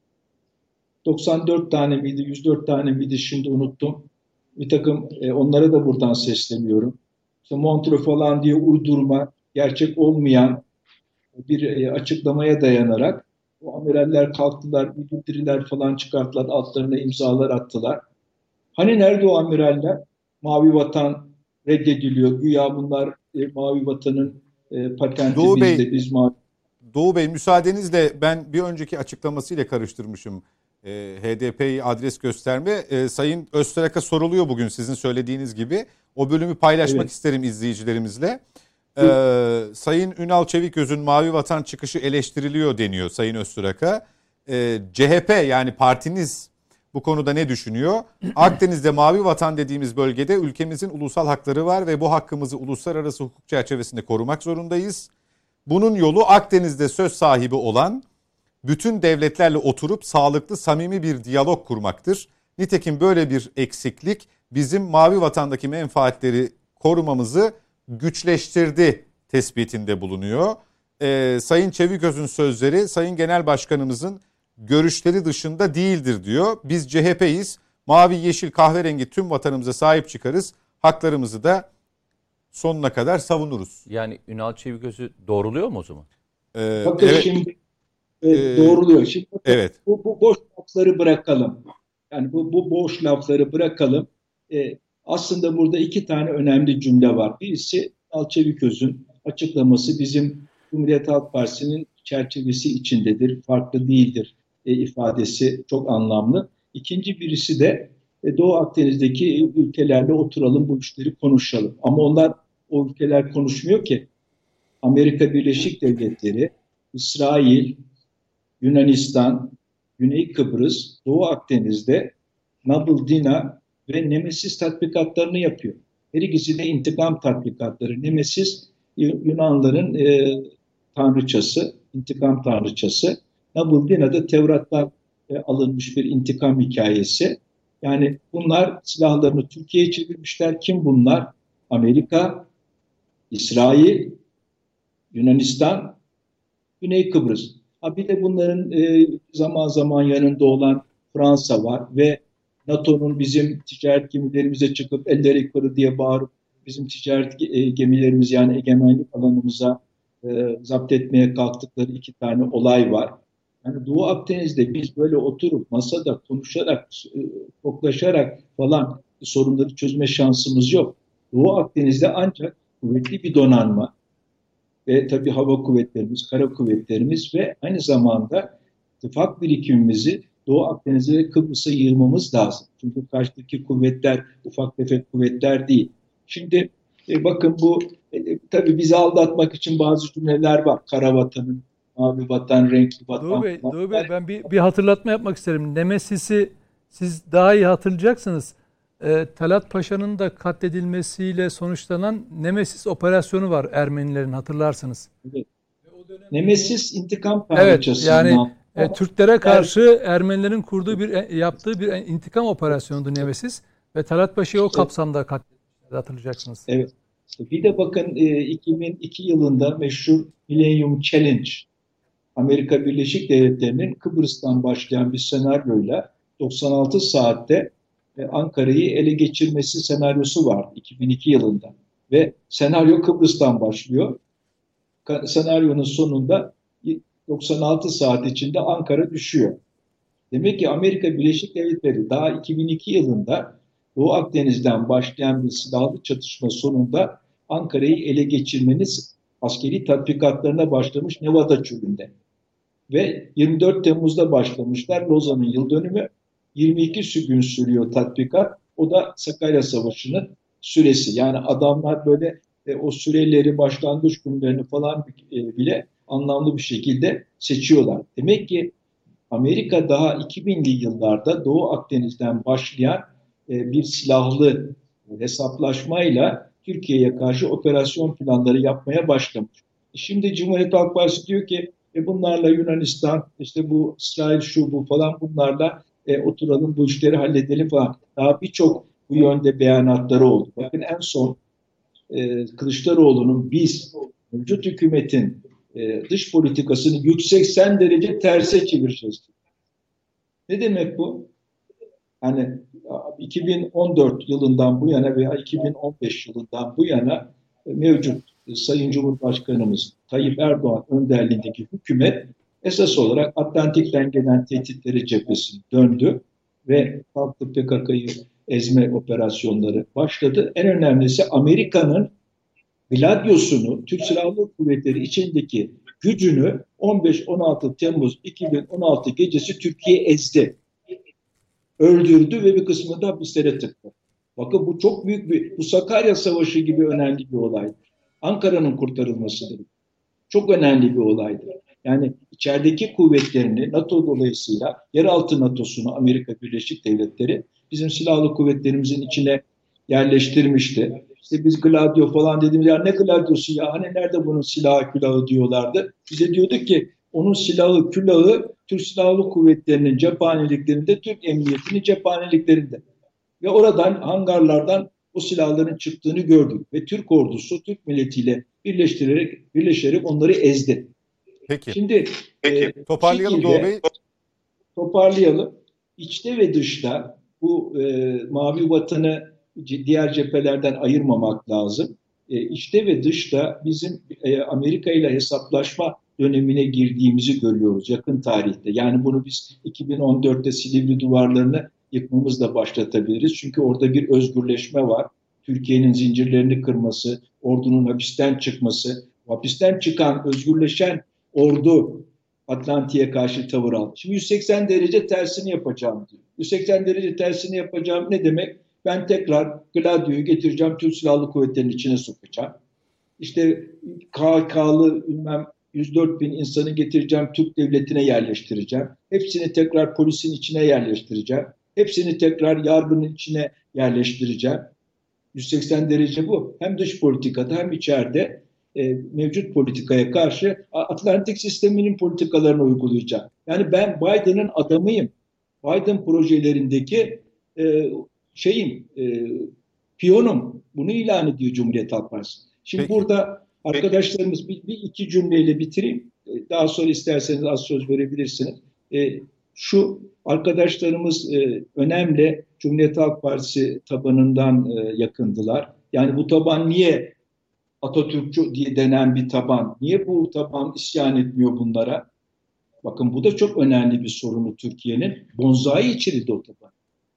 doksan dört tane miydi, yüz dört tane miydi şimdi unuttum. Bir takım e, onlara da buradan sesleniyorum. İşte Montreux falan diye uydurma, gerçek olmayan bir e, açıklamaya dayanarak o amiraller kalktılar, bir bildiriler falan çıkarttılar, altlarına imzalar attılar. Hani nerede o amiraller? Mavi Vatan reddediliyor. Güya bunlar e, Mavi Vatan'ın e, patenti
Doğu
bizde,
Bey,
biz mavi.
Doğu Bey müsaadenizle ben bir önceki açıklamasıyla karıştırmışım. E, H D P'yi adres gösterme. E, Sayın Öztrak'a soruluyor bugün sizin söylediğiniz gibi. O bölümü paylaşmak
Evet.
isterim izleyicilerimizle. E, Sayın Ünal Çeviköz'ün Mavi Vatan çıkışı eleştiriliyor deniyor Sayın Öztrak'a. E, C H P yani partiniz bu konuda ne düşünüyor? Akdeniz'de Mavi Vatan dediğimiz bölgede ülkemizin ulusal hakları var ve bu hakkımızı uluslararası hukuk çerçevesinde korumak zorundayız. Bunun yolu Akdeniz'de söz sahibi olan bütün devletlerle oturup sağlıklı, samimi bir diyalog kurmaktır. Nitekim böyle bir eksiklik bizim Mavi Vatan'daki menfaatleri korumamızı güçleştirdi tespitinde bulunuyor. Ee, Sayın Çeviköz'ün sözleri Sayın Genel Başkanımızın görüşleri dışında değildir diyor. Biz C H P'yiz. Mavi, yeşil, kahverengi tüm vatanımıza sahip çıkarız. Haklarımızı da sonuna kadar savunuruz.
Yani Ünal Çeviköz'ü doğruluyor mu o zaman?
Ee,
Bakın
evet,
şimdi e,
Ee,
doğruluyor. Şimdi bakın,
evet.
bu, bu boş lafları bırakalım. Yani bu, bu boş lafları bırakalım. E, aslında burada iki tane önemli cümle var. Birisi Ünal Çeviköz'ün açıklaması bizim Cumhuriyet Halk Partisi'nin çerçevesi içindedir, farklı değildir e, ifadesi çok anlamlı. İkinci birisi de e, Doğu Akdeniz'deki ülkelerle oturalım, bu işleri konuşalım. Ama onlar, o ülkeler konuşmuyor ki. Amerika Birleşik Devletleri, İsrail, Yunanistan, Güney Kıbrıs, Doğu Akdeniz'de Nabil Dina ve Nemesis tatbikatlarını yapıyor. Her ikisi de intikam tatbikatları. Nemesis Yunanların e, tanrıçası, intikam tanrıçası. Nabil Dina da Tevrat'tan e, alınmış bir intikam hikayesi. Yani bunlar silahlarını Türkiye'ye çevirmişler. Kim bunlar? Amerika, İsrail, Yunanistan, Güney Kıbrıs. Ha bir de bunların e, zaman zaman yanında olan Fransa var ve NATO'nun bizim ticaret gemilerimize çıkıp elleri yukarı diye bağırıp bizim ticaret e, gemilerimiz yani egemenlik alanımıza e, zapt etmeye kalktıkları iki tane olay var. Yani Doğu Akdeniz'de biz böyle oturup masada konuşarak, e, koklaşarak falan sorunları çözme şansımız yok. Doğu Akdeniz'de ancak kuvvetli bir donanma ve tabii hava kuvvetlerimiz, kara kuvvetlerimiz ve aynı zamanda ittifak birikimimizi Doğu Akdeniz'e ve Kıbrıs'a yığmamız lazım. Çünkü karşıdaki kuvvetler ufak tefek kuvvetler değil. Şimdi e, bakın bu e, tabii bizi aldatmak için bazı cümleler var. Kara vatanın, mavi vatan, renkli vatan.
Doğu Bey, Doğu Bey ben bir, bir hatırlatma yapmak isterim. Nemesis'i siz daha iyi hatırlayacaksınız. E, Talat Paşa'nın da katledilmesiyle sonuçlanan Nemesis operasyonu var Ermenilerin, hatırlarsınız.
Evet.
Ve o
Nemesis intikam
Evet,
tanrıçasından.
yani e, Türklere karşı Ermenilerin kurduğu bir e, yaptığı bir intikam operasyonuydu Nemesis ve Talat Paşa'yı o kapsamda katletmişler, hatırlayacaksınız.
Evet. Bir de bakın e, iki bin iki yılında meşhur Millennium Challenge, Amerika Birleşik Devletleri'nin Kıbrıs'tan başlayan bir senaryoyla doksan altı saatte e, Ankara'yı ele geçirmesi senaryosu var iki bin iki yılında. Ve senaryo Kıbrıs'tan başlıyor. Ka- Senaryonun sonunda doksan altı saat içinde Ankara düşüyor. Demek ki Amerika Birleşik Devletleri daha iki bin iki yılında Doğu Akdeniz'den başlayan bir silahlı çatışma sonunda Ankara'yı ele geçirmenin askeri tatbikatlarına başlamış Nevada çölünde. Ve yirmi dört Temmuz'da başlamışlar. Lozan'ın yıl dönümü. yirmi iki gün sürüyor tatbikat. O da Sakarya Savaşı'nın süresi. Yani adamlar böyle e, o süreleri, başlangıç günlerini falan e, bile anlamlı bir şekilde seçiyorlar. Demek ki Amerika daha iki binli yıllarda Doğu Akdeniz'den başlayan e, bir silahlı hesaplaşmayla Türkiye'ye karşı operasyon planları yapmaya başlamış. Şimdi Cumhuriyet Halk Partisi diyor ki e, bunlarla Yunanistan, işte bu İsrail şu bu falan bunlarla e, oturalım bu işleri halledelim falan. Daha birçok bu yönde beyanatları oldu. Bakın en son e, Kılıçdaroğlu'nun biz mevcut hükümetin e, dış politikasını yüz seksen derece terse çevireceğiz. Ne demek bu? Hani iki bin on dört yılından bu yana veya iki bin on beş yılından bu yana mevcut Sayın Cumhurbaşkanımız Tayyip Erdoğan önderliğindeki hükümet esas olarak Atlantik'ten gelen tehditleri cephesine döndü ve kalktı P K K'yı ezme operasyonları başladı. En önemlisi Amerika'nın Gladyos'unu, Türk Silahlı Kuvvetleri içindeki gücünü on beş on altı Temmuz iki bin on altı gecesi Türkiye ezdi. Öldürdü ve bir kısmını da hapislere tıktı. Bakın bu çok büyük bir, bu Sakarya Savaşı gibi önemli bir olaydır. Ankara'nın kurtarılmasıdır. Çok önemli bir olaydır. Yani içerideki kuvvetlerini NATO dolayısıyla yeraltı NATO'sunu Amerika Birleşik Devletleri bizim silahlı kuvvetlerimizin içine yerleştirmişti. İşte biz Gladio falan dediğimiz ya ne Gladio'su ya hani nerede bunun silahı külahı diyorlardı. Bize diyorduk ki onun silahı külahı Türk Silahlı Kuvvetleri'nin cephaneliklerinde, Türk Emniyeti'nin cephaneliklerinde. Ve oradan hangarlardan o silahların çıktığını gördük. Ve Türk ordusu Türk milletiyle birleştirerek, birleşerek onları ezdi.
Peki.
Şimdi
Peki.
E,
Toparlayalım Doğu Bey.
Toparlayalım. İçte ve dışta bu e, mavi vatanı diğer cephelerden ayırmamak lazım. E, içte ve dışta bizim e, Amerika ile hesaplaşma dönemine girdiğimizi görüyoruz yakın tarihte. Yani bunu biz iki bin on dörtte Silivri duvarlarını yıkmamızla başlatabiliriz. Çünkü orada bir özgürleşme var. Türkiye'nin zincirlerini kırması, ordunun hapisten çıkması, hapisten çıkan, özgürleşen ordu Atlantik'e karşı tavır aldı. Şimdi yüz seksen derece tersini yapacağım diyor. yüz seksen derece tersini yapacağım ne demek? Ben tekrar Gladio'yu getireceğim, Türk Silahlı Kuvvetleri'nin içine sokacağım. İşte K K'lı bilmem yüz dört bin insanı getireceğim, Türk Devleti'ne yerleştireceğim. Hepsini tekrar polisin içine yerleştireceğim. Hepsini tekrar yargının içine yerleştireceğim. yüz seksen derece bu. Hem dış politikada hem içeride e, mevcut politikaya karşı Atlantik sisteminin politikalarını uygulayacağım. Yani ben Biden'ın adamıyım. Biden projelerindeki e, şeyim, e, piyonum. Bunu ilan ediyor Cumhuriyet Halk Partisi. Şimdi
Peki.
burada arkadaşlarımız bir, bir iki cümleyle bitireyim. Daha sonra isterseniz az söz verebilirsiniz. E, şu arkadaşlarımız e, önemli Cumhuriyet Halk Partisi tabanından e, yakındılar. Yani bu taban niye Atatürkçü diye denen bir taban? Niye bu taban isyan etmiyor bunlara? Bakın bu da çok önemli bir sorunu Türkiye'nin. Bonzai içildi o taban.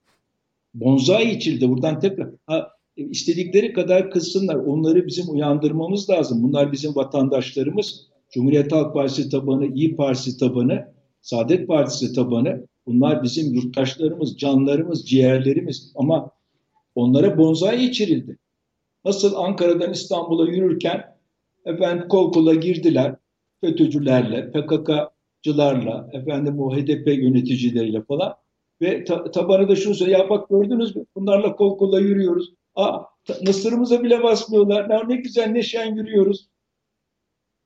Bonzai içildi. Buradan tekrar ha, istedikleri kadar kızsınlar. Onları bizim uyandırmamız lazım. Bunlar bizim vatandaşlarımız. Cumhuriyet Halk Partisi tabanı, İYİ Partisi tabanı, Saadet Partisi tabanı. Bunlar bizim yurttaşlarımız, canlarımız, ciğerlerimiz. Ama onlara bonzai içirildi. Nasıl Ankara'dan İstanbul'a yürürken efendim kol kola girdiler FETÖ'cülerle, P K K'cılarla, efendim o H D P yöneticileriyle falan. Ve ta- tabanı da şunu söylüyor. Ya bak gördünüz mü? Bunlarla kol kola yürüyoruz. Aa, ta- Mısır'ımıza bile basmıyorlar. Ne, ne güzel ne şen yürüyoruz.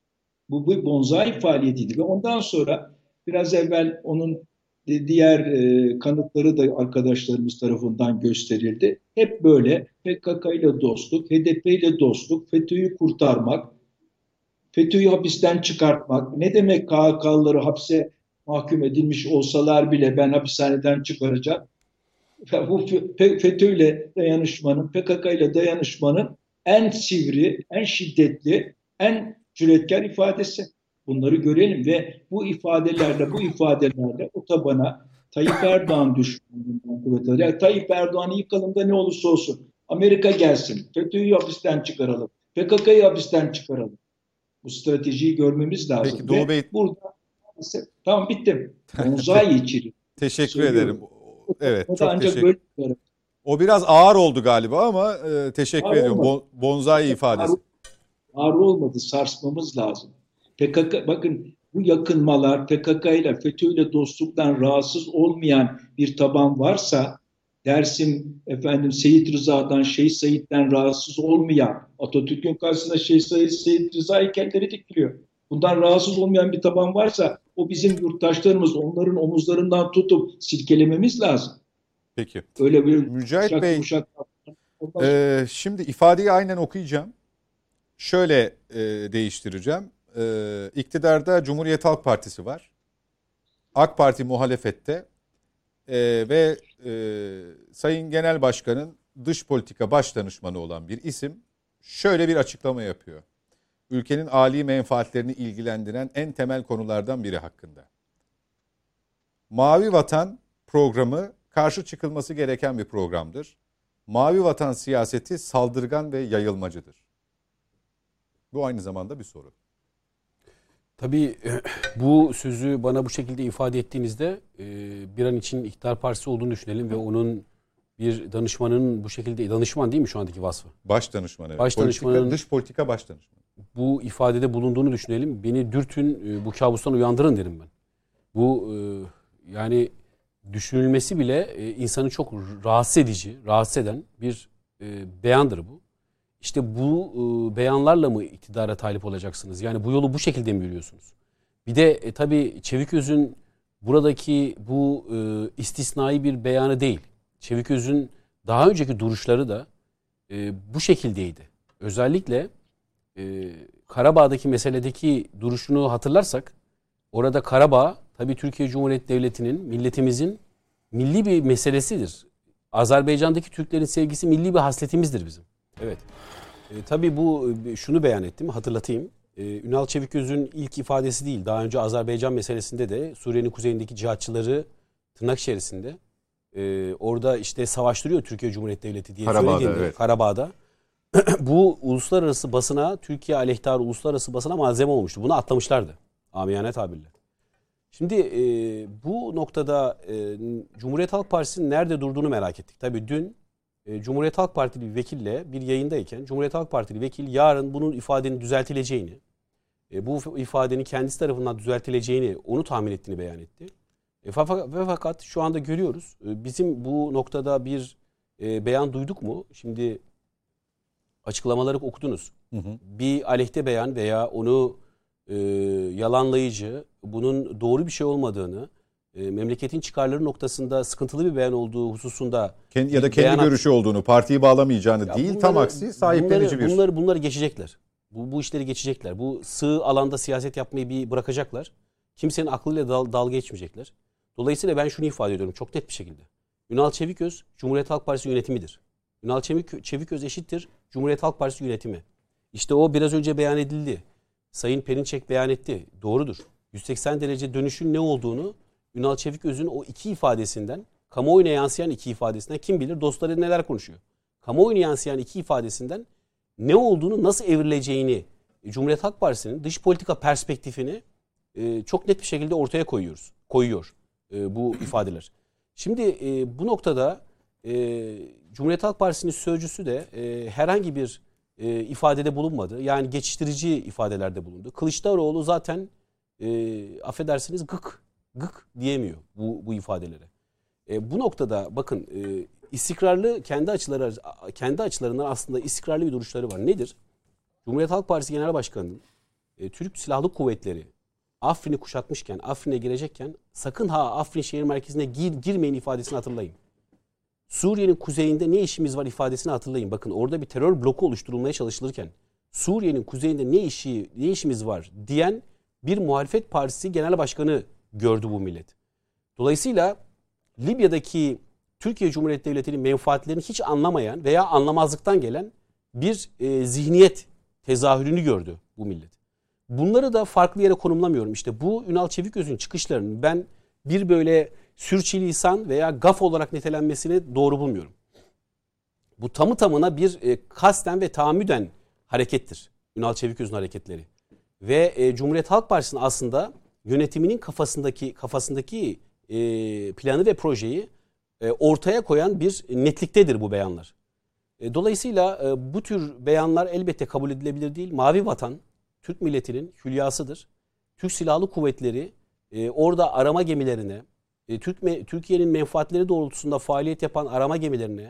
Bu bir bonsai faaliyetiydi ve ondan sonra biraz evvel onun diğer e, kanıtları da arkadaşlarımız tarafından gösterildi. Hep böyle P K K ile dostluk, H D P ile dostluk, FETÖ'yü kurtarmak, FETÖ'yü hapisten çıkartmak. Ne demek K H K'lıları hapse mahkum edilmiş olsalar bile ben hapishaneden çıkaracağım. Bu FETÖ ile dayanışmanın, P K K ile dayanışmanın en sivri, en şiddetli, en cüretkar ifadesi. Bunları görelim ve bu ifadelerle, bu ifadelerle o tabana Tayyip Erdoğan düşmanlığından kuvvet alır. Yani Tayyip Erdoğan'ı yıkalım da ne olursa olsun. Amerika gelsin, FETÖ'yü hapisten çıkaralım, P K K'yı hapisten çıkaralım. Bu stratejiyi görmemiz lazım.
Peki Doğu Bey.
Burada, tamam bittim. Bonsai içeriği.
Teşekkür
Söylüyorum.
ederim. Evet,
o
çok teşekkür.
Böyle
o biraz ağır oldu galiba ama e, teşekkür
ağır
ediyorum.
Olmadı.
Bonsai ifadesi.
Ağır, ağır olmadı, sarsmamız lazım. P K K, bakın bu yakınmalar P K K ile FETÖ ile dostluktan rahatsız olmayan bir taban varsa, Dersim efendim Seyit Rıza'dan, Şeyh Said'den rahatsız olmayan, Atatürk'ün karşısında Şeyh Said, Seyit Rıza heykelleri dikiliyor. Bundan rahatsız olmayan bir taban varsa o bizim yurttaşlarımız, onların omuzlarından tutup silkelememiz lazım.
Peki.
Öyle bir
Mücahit
uşak,
Bey,
uşak,
e, şimdi ifadeyi aynen okuyacağım. Şöyle e, değiştireceğim. E, iktidarda Cumhuriyet Halk Partisi var. AK Parti muhalefette e, ve e, Sayın Genel Başkan'ın dış politika baş danışmanı olan bir isim şöyle bir açıklama yapıyor. Ülkenin âli menfaatlerini ilgilendiren en temel konulardan biri hakkında. Mavi Vatan programı karşı çıkılması gereken bir programdır. Mavi Vatan siyaseti saldırgan ve yayılmacıdır. Bu aynı zamanda bir soru.
Tabii bu sözü bana bu şekilde ifade ettiğinizde bir an için iktidar partisi olduğunu düşünelim ve onun bir danışmanın bu şekilde, danışman değil mi şu andaki vasfı?
Baş danışmanı. Evet.
Baş
Politika,
danışmanın
dış politika baş danışmanı.
Bu ifadede bulunduğunu düşünelim. Beni dürtün, bu kabustan uyandırın derim ben. Bu yani düşünülmesi bile insanı çok rahatsız edici, rahatsız eden bir beyandır bu. İşte bu beyanlarla mı iktidara talip olacaksınız? Yani bu yolu bu şekilde mi yürüyorsunuz? Bir de e, tabii Çeviköz'ün buradaki bu e, istisnai bir beyanı değil. Çeviköz'ün daha önceki duruşları da e, bu şekildeydi. Özellikle e, Karabağ'daki meseledeki duruşunu hatırlarsak, orada Karabağ tabii Türkiye Cumhuriyeti Devleti'nin, milletimizin milli bir meselesidir. Azerbaycan'daki Türklerin sevgisi milli bir hasletimizdir bizim. Evet. E, tabii bu şunu beyan ettim, hatırlatayım. E, Ünal Çeviköz'ün ilk ifadesi değil. Daha önce Azerbaycan meselesinde de Suriye'nin kuzeyindeki cihatçıları tırnak içerisinde e, orada işte savaştırıyor Türkiye Cumhuriyeti Devleti diye
Karabağ'da,
söylediğinde
evet.
Karabağ'da. Bu uluslararası basına, Türkiye aleyhtarı uluslararası basına malzeme olmuştu. Bunu atlamışlardı. Amiyane tabirle. Şimdi e, bu noktada e, Cumhuriyet Halk Partisi'nin nerede durduğunu merak ettik. Tabii dün e, Cumhuriyet Halk Partili bir vekille bir yayındayken Cumhuriyet Halk Partili vekil yarın bunun ifadenin düzeltileceğini, e, bu ifadenin kendisi tarafından düzeltileceğini, onu tahmin ettiğini beyan etti. E, ve fakat şu anda görüyoruz. E, bizim bu noktada bir e, beyan duyduk mu? Şimdi açıklamaları okudunuz. Hı hı. Bir aleyhte beyan veya onu e, yalanlayıcı, bunun doğru bir şey olmadığını, e, memleketin çıkarları noktasında sıkıntılı bir beyan olduğu hususunda
kendi, ya da kendi beyanat, görüşü olduğunu, partiyi bağlamayacağını ya değil, bunları, tam aksi sahiplenici
bunları,
bir.
Bunları, bunları geçecekler. Bu, bu işleri geçecekler. Bu sığ alanda siyaset yapmayı bir bırakacaklar. Kimsenin aklıyla dal, dalga geçmeyecekler. Dolayısıyla ben şunu ifade ediyorum çok net bir şekilde. Ünal Çeviköz Cumhuriyet Halk Partisi yönetimidir. Ünal Çeviköz eşittir Cumhuriyet Halk Partisi yönetimi. İşte o biraz önce beyan edildi. Sayın Perinçek beyan etti. Doğrudur. yüz seksen derece dönüşün ne olduğunu Ünal Çeviköz'ün o iki ifadesinden, kamuoyuna yansıyan iki ifadesinden kim bilir dostları neler konuşuyor. Kamuoyuna yansıyan iki ifadesinden ne olduğunu, nasıl evrileceğini Cumhuriyet Halk Partisi'nin dış politika perspektifini e, çok net bir şekilde ortaya koyuyoruz. Koyuyor e, bu ifadeler. Şimdi e, bu noktada e, Cumhuriyet Halk Partisi'nin sözcüsü de e, herhangi bir e, ifadede bulunmadı. Yani geçiştirici ifadelerde bulundu. Kılıçdaroğlu zaten e, affedersiniz gık gık diyemiyor bu, bu ifadelere. E, bu noktada bakın e, istikrarlı kendi açıları kendi açılarından aslında istikrarlı bir duruşları var. Nedir? Cumhuriyet Halk Partisi Genel Başkanı'nın e, Türk Silahlı Kuvvetleri Afrin'i kuşatmışken, Afrin'e girecekken sakın ha Afrin şehir merkezine gir, girmeyin ifadesini hatırlayın. Suriye'nin kuzeyinde ne işimiz var ifadesini hatırlayın. Bakın orada bir terör bloku oluşturulmaya çalışılırken Suriye'nin kuzeyinde ne işi ne işimiz var diyen bir muhalefet partisi genel başkanı gördü bu millet. Dolayısıyla Libya'daki Türkiye Cumhuriyeti Devleti'nin menfaatlerini hiç anlamayan veya anlamazlıktan gelen bir e, zihniyet tezahürünü gördü bu millet. Bunları da farklı yere konumlamıyorum. İşte bu Ünal Çeviköz'ün çıkışlarının ben bir böyle sürçülisan veya gaf olarak nitelenmesini doğru bulmuyorum. Bu tamı tamına bir e, kasten ve tahammüden harekettir. Ünal Çeviköz'ün hareketleri. Ve e, Cumhuriyet Halk Partisi'nin aslında yönetiminin kafasındaki kafasındaki e, planı ve projeyi e, ortaya koyan bir netliktedir bu beyanlar. E, dolayısıyla e, bu tür beyanlar elbette kabul edilebilir değil. Mavi Vatan Türk milletinin hülyasıdır. Türk Silahlı Kuvvetleri e, orada arama gemilerine, e, Türk Türkiye'nin menfaatleri doğrultusunda faaliyet yapan arama gemilerine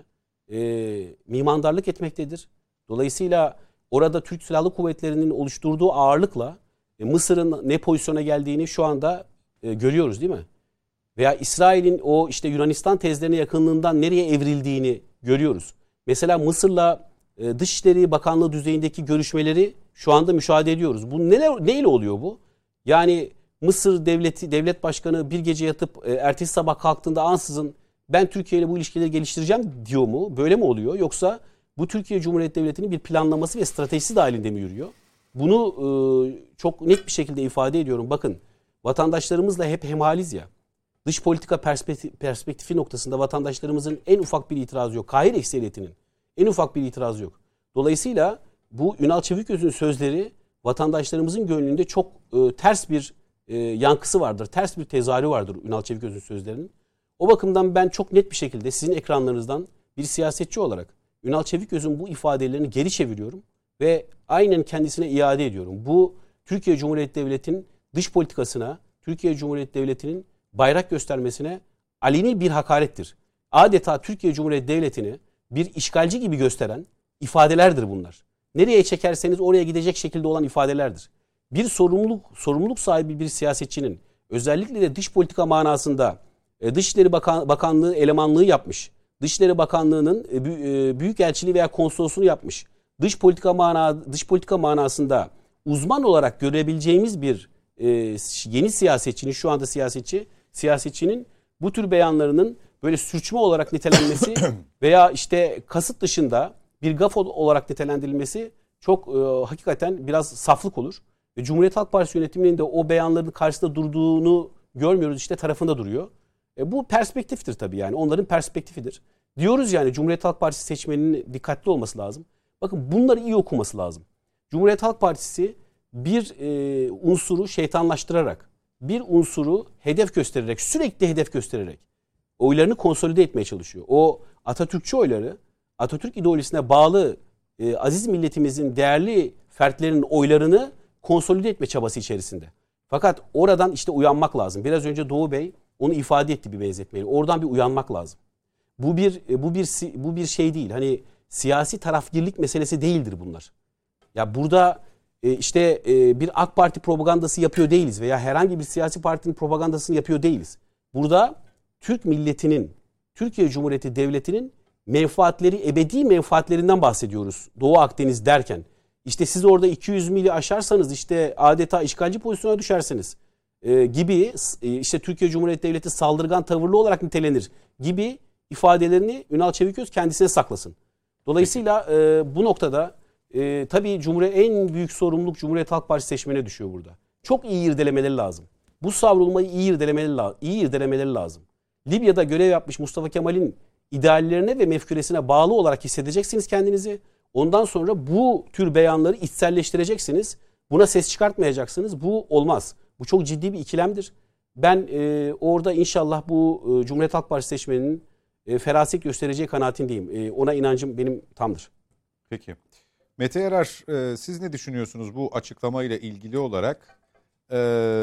e, mimandarlık etmektedir. Dolayısıyla orada Türk Silahlı Kuvvetleri'nin oluşturduğu ağırlıkla e, Mısır'ın ne pozisyona geldiğini şu anda e, görüyoruz değil mi? Veya İsrail'in o işte Yunanistan tezlerine yakınlığından nereye evrildiğini görüyoruz. Mesela Mısır'la e, Dışişleri Bakanlığı düzeyindeki görüşmeleri şu anda müşahede ediyoruz. Bu neler, neyle oluyor bu? Yani Mısır devleti devlet başkanı bir gece yatıp e, ertesi sabah kalktığında ansızın ben Türkiye ile bu ilişkileri geliştireceğim diyor mu? Böyle mi oluyor? Yoksa bu Türkiye Cumhuriyeti Devleti'nin bir planlaması ve stratejisi dahilinde mi yürüyor? Bunu e, çok net bir şekilde ifade ediyorum. Bakın vatandaşlarımızla hep hemhaliz ya. Dış politika perspektif, perspektifi noktasında vatandaşlarımızın en ufak bir itirazı yok. Kahire ekseriyetinin en ufak bir itirazı yok. Dolayısıyla bu Ünal Çeviköz'ün sözleri vatandaşlarımızın gönlünde çok e, ters bir e, yankısı vardır. Ters bir tezahürü vardır Ünal Çeviköz'ün sözlerinin. O bakımdan ben çok net bir şekilde sizin ekranlarınızdan bir siyasetçi olarak Ünal Çeviköz'ün bu ifadelerini geri çeviriyorum ve aynen kendisine iade ediyorum. Bu Türkiye Cumhuriyeti Devleti'nin dış politikasına, Türkiye Cumhuriyeti Devleti'nin bayrak göstermesine aleni bir hakarettir. Adeta Türkiye Cumhuriyeti Devleti'ni bir işgalci gibi gösteren ifadelerdir bunlar. Nereye çekerseniz oraya gidecek şekilde olan ifadelerdir. Bir sorumluluk sorumluluk sahibi bir siyasetçinin özellikle de dış politika manasında e, Dışişleri Bakan, Bakanlığı elemanlığı yapmış. Dışişleri Bakanlığı'nın e, büyükelçiliği veya konsolosluğunu yapmış. Dış politika mana dış politika manasında uzman olarak görebileceğimiz bir e, yeni siyasetçinin şu anda siyasetçi siyasetçinin bu tür beyanlarının böyle sürçme olarak nitelenmesi veya işte kasıt dışında bir gaf olarak nitelendirilmesi çok e, hakikaten biraz saflık olur. Ve Cumhuriyet Halk Partisi yönetiminin de o beyanların karşısında durduğunu görmüyoruz, işte tarafında duruyor. E, bu perspektiftir tabii, yani onların perspektifidir. Diyoruz yani Cumhuriyet Halk Partisi seçmeninin dikkatli olması lazım. Bakın bunları iyi okuması lazım. Cumhuriyet Halk Partisi bir e, unsuru şeytanlaştırarak, bir unsuru hedef göstererek, sürekli hedef göstererek oylarını konsolide etmeye çalışıyor. O Atatürkçü oyları, Atatürk ideolojisine bağlı e, aziz milletimizin değerli fertlerinin oylarını konsolide etme çabası içerisinde. Fakat oradan işte uyanmak lazım. Biraz önce Doğu Bey onu ifade etti bir benzetmeyle. Oradan bir uyanmak lazım. Bu bir bu bir bu bir şey değil. Hani siyasi tarafgirlik meselesi değildir bunlar. Ya burada e, işte e, bir AK Parti propagandası yapıyor değiliz veya herhangi bir siyasi partinin propagandasını yapıyor değiliz. Burada Türk milletinin, Türkiye Cumhuriyeti Devleti'nin menfaatleri, ebedi menfaatlerinden bahsediyoruz Doğu Akdeniz derken. İşte siz orada iki yüz mili aşarsanız işte adeta işgalci pozisyona düşersiniz e, gibi e, işte Türkiye Cumhuriyeti Devleti saldırgan tavırlı olarak nitelenir gibi ifadelerini Ünal Çeviköz kendisine saklasın. Dolayısıyla e, bu noktada e, tabii Cumhuriyet en büyük sorumluluk Cumhuriyet Halk Partisi seçmenine düşüyor burada. Çok iyi irdelemeleri lazım. Bu savrulmayı iyi irdelemeleri, iyi irdelemeleri lazım. Libya'da görev yapmış Mustafa Kemal'in ideallerine ve mefküresine bağlı olarak hissedeceksiniz kendinizi. Ondan sonra bu tür beyanları içselleştireceksiniz. Buna ses çıkartmayacaksınız. Bu olmaz. Bu çok ciddi bir ikilemdir. Ben e, orada inşallah bu e, Cumhuriyet Halk Partisi seçmeninin e, feraset göstereceği kanaatindeyim. E, ona inancım benim tamdır.
Peki. Mete Yarar, e, siz ne düşünüyorsunuz bu açıklamayla ilgili olarak? E,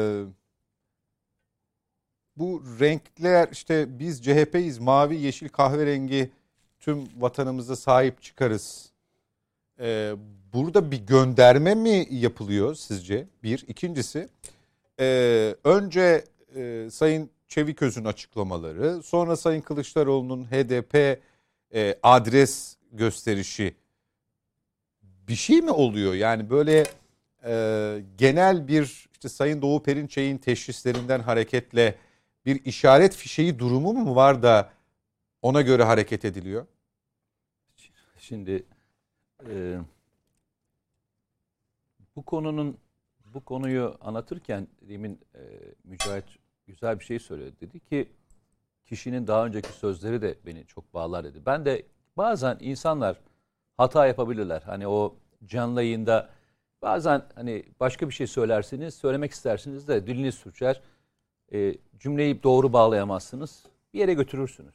bu renkler, işte biz C H P'yiz, mavi, yeşil, kahverengi, tüm vatanımıza sahip çıkarız. Ee, burada bir gönderme mi yapılıyor sizce? Bir. İkincisi e, önce e, Sayın Çeviköz'ün açıklamaları, sonra Sayın Kılıçdaroğlu'nun H D P e, adres gösterişi bir şey mi oluyor? Yani böyle e, genel bir işte Sayın Doğu Perinçek'in teşhislerinden hareketle bir işaret fişeği durumu mu var da ona göre hareket ediliyor?
Şimdi e, bu konunun bu konuyu anlatırken demin e, Mücahit güzel bir şey söyledi. Dedi ki kişinin daha önceki sözleri de beni çok bağlar dedi. Ben de bazen insanlar hata yapabilirler. Hani o canlı yayında bazen hani başka bir şey söylersiniz, söylemek istersiniz de diliniz sürçer. E, cümleyi doğru bağlayamazsınız. Bir yere götürürsünüz.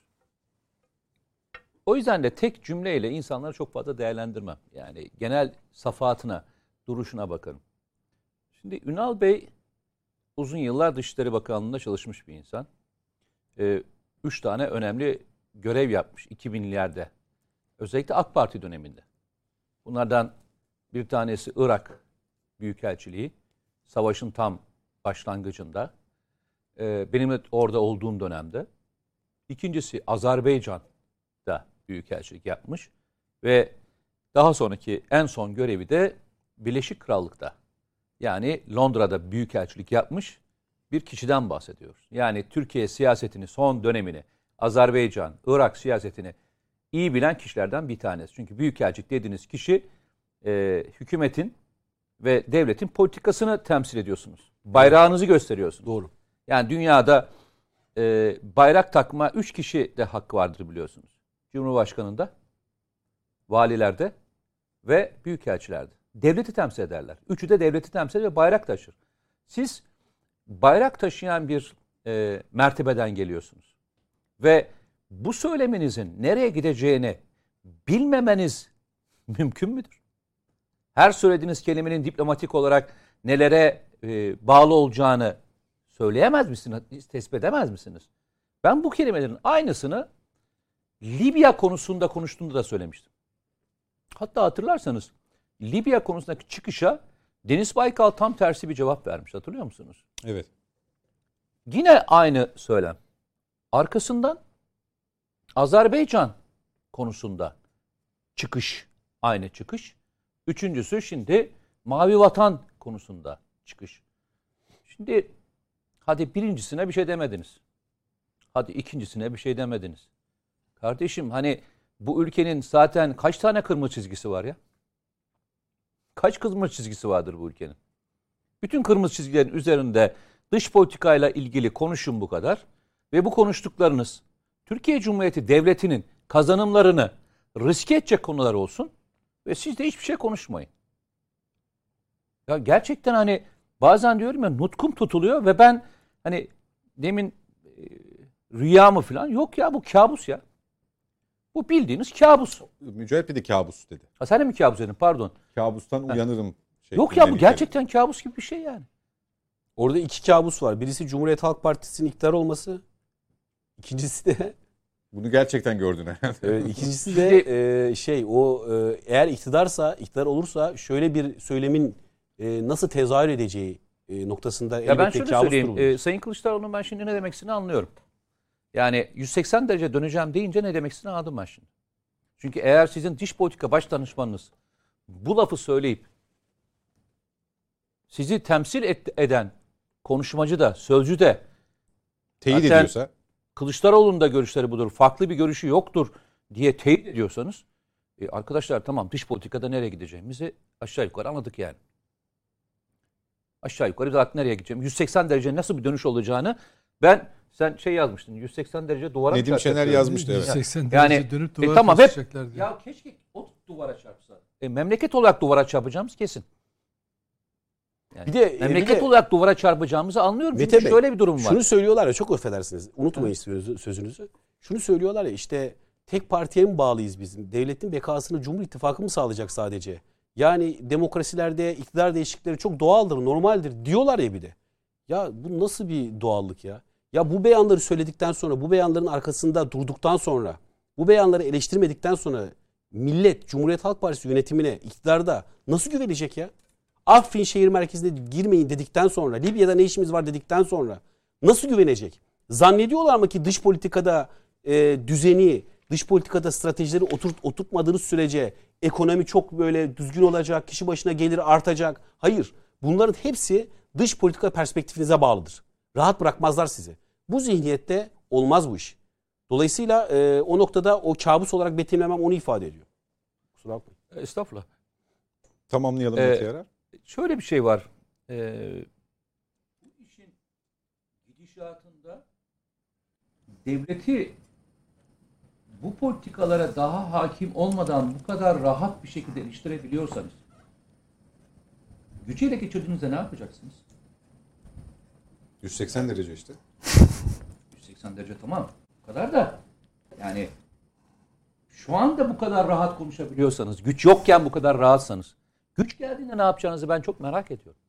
O yüzden de tek cümleyle insanları çok fazla değerlendirmem. Yani genel safahatına, duruşuna bakarım. Şimdi Ünal Bey uzun yıllar Dışişleri Bakanlığı'nda çalışmış bir insan. Ee, üç tane önemli görev yapmış iki binlerde. Özellikle AK Parti döneminde. Bunlardan bir tanesi Irak Büyükelçiliği. Savaşın tam başlangıcında. Ee, benim de orada olduğum dönemde. İkincisi Azerbaycan'da büyükelçilik yapmış. Ve daha sonraki en son görevi de Birleşik Krallık'ta. Yani Londra'da büyükelçilik yapmış bir kişiden bahsediyoruz. Yani Türkiye siyasetini son dönemini, Azerbaycan, Irak siyasetini iyi bilen kişilerden bir tanesi. Çünkü büyükelçilik dediğiniz kişi e, hükümetin ve devletin politikasını temsil ediyorsunuz. Bayrağınızı gösteriyorsunuz.
Doğru.
Yani dünyada e, bayrak takma üç kişi de hakkı vardır biliyorsunuz. Cumhurbaşkanı'nda, valilerde ve büyükelçilerde. Devleti temsil ederler. Üçü de devleti temsil eder ve bayrak taşır. Siz bayrak taşıyan bir e, mertebeden geliyorsunuz. Ve bu söylemenizin nereye gideceğini bilmemeniz mümkün müdür? Her söylediğiniz kelimenin diplomatik olarak nelere e, bağlı olacağını söyleyemez misiniz? Tespit edemez misiniz? Ben bu kelimelerin aynısını Libya konusunda konuştuğumda da söylemiştim. Hatta hatırlarsanız Libya konusundaki çıkışa Deniz Baykal tam tersi bir cevap vermiş. Hatırlıyor musunuz?
Evet.
Yine aynı söylem. Arkasından Azerbaycan konusunda çıkış, aynı çıkış. Üçüncüsü şimdi Mavi Vatan konusunda çıkış. Şimdi hadi birincisine bir şey demediniz. Hadi ikincisine bir şey demediniz. Kardeşim hani bu ülkenin zaten kaç tane kırmızı çizgisi var ya? Kaç kırmızı çizgisi vardır bu ülkenin? Bütün kırmızı çizgilerin üzerinde dış politikayla ilgili konuşun bu kadar. Ve bu konuştuklarınız Türkiye Cumhuriyeti Devleti'nin kazanımlarını riske edecek konular olsun. Ve siz de hiçbir şey konuşmayın. Ya gerçekten hani bazen diyorum ya nutkum tutuluyor ve ben hani demin e, rüya mı falan yok ya bu kabus ya. Bu bildiğiniz kabus.
Mücahit bir de kabus dedi.
Ha sen de mi kabus dedin pardon.
Kabustan uyanırım.
Yok ya bu gerçekten kabus gibi bir şey yani.
Orada iki kabus var. Birisi Cumhuriyet Halk Partisi'nin iktidar olması. İkincisi de
bunu gerçekten gördün herhalde.
evet, ikincisi de e, şey o e, eğer iktidarsa, iktidar olursa şöyle bir söylemin e, nasıl tezahür edeceği e, noktasında
ya ben
elbette
şöyle
kabus
söyleyeyim.
durumu.
E, Sayın Kılıçdaroğlu'nun ben şimdi ne demek istediğini anlıyorum. Yani yüz seksen derece döneceğim deyince ne demek istediğini anladım ben şimdi. Çünkü eğer sizin dış politika baş danışmanınız bu lafı söyleyip sizi temsil et, eden konuşmacı da, sözcü de
teyit ediyorsa,
Kılıçdaroğlu'nun da görüşleri budur, farklı bir görüşü yoktur diye teyit ediyorsanız e, arkadaşlar tamam dış politikada nereye gideceğimizi aşağı yukarı anladık yani. Aşağı yukarı zaten nereye gideceğim? yüz seksen derece nasıl bir dönüş olacağını ben sen şey yazmıştın. yüz seksen derece duvara mı
Nedim Şener
çarpacak?
yazmıştı evet.
yüz seksen
Yani,
derece dönüp
e,
duvara
tamam, hep-
taşıyacaklar diye.
Ya keşke o duvara çarpsa. E, memleket olarak duvara çarpacağımız kesin. Yani
Bir de-
memleket
bir de-
olarak duvara çarpacağımızı anlıyorum.
Mete
Çünkü
Bey,
şöyle bir durum var.
Şunu söylüyorlar ya, çok affedersiniz. Unutmayın sözü- sözünüzü. Şunu söylüyorlar ya, işte tek partiye mi bağlıyız bizim? Devletin bekasını Cumhur İttifakı mı sağlayacak sadece? Yani demokrasilerde iktidar değişiklikleri çok doğaldır, normaldir diyorlar ya bir de. Ya bu nasıl bir doğallık ya? Ya bu beyanları söyledikten sonra, bu beyanların arkasında durduktan sonra, bu beyanları eleştirmedikten sonra millet Cumhuriyet Halk Partisi yönetimine, iktidarda nasıl güvenecek ya? Afrin şehir merkezine girmeyin dedikten sonra, Libya'da ne işimiz var dedikten sonra nasıl güvenecek? Zannediyorlar mı ki dış politikada e, düzeni, dış politikada stratejileri oturt, oturtmadığınız sürece ekonomi çok böyle düzgün olacak, kişi başına gelir artacak? Hayır. Bunların hepsi dış politika perspektifinize bağlıdır. Rahat bırakmazlar sizi. Bu zihniyette olmaz bu iş. Dolayısıyla e, o noktada o kabus olarak betimlemem onu ifade ediyor. Kusura bakmayın.
Estağfurullah.
Tamamlayalım
Ee,
Mete Yarar.
Şöyle bir şey var. Ee, bu işin gidişatında devleti bu politikalara daha hakim olmadan bu kadar rahat bir şekilde eleştirebiliyorsanız gücü ele geçirdiğinizde ne yapacaksınız?
yüz seksen derece işte.
yüz seksen derece tamam. Bu kadar da yani şu anda bu kadar rahat konuşabiliyorsanız, güç yokken bu kadar rahatsanız, güç geldiğinde ne yapacağınızı ben çok merak ediyorum.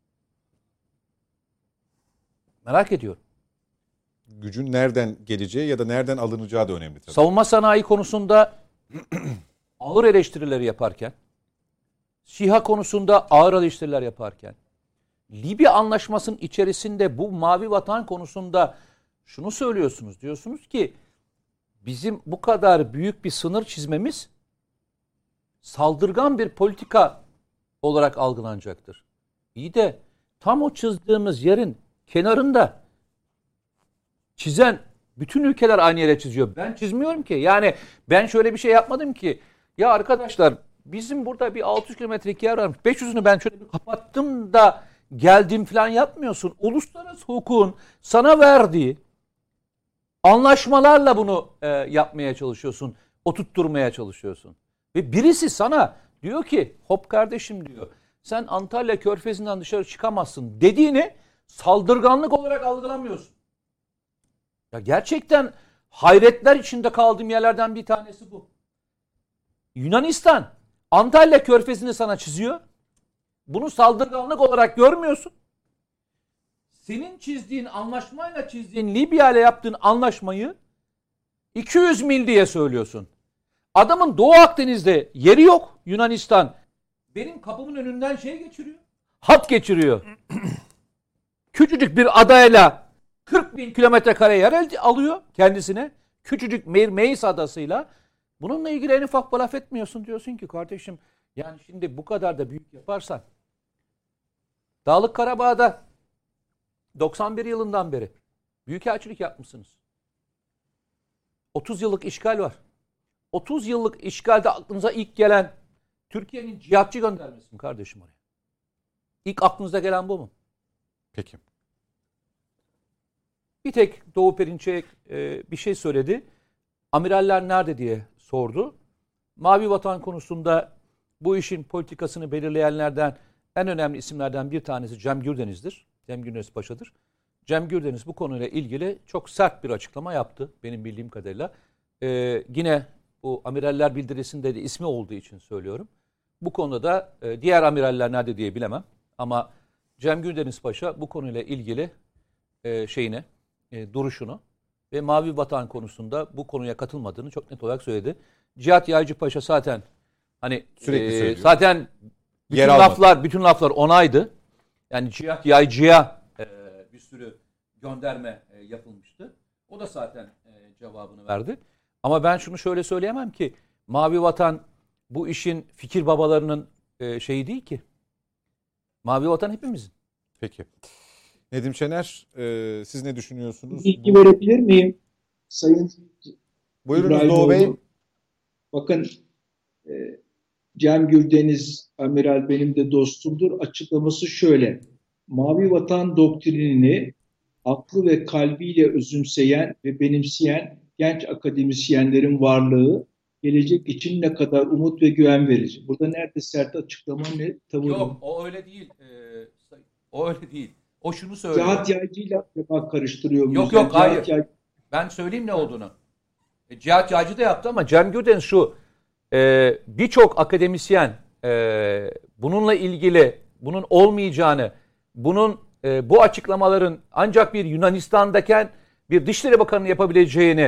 Merak ediyorum.
Gücün nereden geleceği ya da nereden alınacağı da önemli tabii.
Savunma sanayi konusunda ağır eleştirileri yaparken, SİHA konusunda ağır eleştiriler yaparken, Libya anlaşmasının içerisinde bu mavi vatan konusunda şunu söylüyorsunuz. Diyorsunuz ki bizim bu kadar büyük bir sınır çizmemiz saldırgan bir politika olarak algılanacaktır. İyi de tam o çizdiğimiz yerin kenarında çizen bütün ülkeler aynı yere çiziyor. Ben çizmiyorum ki. Yani ben şöyle bir şey yapmadım ki. Ya arkadaşlar bizim burada bir altı yüz kilometrelik yer varmış. beş yüzünü ben şöyle bir kapattım da geldim falan yapmıyorsun. Uluslararası hukukun sana verdiği anlaşmalarla bunu e, yapmaya çalışıyorsun. Oturtturmaya çalışıyorsun. Ve birisi sana diyor ki hop kardeşim diyor. Sen Antalya Körfezi'nden dışarı çıkamazsın dediğini saldırganlık olarak algılamıyorsun. Ya gerçekten hayretler içinde kaldığım yerlerden bir tanesi bu. Yunanistan Antalya Körfezi'ni sana çiziyor. Bunu saldırganlık olarak görmüyorsun. Senin çizdiğin anlaşmayla çizdiğin Libya ile yaptığın anlaşmayı iki yüz mil diye söylüyorsun. Adamın Doğu Akdeniz'de yeri yok Yunanistan. Benim kapımın önünden şey geçiriyor. Hat geçiriyor. Küçücük bir adayla kırk bin kilometre kare yer alıyor kendisine. Küçücük Meis adasıyla. Bununla ilgili en ufak bir laf etmiyorsun. Diyorsun ki kardeşim yani şimdi bu kadar da büyük yaparsan Dağlık Karabağ'da doksan bir yılından beri büyükelçilik yapmışsınız. otuz yıllık işgal var. otuz yıllık işgalde aklınıza ilk gelen Türkiye'nin cihatçı göndermesi mi kardeşim oraya? İlk aklınıza gelen bu mu?
Peki.
Bir tek Doğu Perinçek e, bir şey söyledi. Amiraller nerede diye sordu. Mavi vatan konusunda bu işin politikasını belirleyenlerden en önemli isimlerden bir tanesi Cem Gürdeniz'dir. Cem Gürdeniz Paşa'dır. Cem Gürdeniz bu konuyla ilgili çok sert bir açıklama yaptı benim bildiğim kadarıyla. Ee, yine bu amiraller bildirisinde de ismi olduğu için söylüyorum. Bu konuda da e, diğer amiraller nerede diye bilemem. Ama Cem Gürdeniz Paşa bu konuyla ilgili e, şeyine, e, duruşunu ve Mavi Vatan konusunda bu konuya katılmadığını çok net olarak söyledi. Cihat Yaycı Paşa zaten hani
Sürekli
e,
söylüyor.
zaten bütün
Yer
laflar
almadı.
bütün laflar onaydı. Yani Cihat Yaycı'ya e, bir sürü gönderme e, yapılmıştı. O da zaten e, cevabını verdi. Ama ben şunu şöyle söyleyemem ki Mavi Vatan bu işin fikir babalarının e, şeyi değil ki. Mavi Vatan hepimizin.
Peki. Nedim Şener, e, siz ne düşünüyorsunuz?
Bilgi verebilir miyim? Sayın
Buyurunuz
İbrahimoğlu.
Doğu Bey.
Bakın e, Cem Gürdeniz amiral benim de dostumdur. Açıklaması şöyle. Mavi Vatan doktrinini aklı ve kalbiyle özümseyen ve benimseyen genç akademisyenlerin varlığı gelecek için ne kadar umut ve güven verici. Burada nerede sert açıklama ne tavır mı?
Yok o öyle değil. Ee, o öyle değil. O şunu söylüyor.
Cihat Yaycı'yla bak karıştırıyor muyuz?
Yok, yok,
Cihat
hayır.
Yaycı-
Ben söyleyeyim ne olduğunu. E, Cihat Yaycı da yaptı ama Cem Gürdeniz şu. E, birçok akademisyen e, bununla ilgili bunun olmayacağını, bunun e, bu açıklamaların ancak bir Yunanistan'dayken bir Dışişleri Bakanı'nın yapabileceğini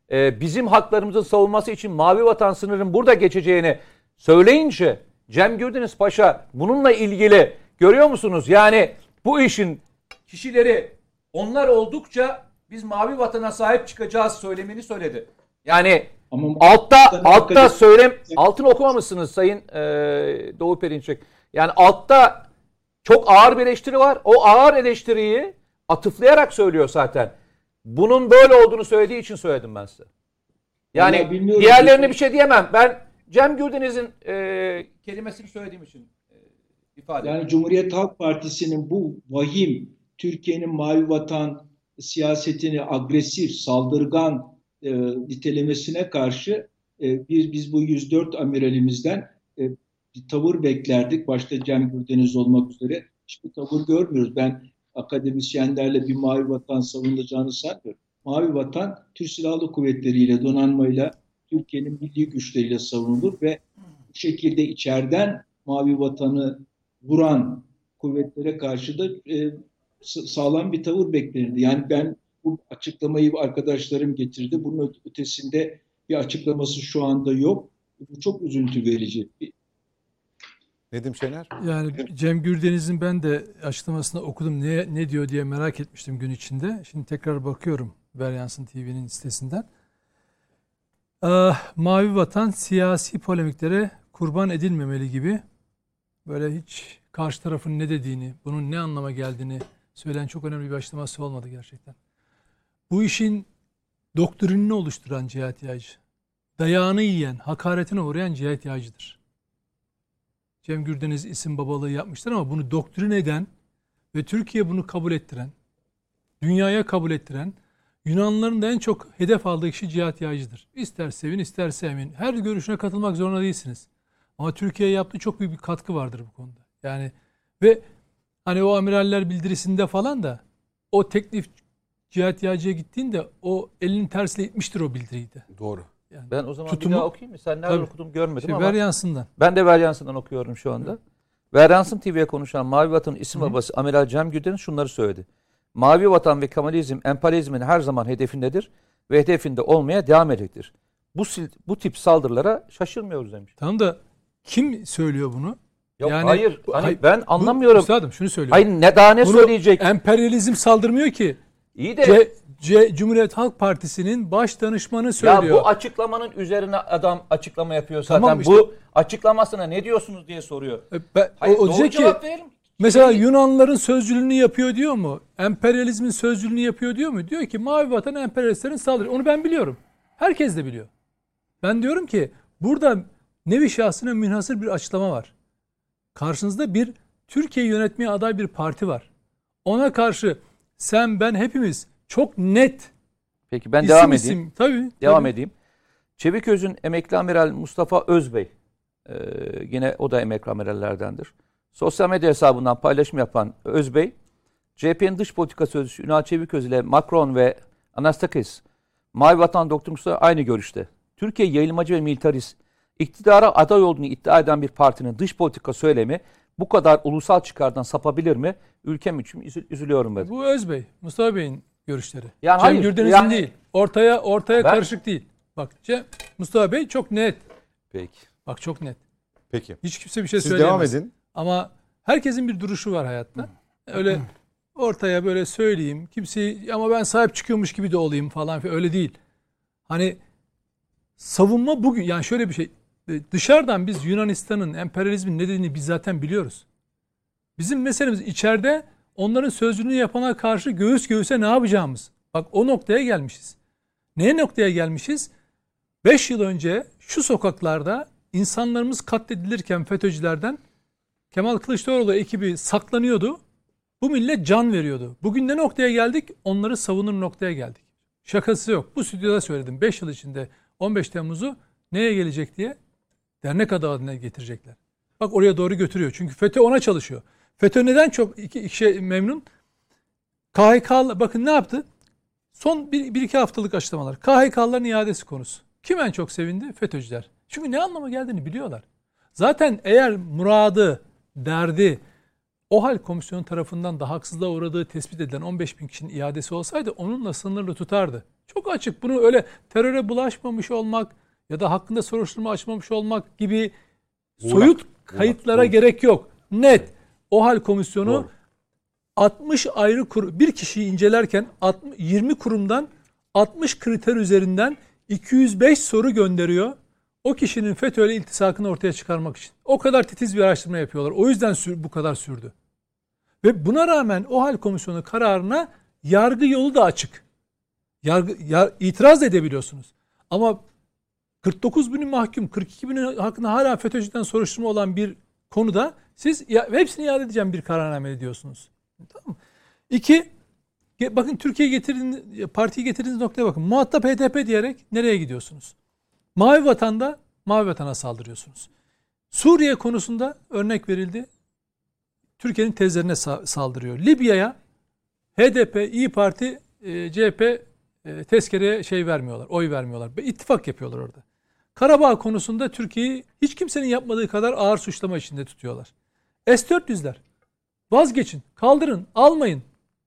e, bizim haklarımızın savunması için Mavi Vatan sınırının burada geçeceğini söyleyince Cem Gürdeniz Paşa bununla ilgili görüyor musunuz? Yani bu işin kişileri onlar oldukça biz Mavi Vatan'a sahip çıkacağız söylemini söyledi. Yani
Ama
altta altta
hakikaten-
söylem altını okumamışsınız Sayın e, Doğu Perinçek. Yani altta çok ağır bir eleştiri var. O ağır eleştiriyi atıflayarak söylüyor zaten. Bunun böyle olduğunu söylediği için söyledim ben size. Yani
Vallahi bilmiyorum.
diğerlerine bir şey diyemem. Ben Cem Gürdeniz'in e, kelimesini söylediğim için e, ifade ediyorum.
Yani Cumhuriyet Halk Partisi'nin bu vahim Türkiye'nin Mavi Vatan siyasetini agresif, saldırgan e, nitelemesine karşı e, biz biz bu yüz dört amiralimizden e, bir tavır beklerdik. Başta Cem Gürdeniz olmak üzere hiçbir tavır görmüyoruz. Ben akademisyenlerle bir Mavi Vatan savunacağını sanmıyorum. Mavi Vatan Türk Silahlı Kuvvetleri ile, donanmayla, Türkiye'nin milli güçleriyle savunulur ve bu şekilde içeriden Mavi Vatan'ı vuran kuvvetlere karşı da e, sağlam bir tavır beklenirdi. Yani ben bu açıklamayı arkadaşlarım getirdi. Bunun ötesinde bir açıklaması şu anda yok. Bu çok üzüntü verici.
Nedim Şener?
Yani Cem Gürdeniz'in ben de açıklamasını okudum. Ne, ne diyor diye merak etmiştim gün içinde. Şimdi tekrar bakıyorum Veryansın T V'nin sitesinden. Ah, Mavi Vatan siyasi polemiklere kurban edilmemeli gibi böyle hiç karşı tarafın ne dediğini, bunun ne anlama geldiğini söyleyen çok önemli bir açıklaması olmadı gerçekten. Bu işin doktrinini oluşturan Cihat Yaycı, dayağını yiyen, hakaretine uğrayan Cihat Yaycı'dır. Cem Gürdeniz isim babalığı yapmıştır ama bunu doktrin eden ve Türkiye bunu kabul ettiren, dünyaya kabul ettiren, Yunanlıların da en çok hedef aldığı kişi Cihat Yaycı'dır. İster sevin ister sevmeyin. Her görüşüne katılmak zorunda değilsiniz. Ama Türkiye'ye yaptığı çok büyük bir katkı vardır bu konuda. Yani ve hani o amiraller bildirisinde falan da o teklif Cihat Yaycı'ya gittiğinde o elinin tersiyle itmiştir o bildiriyi de.
Doğru.
Yani
Ben o zaman
tutumu,
bir daha okuyayım mı? Sen nereden
tabii,
okudum görmedim
şey,
ama.
Veryansın'dan.
Ben de Veryansın'dan okuyorum şu anda. Evet. Veryansın T V'ye konuşan Mavi Vatan'ın isim
Hı-hı.
babası Amiral Cem Gürdeniz şunları söyledi. Mavi Vatan ve Kemalizm emperyalizmin her zaman hedefindedir ve hedefinde olmaya devam edecektir. Bu bu tip saldırılara şaşırmıyoruz demiş.
Tamam da kim söylüyor bunu?
Yok
Yani,
hayır hani
hayır,
ben
bu,
anlamıyorum.
Üstadım şunu söylüyorum.
Hayır ne daha ne
Bunu
söyleyecek?
Emperyalizm saldırmıyor ki.
İyi de
C, C, Cumhuriyet Halk Partisi'nin baş danışmanı söylüyor.
ya bu açıklamanın üzerine adam açıklama yapıyor zaten.
Tamam işte.
Bu açıklamasına ne diyorsunuz diye soruyor.
E, ben,
Hayır,
o, o
doğru
diyecek ki
cevap verelim.
mesela
Şey-
Yunanlıların sözcülüğünü yapıyor diyor mu? Emperyalizmin sözcülüğünü yapıyor diyor mu? Diyor ki Mavi Vatan emperyalistlerin saldırı. Onu ben biliyorum. Herkes de biliyor. Ben diyorum ki burada nevi şahsına münhasır bir açıklama var. Karşınızda bir Türkiye yönetmeye aday bir parti var. Ona karşı sen ben hepimiz çok net
Peki ben
isim
devam
isim,
edeyim.
Tabii,
Devam
tabii.
edeyim. Çeviköz'ün emekli amiral Mustafa Özbey, e, yine o da emekli amirallerdendir. Sosyal medya hesabından paylaşım yapan Özbey, C H P'nin dış politika sözcüsü Ünal Çeviköz ile Macron ve Anastakis, Mavi Vatan doktorumuzla aynı görüşte. Türkiye yayılmacı ve militarist, iktidara aday olduğunu iddia eden bir partinin dış politika söylemi bu kadar ulusal çıkardan sapabilir mi? Ülkem için üzül- üzülüyorum ben.
Bu Özbey, Mustafa Bey'in görüşleri.
Yani
Cem
hayır,
Gürdeniz'in
yani-
değil. Ortaya ortaya
Ben-
karışık değil. Bak Cem, Mustafa Bey çok net.
Peki.
Bak çok net.
Peki.
Hiç kimse bir şey
Siz
söyleyemez.
devam edin.
Ama herkesin bir duruşu var hayatta. Öyle ortaya böyle söyleyeyim. Kimseyi ama ben sahip çıkıyormuş gibi de olayım falan filan. Öyle değil. Hani savunma bugün yani şöyle bir şey. Dışarıdan biz Yunanistan'ın emperyalizmin ne dediğini biz zaten biliyoruz. Bizim meselemiz içeride onların sözcülüğünü yapana karşı göğüs göğüse ne yapacağımız. Bak o noktaya gelmişiz. Neye noktaya gelmişiz? Beş yıl önce şu sokaklarda insanlarımız katledilirken FETÖ'cülerden Kemal Kılıçdaroğlu ekibi saklanıyordu. Bu millet can veriyordu. Bugün ne noktaya geldik? Onları savunur noktaya geldik. Şakası yok. Bu stüdyoda söyledim. beş yıl içinde on beş Temmuz'u neye gelecek diye dernek adı adına getirecekler. Bak oraya doğru götürüyor. Çünkü FETÖ ona çalışıyor. FETÖ neden çok iki, iki şey memnun? K H K bakın ne yaptı? Son bir, bir iki haftalık açıklamalar. K H K'ların iadesi konusu. Kim en çok sevindi? FETÖ'cüler. Çünkü ne anlama geldiğini biliyorlar. Zaten eğer muradı, derdi OHAL komisyonu tarafından da haksızlığa uğradığı tespit edilen on beş bin kişinin iadesi olsaydı onunla sınırlı tutardı. Çok açık. Bunu öyle teröre bulaşmamış olmak ya da hakkında soruşturma açmamış olmak gibi soyut muğlak, kayıtlara muğlak, gerek yok. Net. OHAL komisyonu doğru. altmış ayrı kurum, bir kişiyi incelerken yirmi kurumdan altmış kriter üzerinden iki yüz beş soru gönderiyor. O kişinin FETÖ'yle iltisakını ortaya çıkarmak için. O kadar titiz bir araştırma yapıyorlar. O yüzden sür, bu kadar sürdü. Ve buna rağmen OHAL komisyonu kararına yargı yolu da açık. Yargı, yar, itiraz da edebiliyorsunuz. Ama kırk dokuz binin mahkum, kırk iki binin hakkında hala FETÖ'cüden soruşturma olan bir konuda siz ya, hepsini iade edeceğim bir kararname ediyorsunuz. Tamam mı? İki, bakın Türkiye getirdiğiniz, partiyi getirdiğiniz noktaya bakın. Muhatap H D P diyerek nereye gidiyorsunuz? Mavi Vatan'da Mavi Vatan'a saldırıyorsunuz. Suriye konusunda örnek verildi. Türkiye'nin tezlerine sa- saldırıyor. Libya'ya H D P, İYİ Parti, e, C H P e, tezkereye şey vermiyorlar, oy vermiyorlar. İttifak yapıyorlar orada. Karabağ konusunda Türkiye'yi hiç kimsenin yapmadığı kadar ağır suçlama içinde tutuyorlar. S dört yüzler vazgeçin, kaldırın, almayın.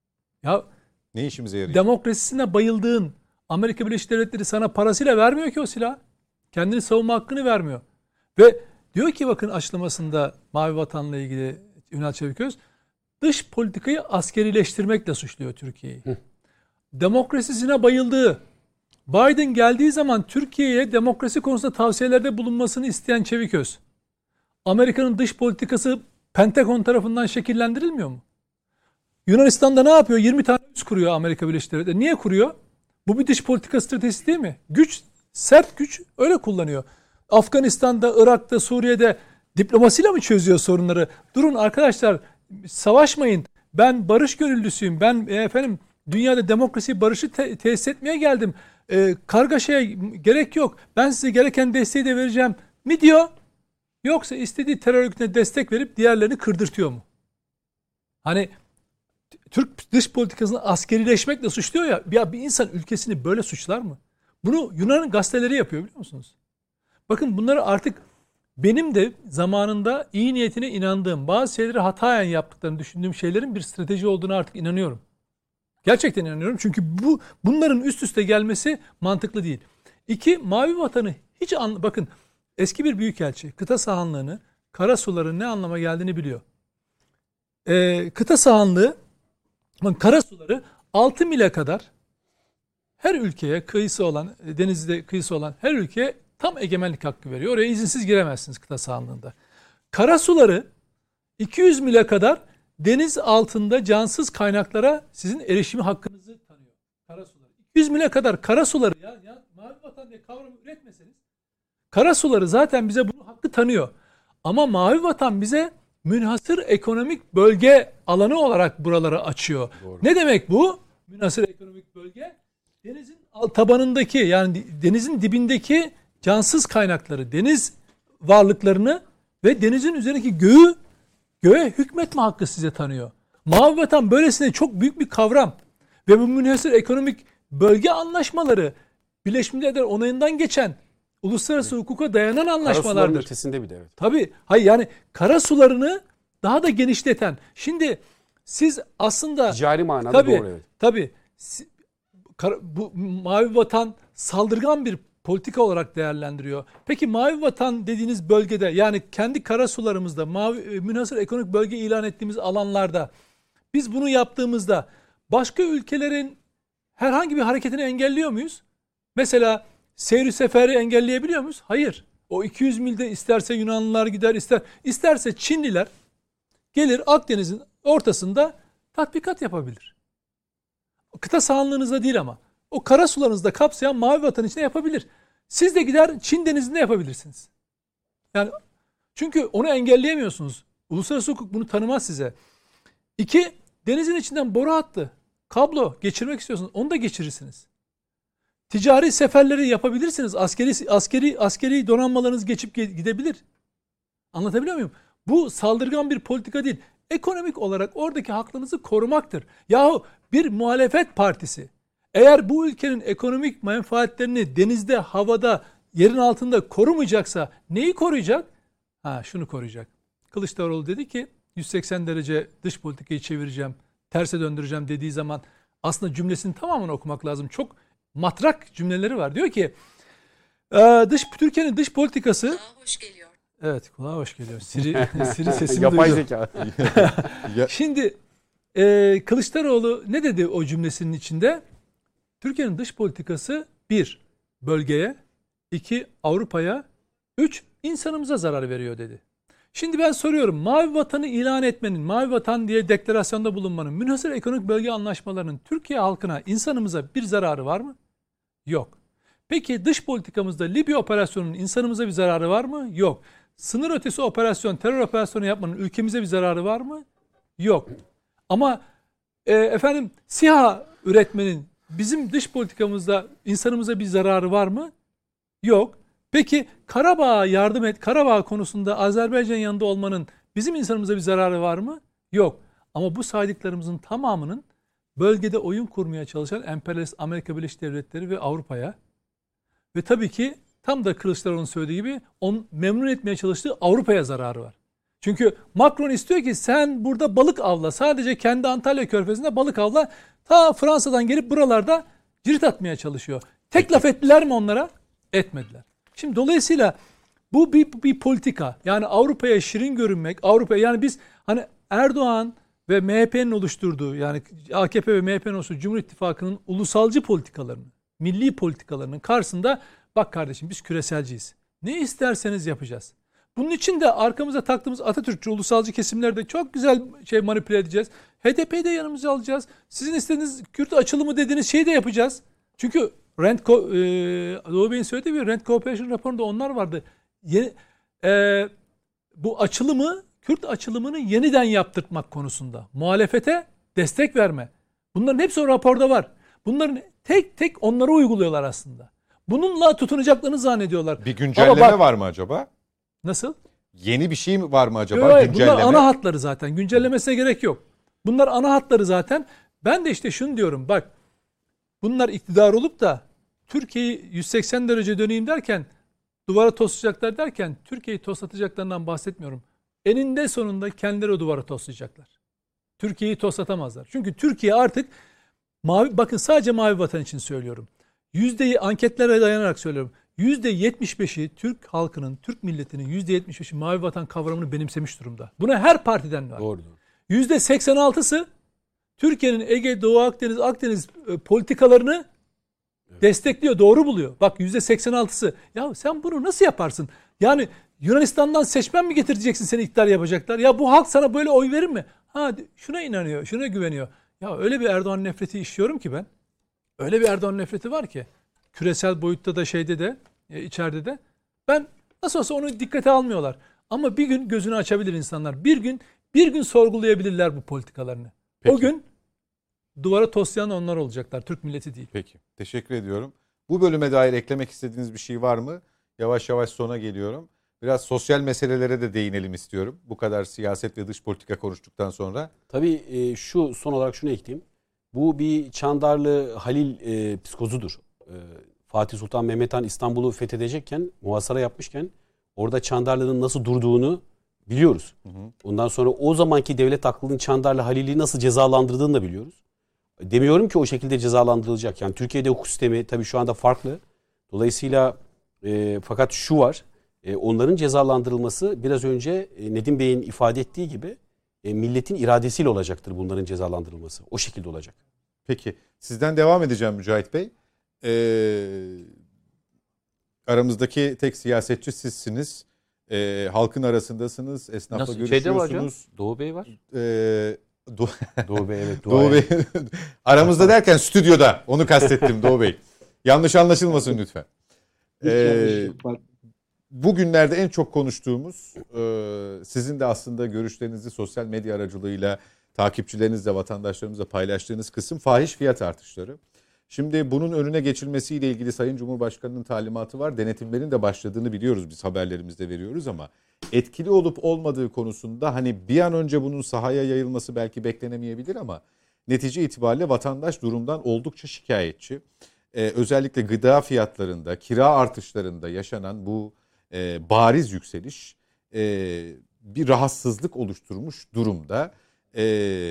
Ya
ne işimize yarıyor?
Demokrasisine bayıldığın Amerika Birleşik Devletleri sana parasıyla vermiyor ki o silahı. Kendini savunma hakkını vermiyor. Ve diyor ki bakın açıklamasında Mavi Vatan'la ilgili Ünal Çeviköz, dış politikayı askerileştirmekle suçluyor Türkiye'yi. Demokrasisine bayıldığı, Biden geldiği zaman Türkiye'ye demokrasi konusunda tavsiyelerde bulunmasını isteyen Çeviköz, Amerika'nın dış politikası Pentagon tarafından şekillendirilmiyor mu? Yunanistan'da ne yapıyor? yirmi tane üs kuruyor Amerika Birleşik Devletleri. Niye kuruyor? Bu bir dış politika stratejisi değil mi? Güç, sert güç öyle kullanıyor. Afganistan'da, Irak'ta, Suriye'de diplomasiyle mi çözüyor sorunları? Durun arkadaşlar, savaşmayın. Ben barış gönüllüsüyüm. Ben e, efendim dünyada demokrasi, barışı te- tesis etmeye geldim. E, kargaşaya gerek yok. Ben size gereken desteği de vereceğim mi diyor? Yoksa istediği terör örgütüne destek verip diğerlerini kırdırtıyor mu? Hani Türk dış politikasını askerileşmekle suçluyor ya. Ya bir insan ülkesini böyle suçlar mı? Bunu Yunan gazeteleri yapıyor biliyor musunuz? Bakın bunları artık benim de zamanında iyi niyetine inandığım, bazı şeyleri hatayen yaptıklarını düşündüğüm şeylerin bir strateji olduğunu artık inanıyorum. Gerçekten inanıyorum. Çünkü bu bunların üst üste gelmesi mantıklı değil. İki, Mavi Vatan'ı hiç an, bakın eski bir büyükelçi kıta sahanlığını, kara suların ne anlama geldiğini biliyor. Ee, kıta sahanlığı, bakın kara suları altı mile kadar her ülkeye kıyısı olan, denizde kıyısı olan her ülkeye tam egemenlik hakkı veriyor. Oraya izinsiz giremezsiniz kıta sahanlığında. Kara suları iki yüz mile kadar deniz altında cansız kaynaklara sizin erişimi hakkınızı tanıyor. Kara suları. iki yüz mile kadar kara suları ya, ya Mavi Vatan diye kavramı üretmeseniz kara suları zaten bize bunu hakkı tanıyor. Ama Mavi Vatan bize münhasır ekonomik bölge alanı olarak buraları açıyor. Doğru. Ne demek bu? Münhasır ekonomik bölge denizin tabanındaki yani denizin dibindeki cansız kaynakları, deniz varlıklarını ve denizin üzerindeki göğü göğe hükmetme hakkı size tanıyor. Mavi Vatan böylesine çok büyük bir kavram ve bu münhasır ekonomik bölge anlaşmaları Birleşmiş Milletler onayından geçen uluslararası evet. hukuka dayanan anlaşmalardır. Karasuların
ötesinde bir de evet.
Tabii. Hayır yani kara sularını daha da genişleten. Şimdi siz aslında
ticari manada
tabii,
doğru evet.
Tabii. Bu Mavi Vatan saldırgan bir politika olarak değerlendiriyor. Peki Mavi Vatan dediğiniz bölgede yani kendi karasularımızda mavi münhasır ekonomik bölge ilan ettiğimiz alanlarda biz bunu yaptığımızda başka ülkelerin herhangi bir hareketini engelliyor muyuz? Mesela seyri seferi engelleyebiliyor muyuz? Hayır. O iki yüz milde isterse Yunanlılar gider, ister isterse Çinliler gelir Akdeniz'in ortasında tatbikat yapabilir. Kıta sahanlığınızda değil ama o kara sularınızda kapsayan Mavi Vatan içinde yapabilir. Siz de gider Çin denizinde yapabilirsiniz. Yani çünkü onu engelleyemiyorsunuz. Uluslararası hukuk bunu tanımaz size. İki, denizin içinden boru hattı, kablo geçirmek istiyorsunuz. Onu da geçirirsiniz. Ticari seferleri yapabilirsiniz. Askeri askeri askeri donanmalarınız geçip gidebilir. Anlatabiliyor muyum? Bu saldırgan bir politika değil. Ekonomik olarak oradaki hakkınızı korumaktır. Yahu bir muhalefet partisi eğer bu ülkenin ekonomik menfaatlerini denizde, havada, yerin altında korumayacaksa neyi koruyacak? Ha şunu koruyacak. Kılıçdaroğlu dedi ki yüz seksen derece dış politikayı çevireceğim, terse döndüreceğim dediği zaman aslında cümlesinin tamamını okumak lazım. Çok matrak cümleleri var. Diyor ki dış Türkiye'nin dış politikası...
Kulağa hoş geliyor.
Evet, kulağa hoş geliyor. Siri, Siri sesimi
Yapay
duydu.
zeka.
Şimdi e, Kılıçdaroğlu ne dedi o cümlesinin içinde? Türkiye'nin dış politikası bir, bölgeye, iki, Avrupa'ya, üç, insanımıza zarar veriyor dedi. Şimdi ben soruyorum, Mavi Vatan'ı ilan etmenin, Mavi Vatan diye deklarasyonda bulunmanın, münhasır ekonomik bölge anlaşmalarının Türkiye halkına, insanımıza bir zararı var mı? Yok. Peki dış politikamızda Libya operasyonunun insanımıza bir zararı var mı? Yok. Sınır ötesi operasyon, terör operasyonu yapmanın ülkemize bir zararı var mı? Yok. Ama e, efendim SİHA üretmenin bizim dış politikamızda insanımıza bir zararı var mı? Yok. Peki Karabağ'a yardım et, Karabağ konusunda Azerbaycan yanında olmanın bizim insanımıza bir zararı var mı? Yok. Ama bu saydıklarımızın tamamının bölgede oyun kurmaya çalışan emperyalist Amerika Birleşik Devletleri ve Avrupa'ya ve tabii ki tam da Kılıçdaroğlu'nun söylediği gibi onu memnun etmeye çalıştığı Avrupa'ya zararı var. Çünkü Macron istiyor ki sen burada balık avla. Sadece kendi Antalya Körfezi'nde balık avla. Ta Fransa'dan gelip buralarda cirit atmaya çalışıyor. Tek laf ettiler mi onlara? Etmediler. Şimdi dolayısıyla bu bir, bir politika. Yani Avrupa'ya şirin görünmek, Avrupa yani biz hani Erdoğan ve M H P'nin oluşturduğu yani A K P ve M H P'nin oluşturduğu Cumhur İttifakı'nın ulusalcı politikalarının, milli politikalarının karşısında bak kardeşim biz küreselciyiz. Ne isterseniz yapacağız. Bunun için de arkamıza taktığımız Atatürkçü, ulusalcı kesimlerde çok güzel şey manipüle edeceğiz. H D P'yi de yanımıza alacağız. Sizin istediğiniz Kürt açılımı dediğiniz şeyi de yapacağız. Çünkü Rent Co- e, Doğu Bey'in söylediği bir Rent Cooperation raporunda onlar vardı. Yeni, e, bu açılımı, Kürt açılımını yeniden yaptırtmak konusunda. Muhalefete destek verme. Bunların hepsi o raporda var. Bunların tek tek onları uyguluyorlar aslında. Bununla tutunacaklarını zannediyorlar.
Bir güncelleme
bak,
var mı acaba?
Nasıl?
Yeni bir şey mi var mı acaba?
Yok,
güncelleme.
bunlar ana hatları zaten. Güncellemesine gerek yok. Bunlar ana hatları zaten. Ben de işte şunu diyorum. Bak bunlar iktidar olup da Türkiye'yi yüz seksen derece döneyim derken duvara toslayacaklar derken Türkiye'yi toslatacaklarından bahsetmiyorum. Eninde sonunda kendileri o duvara toslayacaklar. Türkiye'yi toslatamazlar. Çünkü Türkiye artık mavi, bakın sadece Mavi Vatan için söylüyorum. Yüzdeyi anketlere dayanarak söylüyorum. yüzde yetmiş beşi Türk halkının, Türk milletinin yüzde yetmiş beşi Mavi Vatan kavramını benimsemiş durumda. Buna her partiden var.
Doğru.
yüzde seksen altısı Türkiye'nin Ege, Doğu Akdeniz, Akdeniz e, politikalarını evet. destekliyor, doğru buluyor. Bak yüzde seksen altısı. Ya sen bunu nasıl yaparsın? Yani Yunanistan'dan seçmen mi getireceksin seni iktidar yapacaklar? Ya bu halk sana böyle oy verir mi? Ha şuna inanıyor, şuna güveniyor. Ya öyle bir Erdoğan nefreti işliyorum ki ben. Öyle bir Erdoğan nefreti var ki. Küresel boyutta da şeyde de, e, içeride de. Ben nasıl olsa onu dikkate almıyorlar. Ama bir gün gözünü açabilir insanlar. Bir gün bir gün sorgulayabilirler bu politikalarını.
Peki.
O gün duvara toslayan onlar olacaklar. Türk milleti değil.
Peki. Teşekkür ediyorum. Bu bölüme dair eklemek istediğiniz bir şey var mı? Yavaş yavaş sona geliyorum. Biraz sosyal meselelere de değinelim istiyorum. Bu kadar siyaset ve dış politika konuştuktan sonra.
Tabii e, şu son olarak şunu ekleyeyim. Bu bir Çandarlı Halil e, psikozudur. E, Fatih Sultan Mehmet Han İstanbul'u fethedecekken, muhasara yapmışken orada Çandarlı'nın nasıl durduğunu biliyoruz. Hı hı. Ondan sonra o zamanki devlet aklının Çandarlı Halil'i nasıl cezalandırdığını da biliyoruz. Demiyorum ki o şekilde cezalandırılacak. Yani Türkiye'de hukuk sistemi tabii şu anda farklı. Dolayısıyla e, fakat şu var. E, onların cezalandırılması biraz önce e, Nedim Bey'in ifade ettiği gibi e, milletin iradesiyle olacaktır bunların cezalandırılması. O şekilde olacak.
Peki. Sizden devam edeceğim Mücahit Bey. Ee, aramızdaki tek siyasetçi sizsiniz. Ee, halkın arasındasınız. Esnafla
Nasıl?
görüşüyorsunuz.
Şeyde var hocam. Doğu Bey var.
Ee, Do
Doğu Bey evet.
Doğu Bey. Aramızda derken stüdyoda. Onu kastettim Doğu Bey. Yanlış anlaşılmasın lütfen. Ee, bugünlerde en çok konuştuğumuz e, sizin de aslında görüşlerinizi sosyal medya aracılığıyla takipçilerinizle, vatandaşlarımızla paylaştığınız kısım fahiş fiyat artışları. Şimdi bunun önüne geçilmesiyle ilgili Sayın Cumhurbaşkanı'nın talimatı var. Denetimlerin de başladığını biliyoruz, biz haberlerimizde veriyoruz ama etkili olup olmadığı konusunda hani bir an önce bunun sahaya yayılması belki beklenemeyebilir ama netice itibariyle vatandaş durumdan oldukça şikayetçi. Ee, özellikle gıda fiyatlarında, kira artışlarında yaşanan bu e, bariz yükseliş e, bir rahatsızlık oluşturmuş durumda. E,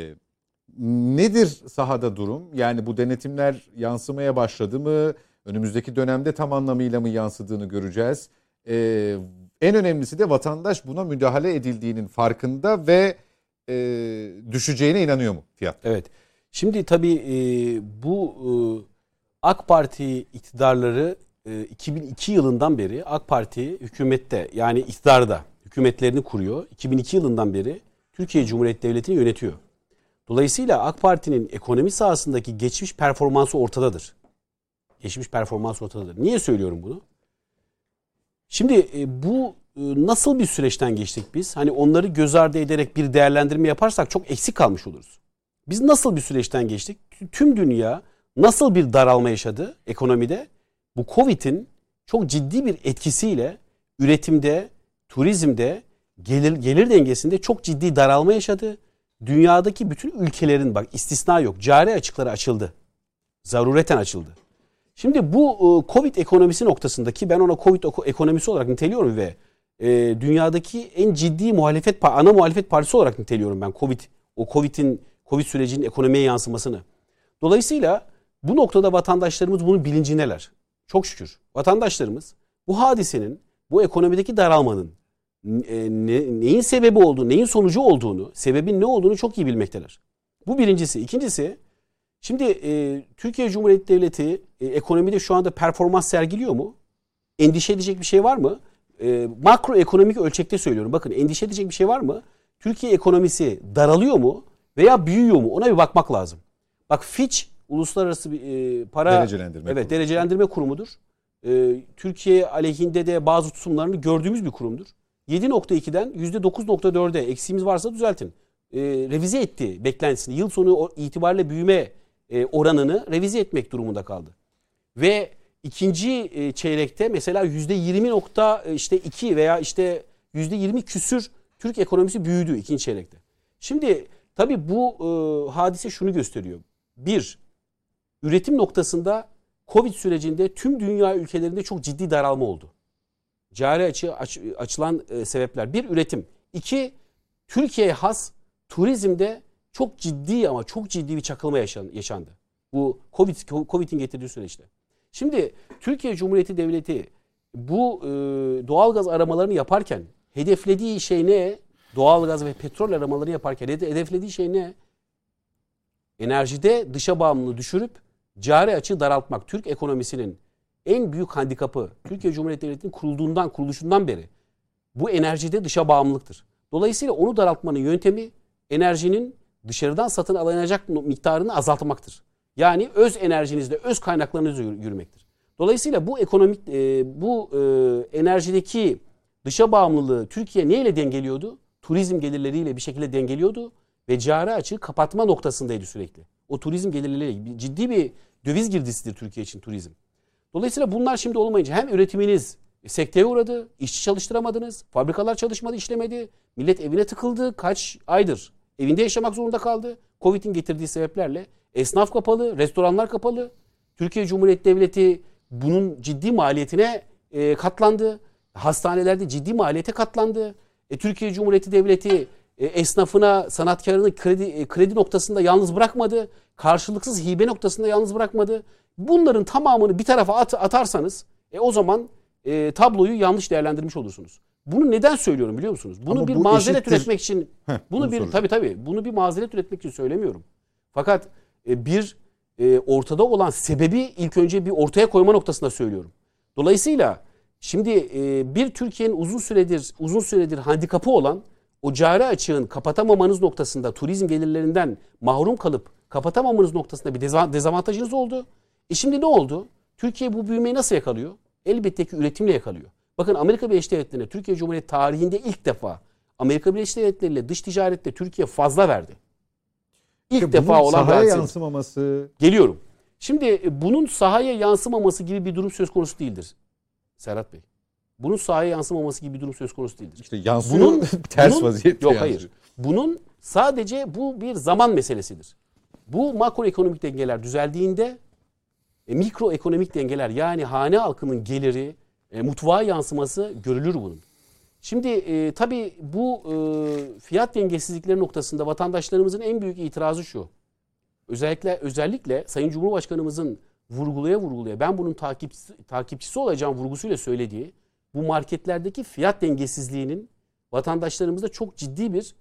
nedir sahada durum? Yani bu denetimler yansımaya başladı mı? Önümüzdeki dönemde tam anlamıyla mı yansıdığını göreceğiz. E, en önemlisi de vatandaş buna müdahale edildiğinin farkında ve e, düşeceğine inanıyor mu fiyat?
Evet. Şimdi tabii e, bu e, AK Parti iktidarları e, iki bin iki yılından beri AK Parti hükümette, yani iktidarda hükümetlerini kuruyor. iki bin iki yılından beri Türkiye Cumhuriyeti Devleti'ni yönetiyor. Dolayısıyla AK Parti'nin ekonomi sahasındaki geçmiş performansı ortadadır. Geçmiş performans ortadadır. Niye söylüyorum bunu? Şimdi e, bu e, nasıl bir süreçten geçtik biz? Hani onları göz ardı ederek bir değerlendirme yaparsak çok eksik kalmış oluruz. Biz nasıl bir süreçten geçtik? Tüm dünya nasıl bir daralma yaşadı ekonomide? Bu Covid'in çok ciddi bir etkisiyle üretimde, turizmde, gelir, gelir dengesinde çok ciddi daralma yaşadı. Dünyadaki bütün ülkelerin, bak istisna yok, cari açıkları açıldı. Zarureten açıldı. Şimdi bu Covid ekonomisi noktasındaki, ben ona Covid ekonomisi olarak niteliyorum ve e, dünyadaki en ciddi muhalefet, ana muhalefet partisi olarak niteliyorum ben Covid, o Covid'in Covid sürecinin ekonomiye yansımasını. Dolayısıyla bu noktada vatandaşlarımız bunun bilincindeler. Çok şükür. Vatandaşlarımız bu hadisenin, bu ekonomideki daralmanın e, ne, neyin sebebi olduğunu, neyin sonucu olduğunu, sebebin ne olduğunu çok iyi bilmekteler. Bu birincisi. İkincisi, şimdi e, Türkiye Cumhuriyeti Devleti e, ekonomide şu anda performans sergiliyor mu? Endişe edecek bir şey var mı? E, makro ekonomik ölçekte söylüyorum. Bakın, endişe edecek bir şey var mı? Türkiye ekonomisi daralıyor mu veya büyüyor mu? Ona bir bakmak lazım. Bak, Fitch Uluslararası bir e, para
derecelendirme,
evet,
kurumu.
derecelendirme kurumudur. E, Türkiye aleyhinde de bazı tutumlarını gördüğümüz bir kurumdur. yedi nokta ikiden yüzde dokuz nokta dörde eksiğimiz varsa düzeltin. E, revize etti beklentisini. Yıl sonu itibariyle büyüme e, oranını revize etmek durumunda kaldı. Ve ikinci e, çeyrekte mesela yüzde yirmi nokta iki veya işte yüzde yirmi küsür Türk ekonomisi büyüdü ikinci çeyrekte. Şimdi tabii bu e, hadise şunu gösteriyor. Bir, üretim noktasında Covid sürecinde tüm dünya ülkelerinde çok ciddi daralma oldu. Cari açı aç, açılan e, sebepler. Bir, üretim. İki, Türkiye'ye has turizmde çok ciddi ama çok ciddi bir çakılma yaşan, yaşandı. Bu Covid, Covid'in getirdiği süreçte. Şimdi Türkiye Cumhuriyeti Devleti bu e, doğalgaz aramalarını yaparken hedeflediği şey ne? Doğalgaz ve petrol aramaları yaparken hedeflediği şey ne? Enerjide dışa bağımlılığı düşürüp cari açığı daraltmak. Türk ekonomisinin en büyük handikapı, Türkiye Cumhuriyeti Devleti'nin kurulduğundan, kuruluşundan beri bu enerjide dışa bağımlılıktır. Dolayısıyla onu daraltmanın yöntemi enerjinin dışarıdan satın alınacak miktarını azaltmaktır. Yani öz enerjinizle, öz kaynaklarınızla yürümektir. Dolayısıyla bu ekonomik, e, bu e, enerjideki dışa bağımlılığı Türkiye neyle dengeliyordu? Turizm gelirleriyle bir şekilde dengeliyordu ve cari açığı kapatma noktasındaydı sürekli. O turizm gelirleriyle ciddi bir döviz girdisidir Türkiye için turizm. Dolayısıyla bunlar şimdi olmayınca hem üretiminiz sekteye uğradı, işçi çalıştıramadınız, fabrikalar çalışmadı, işlemedi, millet evine tıkıldı, kaç aydır evinde yaşamak zorunda kaldı. Covid'in getirdiği sebeplerle esnaf kapalı, restoranlar kapalı. Türkiye Cumhuriyeti Devleti bunun ciddi maliyetine e, katlandı. Hastanelerde ciddi maliyete katlandı. E, Türkiye Cumhuriyeti Devleti e, esnafına, sanatkarını kredi, e, kredi noktasında yalnız bırakmadı. Karşılıksız hibe noktasında yalnız bırakmadı. Bunların tamamını bir tarafa at, atarsanız e, o zaman e, tabloyu yanlış değerlendirmiş olursunuz. Bunu neden söylüyorum biliyor musunuz? Bunu Ama bir bu mazeret eşittir. üretmek için Heh, bunu, bunu bir tabii tabii bunu bir mazeret üretmek için söylemiyorum. Fakat e, bir e, ortada olan sebebi ilk önce bir ortaya koyma noktasında söylüyorum. Dolayısıyla şimdi e, bir Türkiye'nin uzun süredir uzun süredir handikapı olan o cari açığın kapatamamanız noktasında, turizm gelirlerinden mahrum kalıp kapatamamanız noktasında bir dezavantajınız oldu. E şimdi ne oldu? Türkiye bu büyümeyi nasıl yakalıyor? Elbette ki üretimle yakalıyor. Bakın, Amerika Birleşik Devletleri'ne Türkiye Cumhuriyeti tarihinde ilk defa Amerika Birleşik Devletleri ile dış ticarette Türkiye fazla verdi. İlk
işte
defa olan
sahaya yansımaması.
Geliyorum. Şimdi bunun sahaya yansımaması gibi bir durum söz konusu değildir Serhat Bey. Bunun sahaya yansımaması gibi bir durum söz konusu değildir.
İşte yansıyor, bunun ters
bunun,
vaziyette
Yok
yansıyor.
hayır. Bunun sadece bu bir zaman meselesidir. Bu makroekonomik dengeler düzeldiğinde e, mikroekonomik dengeler, yani hane halkının geliri, e, mutfağa yansıması görülür bunun. Şimdi e, tabii bu e, fiyat dengesizlikleri noktasında vatandaşlarımızın en büyük itirazı şu. Özellikle özellikle Sayın Cumhurbaşkanımızın vurgulaya vurgulaya ben bunun takipçisi, takipçisi olacağım vurgusuyla söylediği bu marketlerdeki fiyat dengesizliğinin vatandaşlarımızda çok ciddi bir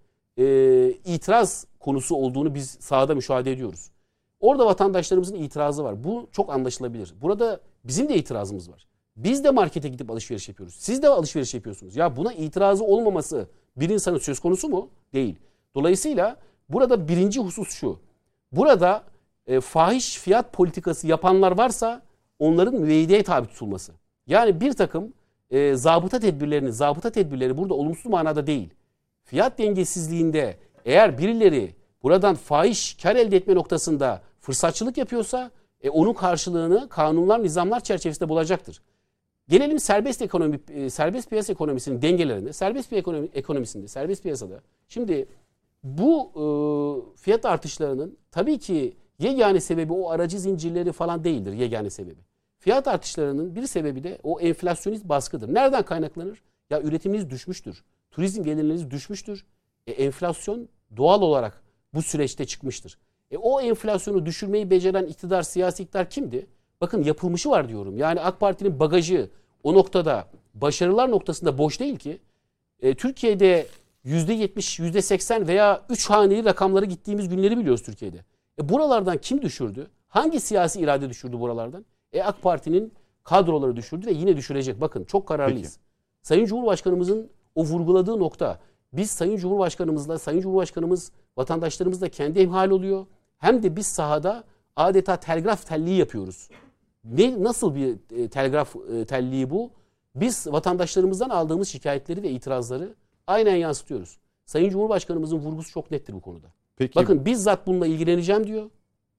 e, itiraz konusu olduğunu biz sahada müşahede ediyoruz. Orada vatandaşlarımızın itirazı var. Bu çok anlaşılabilir. Burada bizim de itirazımız var. Biz de markete gidip alışveriş yapıyoruz. Siz de alışveriş yapıyorsunuz. Ya buna itirazı olmaması bir insanın söz konusu mu? Değil. Dolayısıyla burada birinci husus şu. Burada e, fahiş fiyat politikası yapanlar varsa onların müeyyideye tabi tutulması. Yani bir takım e, zabıta tedbirlerini, zabıta tedbirleri burada olumsuz manada değil. Fiyat dengesizliğinde eğer birileri buradan fahiş kar elde etme noktasında fırsatçılık yapıyorsa e, onun karşılığını kanunlar, nizamlar çerçevesinde bulacaktır. Gelelim serbest ekonomi, e, serbest piyasa ekonomisinin dengelerinde, serbest piyasa ekonomi, ekonomisinde, serbest piyasada. Şimdi bu e, fiyat artışlarının tabii ki yegane sebebi o aracı zincirleri falan değildir yegane sebebi. Fiyat artışlarının bir sebebi de o enflasyonist baskıdır. Nereden kaynaklanır? Ya üretiminiz düşmüştür. Turizm gelirleriniz düşmüştür. E, enflasyon doğal olarak bu süreçte çıkmıştır. E, o enflasyonu düşürmeyi beceren iktidar, siyasi iktidar kimdi? Bakın yapılmışı var diyorum. Yani AK Parti'nin bagajı o noktada başarılar noktasında boş değil ki. E, Türkiye'de yüzde yetmiş, yüzde seksen veya üç haneli rakamları gittiğimiz günleri biliyoruz Türkiye'de. E, buralardan kim düşürdü? Hangi siyasi irade düşürdü buralardan? E, AK Parti'nin kadroları düşürdü ve yine düşürecek. Bakın çok kararlıyız. Peki. Sayın Cumhurbaşkanımızın o vurguladığı nokta, biz Sayın Cumhurbaşkanımızla, Sayın Cumhurbaşkanımız vatandaşlarımızla kendi hemhal oluyor. Hem de biz sahada adeta telgraf telliği yapıyoruz. Ne, nasıl bir e, telgraf e, telliği bu? Biz vatandaşlarımızdan aldığımız şikayetleri ve itirazları aynen yansıtıyoruz. Sayın Cumhurbaşkanımızın vurgusu çok nettir bu konuda. Peki. Bakın bizzat bununla ilgileneceğim diyor.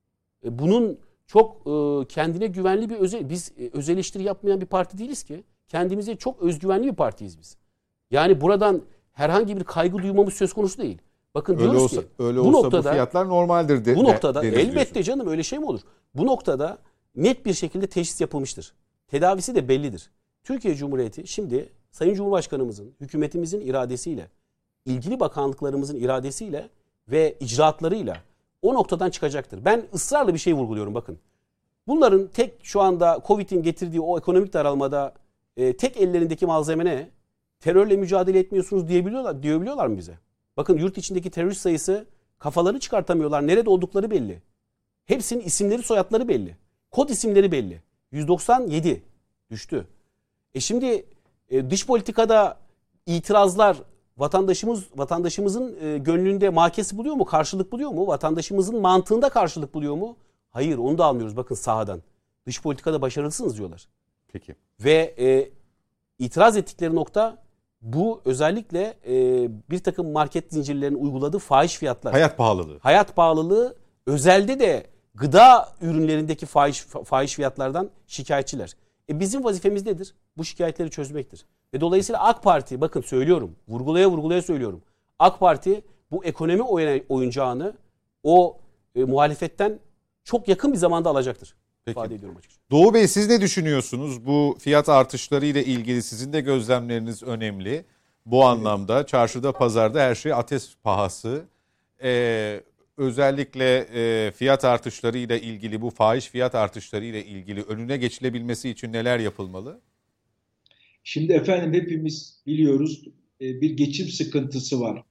E, bunun çok e, kendine güvenli bir özel, biz e, öz eleştiri yapmayan bir parti değiliz ki. Kendimize çok özgüvenli bir partiyiz biz. Yani buradan herhangi bir kaygı duymamız söz konusu değil. Bakın
öyle
diyoruz
olsa,
ki
öyle
bu
olsa
noktada
bu fiyatlar normaldir de,
bu noktada elbette
diyorsun.
Canım öyle şey mi olur? Bu noktada net bir şekilde teşhis yapılmıştır. Tedavisi de bellidir. Türkiye Cumhuriyeti şimdi Sayın Cumhurbaşkanımızın, hükümetimizin iradesiyle, ilgili bakanlıklarımızın iradesiyle ve icraatlarıyla o noktadan çıkacaktır. Ben ısrarla bir şey vurguluyorum bakın. Bunların tek şu anda Covid'in getirdiği o ekonomik daralmada e, tek ellerindeki malzeme ne? Terörle mücadele etmiyorsunuz diyebiliyorlar, diyebiliyorlar mı bize? Bakın yurt içindeki terörist sayısı kafalarını çıkartamıyorlar. Nerede oldukları belli. Hepsinin isimleri, soyadları belli. Kod isimleri belli. yüz doksan yedi düştü. E şimdi e, dış politikada itirazlar vatandaşımız vatandaşımızın e, gönlünde makesi buluyor mu? Karşılık buluyor mu? Vatandaşımızın mantığında karşılık buluyor mu? Hayır, onu da almıyoruz bakın sahadan. Dış politikada başarılısınız diyorlar.
Peki.
Ve e, itiraz ettikleri nokta bu özellikle e, bir takım market zincirlerinin uyguladığı fahiş fiyatlar.
Hayat pahalılığı.
Hayat pahalılığı özelde de gıda ürünlerindeki fahiş, fahiş fiyatlardan şikayetçiler. E bizim vazifemiz nedir? Bu şikayetleri çözmektir. Ve dolayısıyla AK Parti bakın söylüyorum vurgulaya vurgulaya söylüyorum. AK Parti bu ekonomi oyuncağını o e, muhalefetten çok yakın bir zamanda alacaktır.
Peki.
İfade ediyorum açıkçası.
Doğu Bey siz ne düşünüyorsunuz? Bu fiyat artışları ile ilgili sizin de gözlemleriniz önemli. Bu anlamda çarşıda pazarda her şey ateş pahası. Ee, özellikle e, fiyat artışları ile ilgili bu fahiş fiyat artışları ile ilgili önüne geçilebilmesi için neler yapılmalı?
Şimdi efendim hepimiz biliyoruz bir geçim sıkıntısı var.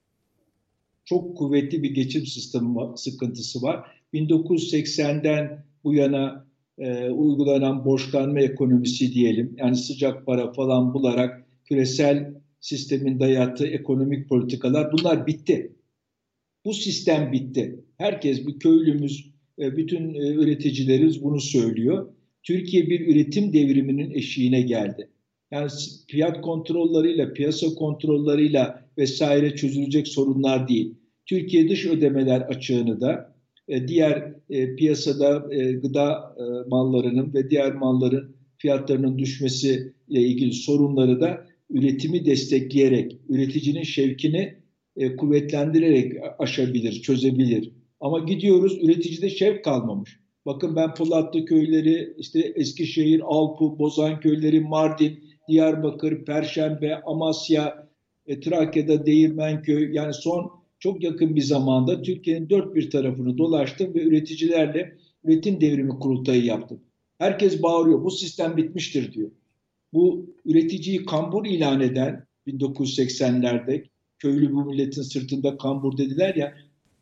Çok kuvvetli bir geçim sistemi sıkıntısı var. bin dokuz yüz seksenden bu yana e, uygulanan borçlanma ekonomisi diyelim. Yani sıcak para falan bularak küresel sistemin dayattığı ekonomik politikalar bunlar bitti. Bu sistem bitti. Herkes, bir köylümüz, e, bütün e, üreticilerimiz bunu söylüyor. Türkiye bir üretim devriminin eşiğine geldi. Yani fiyat kontrolleriyle, piyasa kontrolleriyle vesaire çözülecek sorunlar değil. Türkiye dış ödemeler açığını da e, diğer e, piyasada e, gıda e, mallarının ve diğer malların fiyatlarının düşmesiyle ilgili sorunları da üretimi destekleyerek, üreticinin şevkini e, kuvvetlendirerek aşabilir, çözebilir. Ama gidiyoruz, üreticide şevk kalmamış. Bakın ben Polatlı köyleri, işte Eskişehir, Alpu, Bozan köyleri, Mardin, Diyarbakır, Perşembe, Amasya, e, Trakya'da Değirmenköy, yani son çok yakın bir zamanda Türkiye'nin dört bir tarafını dolaştım ve üreticilerle üretim devrimi kurultayı yaptım. Herkes bağırıyor, bu sistem bitmiştir diyor. Bu üreticiyi kambur ilan eden bin dokuz yüz seksenlerde köylü bu milletin sırtında kambur dediler ya,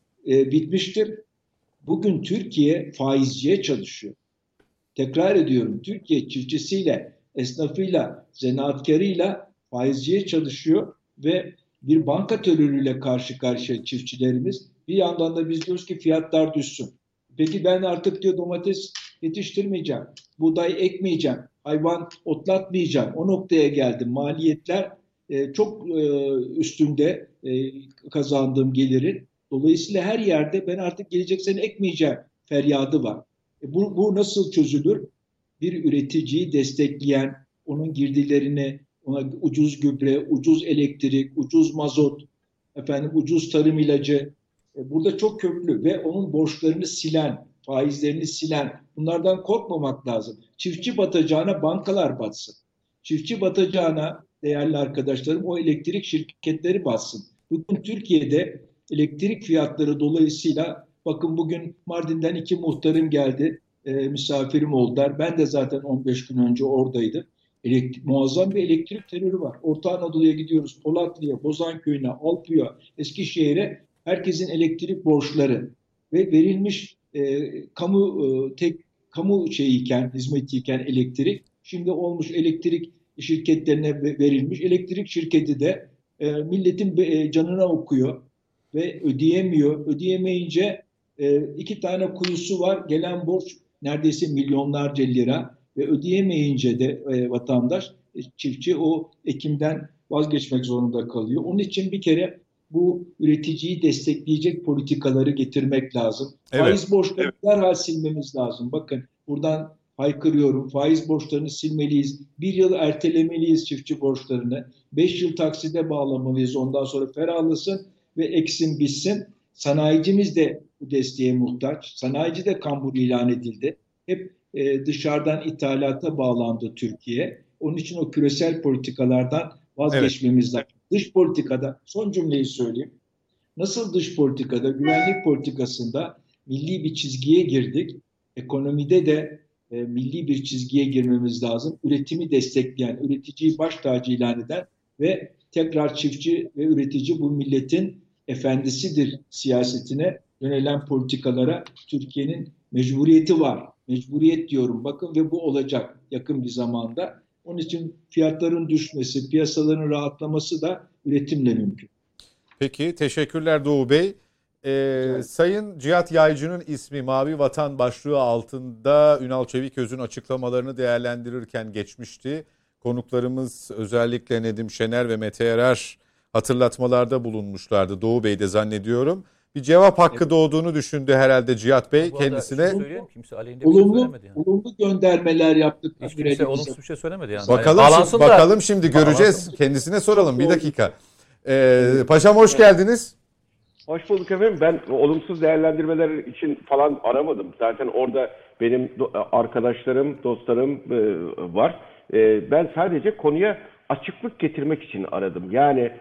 e, bitmiştir. Bugün Türkiye faizciye çalışıyor. Tekrar ediyorum, Türkiye çiftçisiyle, esnafıyla, zanaatkarıyla faizciye çalışıyor ve bir banka terörüyle karşı karşıya çiftçilerimiz. Bir yandan da biz diyoruz ki fiyatlar düşsün. Peki ben artık diyor domates yetiştirmeyeceğim, buğday ekmeyeceğim, hayvan otlatmayacağım. O noktaya geldim. Maliyetler e, çok e, üstünde e, kazandığım gelirin. Dolayısıyla her yerde ben artık gelecek sene ekmeyeceğim feryadı var. E bu, bu nasıl çözülür? Bir üreticiyi destekleyen, onun girdilerini, ona ucuz gübre, ucuz elektrik, ucuz mazot, efendim ucuz tarım ilacı, e, burada çok köklü ve onun borçlarını silen, faizlerini silen, bunlardan korkmamak lazım. Çiftçi batacağına bankalar batsın. Çiftçi batacağına, değerli arkadaşlarım, o elektrik şirketleri batsın. Bugün Türkiye'de elektrik fiyatları dolayısıyla, bakın bugün Mardin'den iki muhtarım geldi, e, misafirim oldular. Ben de zaten on beş gün önce oradaydım. Elektrik, muazzam bir elektrik terörü var. Orta Anadolu'ya gidiyoruz, Polatlı'ya, Bozanköy'üne, Alpı'ya, Eskişehir'e, herkesin elektrik borçları ve verilmiş e, kamu e, tek kamu şeyiyken, hizmetiyken elektrik, şimdi olmuş elektrik şirketlerine verilmiş. Elektrik şirketi de e, milletin e, canına okuyor ve ödeyemiyor. Ödeyemeyince e, iki tane kuyusu var. Gelen borç neredeyse milyonlarca lira ve ödeyemeyince de e, vatandaş, e, çiftçi o ekimden vazgeçmek zorunda kalıyor. Onun için bir kere bu üreticiyi destekleyecek politikaları getirmek lazım. Evet. Faiz borçlarını evet. derhal silmemiz lazım. Bakın buradan haykırıyorum. Faiz borçlarını silmeliyiz. Bir yıl ertelemeliyiz çiftçi borçlarını. Beş yıl takside bağlamalıyız. Ondan sonra ferahlasın ve eksin bitsin. Sanayicimiz de bu desteğe muhtaç. Sanayici de kambur ilan edildi. Hep e, dışarıdan ithalata bağlandı Türkiye. Onun için o küresel politikalardan vazgeçmemiz evet. lazım. Dış politikada, son cümleyi söyleyeyim. Nasıl dış politikada, güvenlik politikasında milli bir çizgiye girdik. Ekonomide de e, milli bir çizgiye girmemiz lazım. Üretimi destekleyen, üreticiyi baş tacı ilan eden ve tekrar çiftçi ve üretici bu milletin efendisidir siyasetine yönelen politikalara Türkiye'nin mecburiyeti var. Mecburiyet diyorum bakın ve bu olacak yakın bir zamanda. Onun için fiyatların düşmesi, piyasaların rahatlaması da üretimle mümkün.
Peki, teşekkürler Doğu Bey. Ee, evet. Sayın Cihat Yaycı'nın ismi Mavi Vatan başlığı altında Ünal Çeviköz'ün açıklamalarını değerlendirirken geçmişti. Konuklarımız özellikle Nedim Şener ve Mete Erer hatırlatmalarda bulunmuşlardı. Doğu Bey de zannediyorum. Bir cevap hakkı evet. doğduğunu düşündü herhalde Cihat Bey kendisine.
Kimse
olumlu,
şey yani.
olumlu göndermeler yaptık.
Hiç kimse olumsuz bir şey söylemedi yani.
Bakalım, yani şimdi, bakalım şimdi göreceğiz. Bağlansın. Kendisine soralım. Çok bir dakika. Ee, paşam hoş geldiniz.
Hoş bulduk efendim. Ben olumsuz değerlendirmeler için falan aramadım. Zaten orada benim arkadaşlarım, dostlarım var. Ben sadece konuya açıklık getirmek için aradım. Yani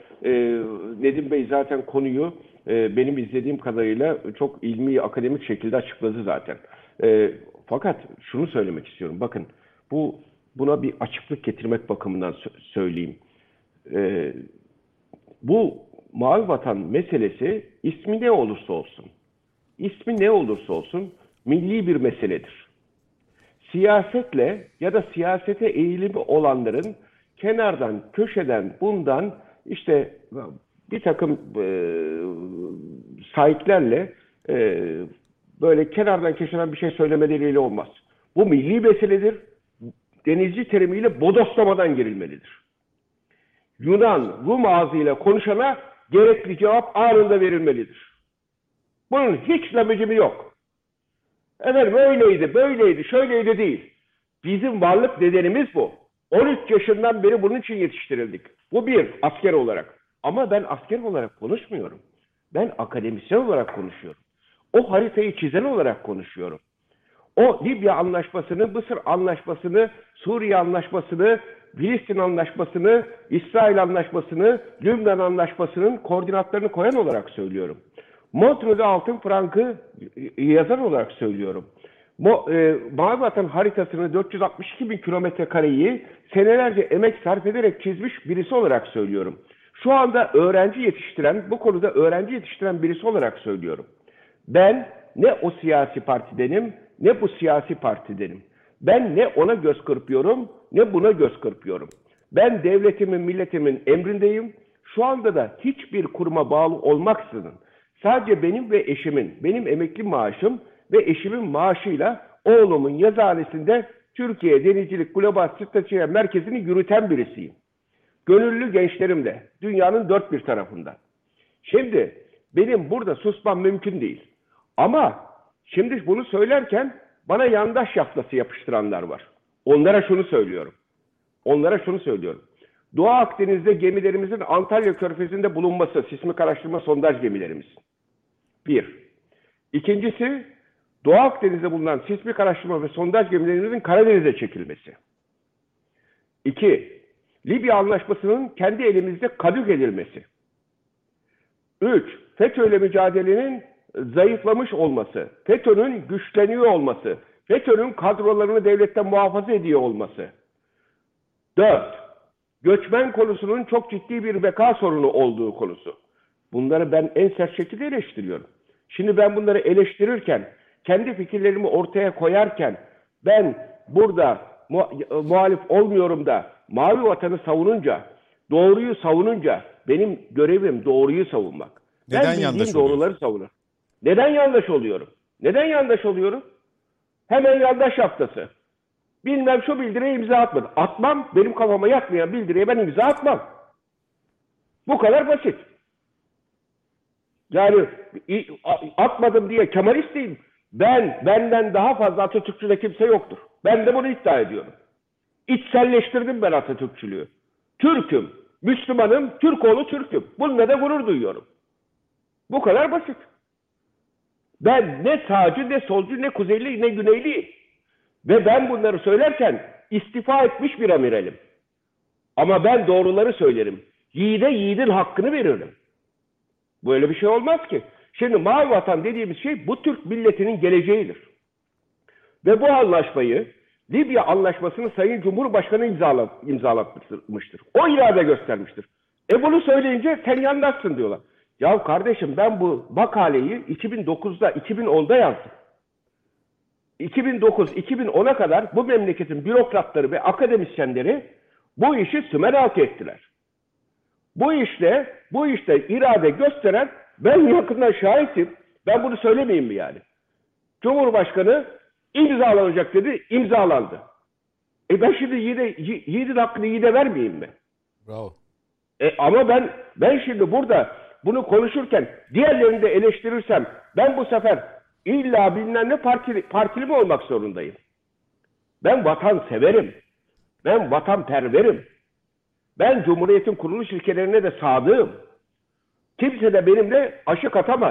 Nedim Bey zaten konuyu benim izlediğim kadarıyla çok ilmi, akademik şekilde açıkladı zaten. Fakat şunu söylemek istiyorum. Bakın bu buna bir açıklık getirmek bakımından söyleyeyim. Bu Mavi Vatan meselesi ismi ne olursa olsun, ismi ne olursa olsun milli bir meseledir. Siyasetle ya da siyasete eğilimi olanların kenardan, köşeden, bundan işte bir takım e, sahiplerle e, böyle kenardan köşeden bir şey söylemeleriyle olmaz. Bu milli meseledir. Denizci terimiyle bodoslamadan girilmelidir. Yunan, Rum ağzıyla konuşana gerekli cevap anında verilmelidir. Bunun hiç lamıcımı yok. Efendim öyleydi, böyleydi, şöyleydi değil. Bizim varlık nedenimiz bu. on üç yaşından beri bunun için yetiştirildik. Bu bir, asker olarak. Ama ben asker olarak konuşmuyorum. Ben akademisyen olarak konuşuyorum. O haritayı çizen olarak konuşuyorum. O Libya anlaşmasını, Mısır anlaşmasını, Suriye anlaşmasını Filistin Anlaşması'nı, İsrail Anlaşması'nı, Lübnan Anlaşması'nın koordinatlarını koyan olarak söylüyorum. Montreux'de altın frankı yazan olarak söylüyorum. Mo, e, Mavi Vatan haritasını dört yüz altmış iki bin kilometre kareyi senelerce emek sarf ederek çizmiş birisi olarak söylüyorum. Şu anda öğrenci yetiştiren, bu konuda öğrenci yetiştiren birisi olarak söylüyorum. Ben ne o siyasi partidenim, ne bu siyasi partidenim. Ben ne ona göz kırpıyorum, ne buna göz kırpıyorum. Ben devletimin, milletimin emrindeyim. Şu anda da hiçbir kuruma bağlı olmaksızın sadece benim ve eşimin, benim emekli maaşım ve eşimin maaşıyla oğlumun yazıhanesinde Türkiye Denizcilik Global Strateji Merkezi'ni yürüten birisiyim. Gönüllü gençlerim de dünyanın dört bir tarafında. Şimdi benim burada susmam mümkün değil. Ama şimdi bunu söylerken bana yandaş yaftası yapıştıranlar var. Onlara şunu söylüyorum. Onlara şunu söylüyorum. Doğu Akdeniz'de gemilerimizin Antalya Körfezi'nde bulunması, sismik araştırma sondaj gemilerimiz. Bir. İkincisi, Doğu Akdeniz'de bulunan sismik araştırma ve sondaj gemilerimizin Karadeniz'e çekilmesi. İki. Libya Anlaşması'nın kendi elimizde kadük edilmesi. Üç. FETÖ'yle mücadelenin zayıflamış olması, FETÖ'nün güçleniyor olması, FETÖ'nün kadrolarını devletten muhafaza ediyor olması. Dört. Göçmen konusunun çok ciddi bir beka sorunu olduğu konusu. Bunları ben en sert şekilde eleştiriyorum. Şimdi ben bunları eleştirirken, kendi fikirlerimi ortaya koyarken, ben burada mu muhalif olmuyorum da Mavi Vatan'ı savununca, doğruyu savununca, benim görevim doğruyu savunmak.
Neden
ben
yandaş
doğruları savunurum. Neden yandaş oluyorum? Neden yandaş oluyorum? Hemen yandaş haftası. Bilmem şu bildiriye imza atmadım. Atmam, benim kafama yatmayan bildiriye ben imza atmam. Bu kadar basit. Yani atmadım diye Kemalist değilim. Ben, benden daha fazla Atatürkçü de kimse yoktur. Ben de bunu iddia ediyorum. İçselleştirdim ben Atatürkçülüğü. Türk'üm, Müslümanım, Türkoğlu Türk'üm. Bununla da gurur duyuyorum. Bu kadar basit. Ben ne sağcı, ne solcu, ne kuzeyli, ne güneyliyim. Ve ben bunları söylerken istifa etmiş bir amiralim. Ama ben doğruları söylerim. Yiğide yiğidin hakkını veririm. Böyle bir şey olmaz ki. Şimdi Mavi Vatan dediğimiz şey bu Türk milletinin geleceğidir. Ve bu anlaşmayı, Libya anlaşmasını Sayın Cumhurbaşkanı imzala, imzalatmıştır. O irade göstermiştir. E bunu söyleyince sen yandaşsın diyorlar. Ya kardeşim ben bu makaleyi iki bin dokuzda, iki bin onda yazdım. iki bin dokuz iki bin ona kadar bu memleketin bürokratları ve akademisyenleri bu işi sümer altı ettiler. Bu işte, bu işte irade gösteren ben yakından şahitim. Ben bunu söylemeyeyim mi yani? Cumhurbaşkanı imzalanacak dedi, imzalandı. E ben şimdi yiğide, yiğidin hakkını yiğide vermeyeyim mi?
Bravo.
E ama ben ben şimdi burada bunu konuşurken diğerlerini de eleştirirsem ben bu sefer illa bilmem ne partili, partili mi olmak zorundayım? Ben vatan severim. Ben vatanperverim. Ben Cumhuriyet'in kuruluş ilkelerine de sadığım. Kimse de benimle aşık atamaz.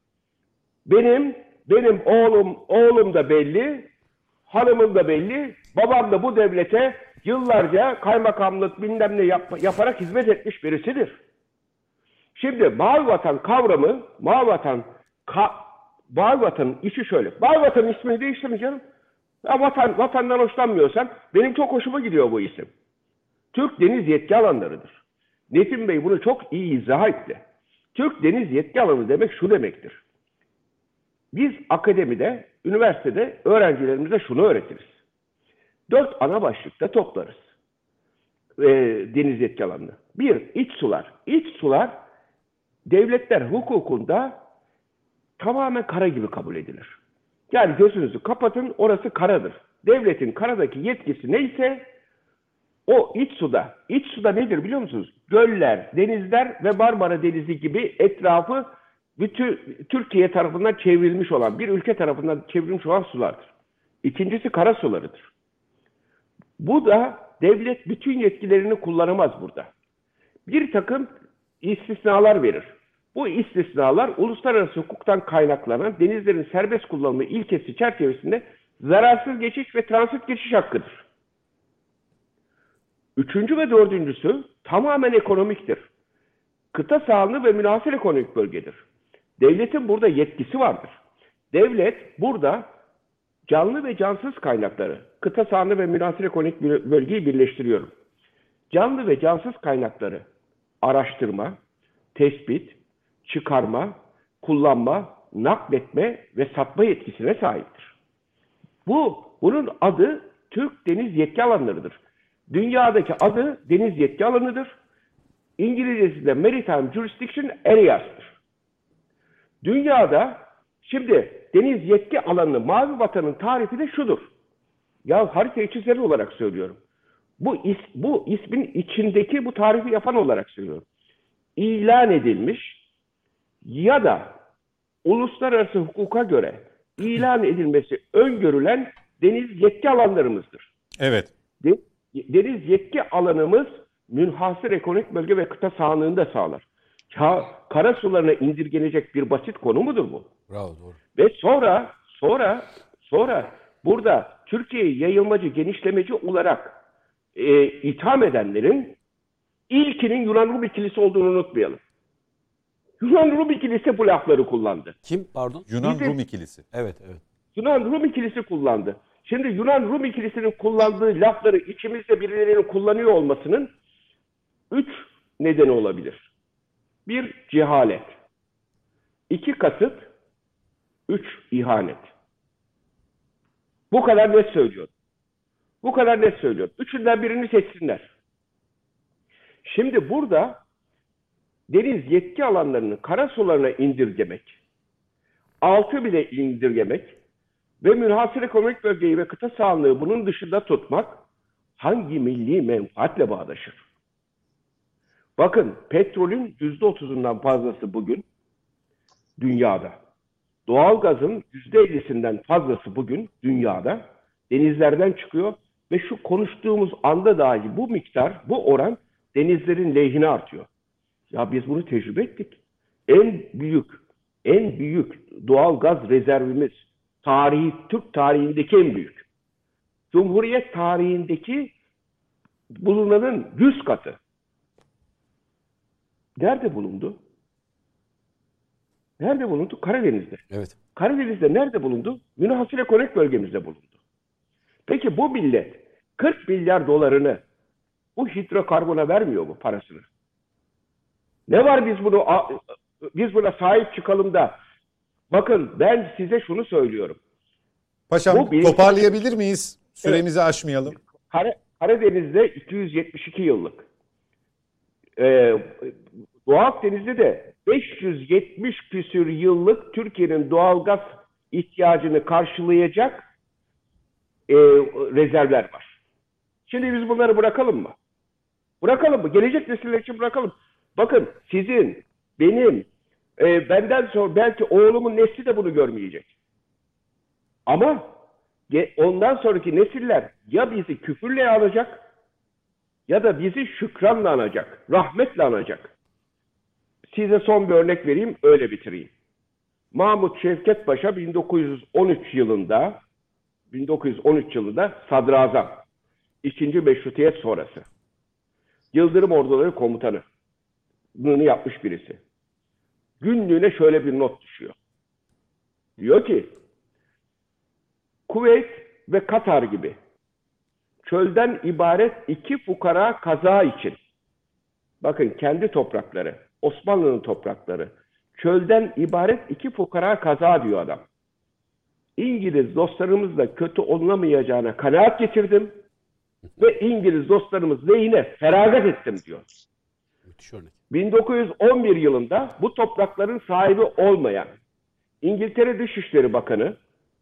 Benim benim oğlum oğlum da belli, hanımım da belli, babam da bu devlete yıllarca kaymakamlık bilmem ne yap, yaparak hizmet etmiş birisidir. Şimdi Mavi Vatan kavramı, Mavi Vatan ka, Mavi Vatan'ın işi şöyle. Mavi Vatan'ın ismini değiştirmeyeceğim. Ya vatan, vatandan hoşlanmıyorsan benim çok hoşuma gidiyor bu isim. Türk deniz yetki alanlarıdır. Netim Bey bunu çok iyi izah etti. Türk deniz yetki alanı demek şu demektir. Biz akademide, üniversitede öğrencilerimize şunu öğretiriz. Dört ana başlıkta toplarız. Ee, deniz yetki alanını. Bir, iç sular. İç sular devletler hukukunda tamamen kara gibi kabul edilir. Yani gözünüzü kapatın, orası karadır. Devletin karadaki yetkisi neyse o iç suda. İç suda nedir biliyor musunuz? Göller, denizler ve Marmara Denizi gibi etrafı bütün Türkiye tarafından çevrilmiş olan, bir ülke tarafından çevrilmiş olan sulardır. İkincisi kara sularıdır. Bu da devlet bütün yetkilerini kullanamaz burada. Bir takım istisnalar verir. Bu istisnalar uluslararası hukuktan kaynaklanan denizlerin serbest kullanımı ilkesi çerçevesinde zararsız geçiş ve transit geçiş hakkıdır. Üçüncü ve dördüncüsü tamamen ekonomiktir. Kıta sahanlı ve münhasır ekonomik bölgedir. Devletin burada yetkisi vardır. Devlet burada canlı ve cansız kaynakları, kıta sahanlı ve münhasır ekonomik bölgeyi birleştiriyorum. Canlı ve cansız kaynakları araştırma, tespit, çıkarma, kullanma, nakletme ve satma yetkisine sahiptir. Bu, bunun adı Türk Deniz Yetki Alanları'dır. Dünyadaki adı Deniz Yetki Alanı'dır. İngilizcesi de Maritime Jurisdiction Areas'tır. Dünyada şimdi deniz yetki alanı, mavi vatanın tarifi de şudur. Ya haritayı çizer olarak söylüyorum. Bu, is, bu ismin içindeki bu tarifi yapan olarak söylüyorum. İlan edilmiş ya da uluslararası hukuka göre ilan edilmesi öngörülen deniz yetki alanlarımızdır.
Evet.
De, deniz yetki alanımız münhasır ekonomik bölge ve kıta sahanlığını da sağlar. Ya, kara sularına indirgenecek bir basit konu mudur bu?
Bravo, doğru.
Ve sonra sonra sonra burada Türkiye'yi yayılmacı, genişlemeci olarak e, itham edenlerin ilkinin Yunan Rum ikilisi olduğunu unutmayalım. Yunan Rum ikilisi bu lafları kullandı.
Kim pardon?
Yunan
Bizim,
Rum ikilisi.
Evet, evet.
Yunan Rum ikilisi kullandı. Şimdi Yunan Rum ikilisinin kullandığı lafları içimizde birilerinin kullanıyor olmasının üç nedeni olabilir. Bir, cehalet. İki, kasıt. Üç, ihanet. Bu kadar net söylüyor. Bu kadar net söylüyor. Üçünden birini seçsinler. Şimdi burada deniz yetki alanlarını kara sularına indirgemek, altı bile indirgemek ve münhasır ekonomik bölgeyi ve kıta sahanlığı bunun dışında tutmak hangi milli menfaatle bağdaşır? Bakın, petrolün yüzde otuzundan fazlası bugün dünyada. Doğalgazın yüzde ellisinden fazlası bugün dünyada denizlerden çıkıyor ve şu konuştuğumuz anda dahi bu miktar, bu oran denizlerin lehine artıyor. Ya biz bunu tecrübe ettik. En büyük, en büyük doğalgaz rezervimiz, tarihi, Türk tarihindeki en büyük. Cumhuriyet tarihindeki bulunanın yüz katı. Nerede bulundu? Nerede bulundu? Karadeniz'de.
Evet.
Karadeniz'de nerede bulundu? Münhasır ekonomik bölgemizde bulundu. Peki bu millet kırk milyar dolarını bu hidrokarbona vermiyor mu parasını? Ne var biz bunu biz buna sahip çıkalım da, bakın ben size şunu söylüyorum.
Paşam
bir,
toparlayabilir miyiz? Süremizi evet, aşmayalım.
Kar, Karadeniz'de iki yüz yetmiş iki yıllık. Ee, Doğu Akdeniz'de de beş yüz yetmiş küsür yıllık Türkiye'nin doğalgaz ihtiyacını karşılayacak e, rezervler var. Şimdi biz bunları bırakalım mı? Bırakalım mı? Gelecek nesiller için bırakalım. Bakın sizin, benim, e, benden sonra belki oğlumun nesli de bunu görmeyecek. Ama ondan sonraki nesiller ya bizi küfürle anacak ya da bizi şükranla anacak, rahmetle anacak. Size son bir örnek vereyim, öyle bitireyim. Mahmut Şevket Paşa bin dokuz yüz on üç yılında bin dokuz yüz on üç yılında sadrazam, ikinci meşrutiyet sonrası. Yıldırım Orduları Komutanı bunu yapmış birisi. Günlüğüne şöyle bir not düşüyor. Diyor ki, Kuveyt ve Katar gibi çölden ibaret iki fukara kaza için, bakın kendi toprakları, Osmanlı'nın toprakları, çölden ibaret iki fukara kaza diyor adam. İngiliz dostlarımızla kötü olunamayacağına kanaat getirdim ve İngiliz dostlarımız lehine feragat ettim diyor. bin dokuz yüz on bir yılında bu toprakların sahibi olmayan İngiltere Dışişleri Bakanı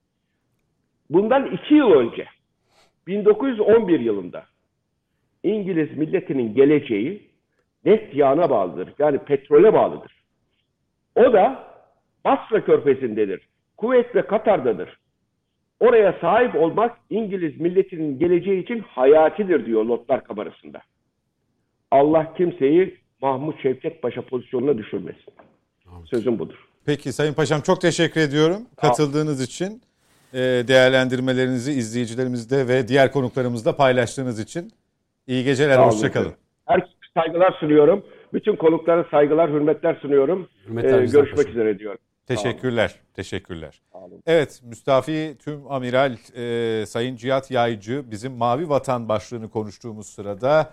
bundan iki yıl önce bin dokuz yüz on bir yılında İngiliz milletinin geleceği neft yağına bağlıdır. Yani petrole bağlıdır. O da Basra Körfezi'ndedir. Kuveyt ve Katar'dadır. Oraya sahip olmak İngiliz milletinin geleceği için hayatidir diyor Lordlar Kamerası'nda. Allah kimseyi Mahmut Şevket Paşa pozisyonuna düşürmesin. Sözüm budur.
Peki Sayın Paşam, çok teşekkür ediyorum katıldığınız için. Değerlendirmelerinizi izleyicilerimizle ve diğer konuklarımızla paylaştığınız için. İyi geceler,
Sağ olun.
hoşçakalın.
Herkese saygılar sunuyorum. Bütün konuklara saygılar, hürmetler sunuyorum.
Hürmetler
Ee,
bizden
görüşmek
paşam.
üzere diyorum.
Teşekkürler. Teşekkürler.
Sağ olun.
Evet, Müstafi Tüm Amiral e, Sayın Cihat Yaycı bizim Mavi Vatan başlığını konuştuğumuz sırada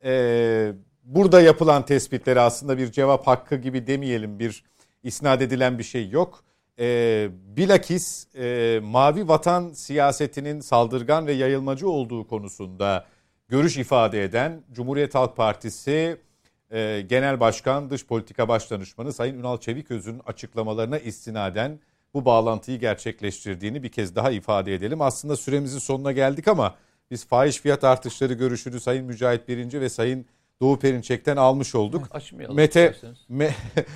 e, burada yapılan tespitleri aslında bir cevap hakkı gibi demeyelim, bir isnat edilen bir şey yok. E, bilakis e, Mavi Vatan siyasetinin saldırgan ve yayılmacı olduğu konusunda görüş ifade eden Cumhuriyet Halk Partisi e, Genel Başkan Dış Politika Başdanışmanı Sayın Ünal Çeviköz'ün açıklamalarına istinaden bu bağlantıyı gerçekleştirdiğini bir kez daha ifade edelim. Aslında süremizin sonuna geldik ama biz fahiş fiyat artışları görüşünü Sayın Mücahit Birinci ve Sayın Doğu Perinçek'ten almış olduk.
Açmayalım
Mete Me,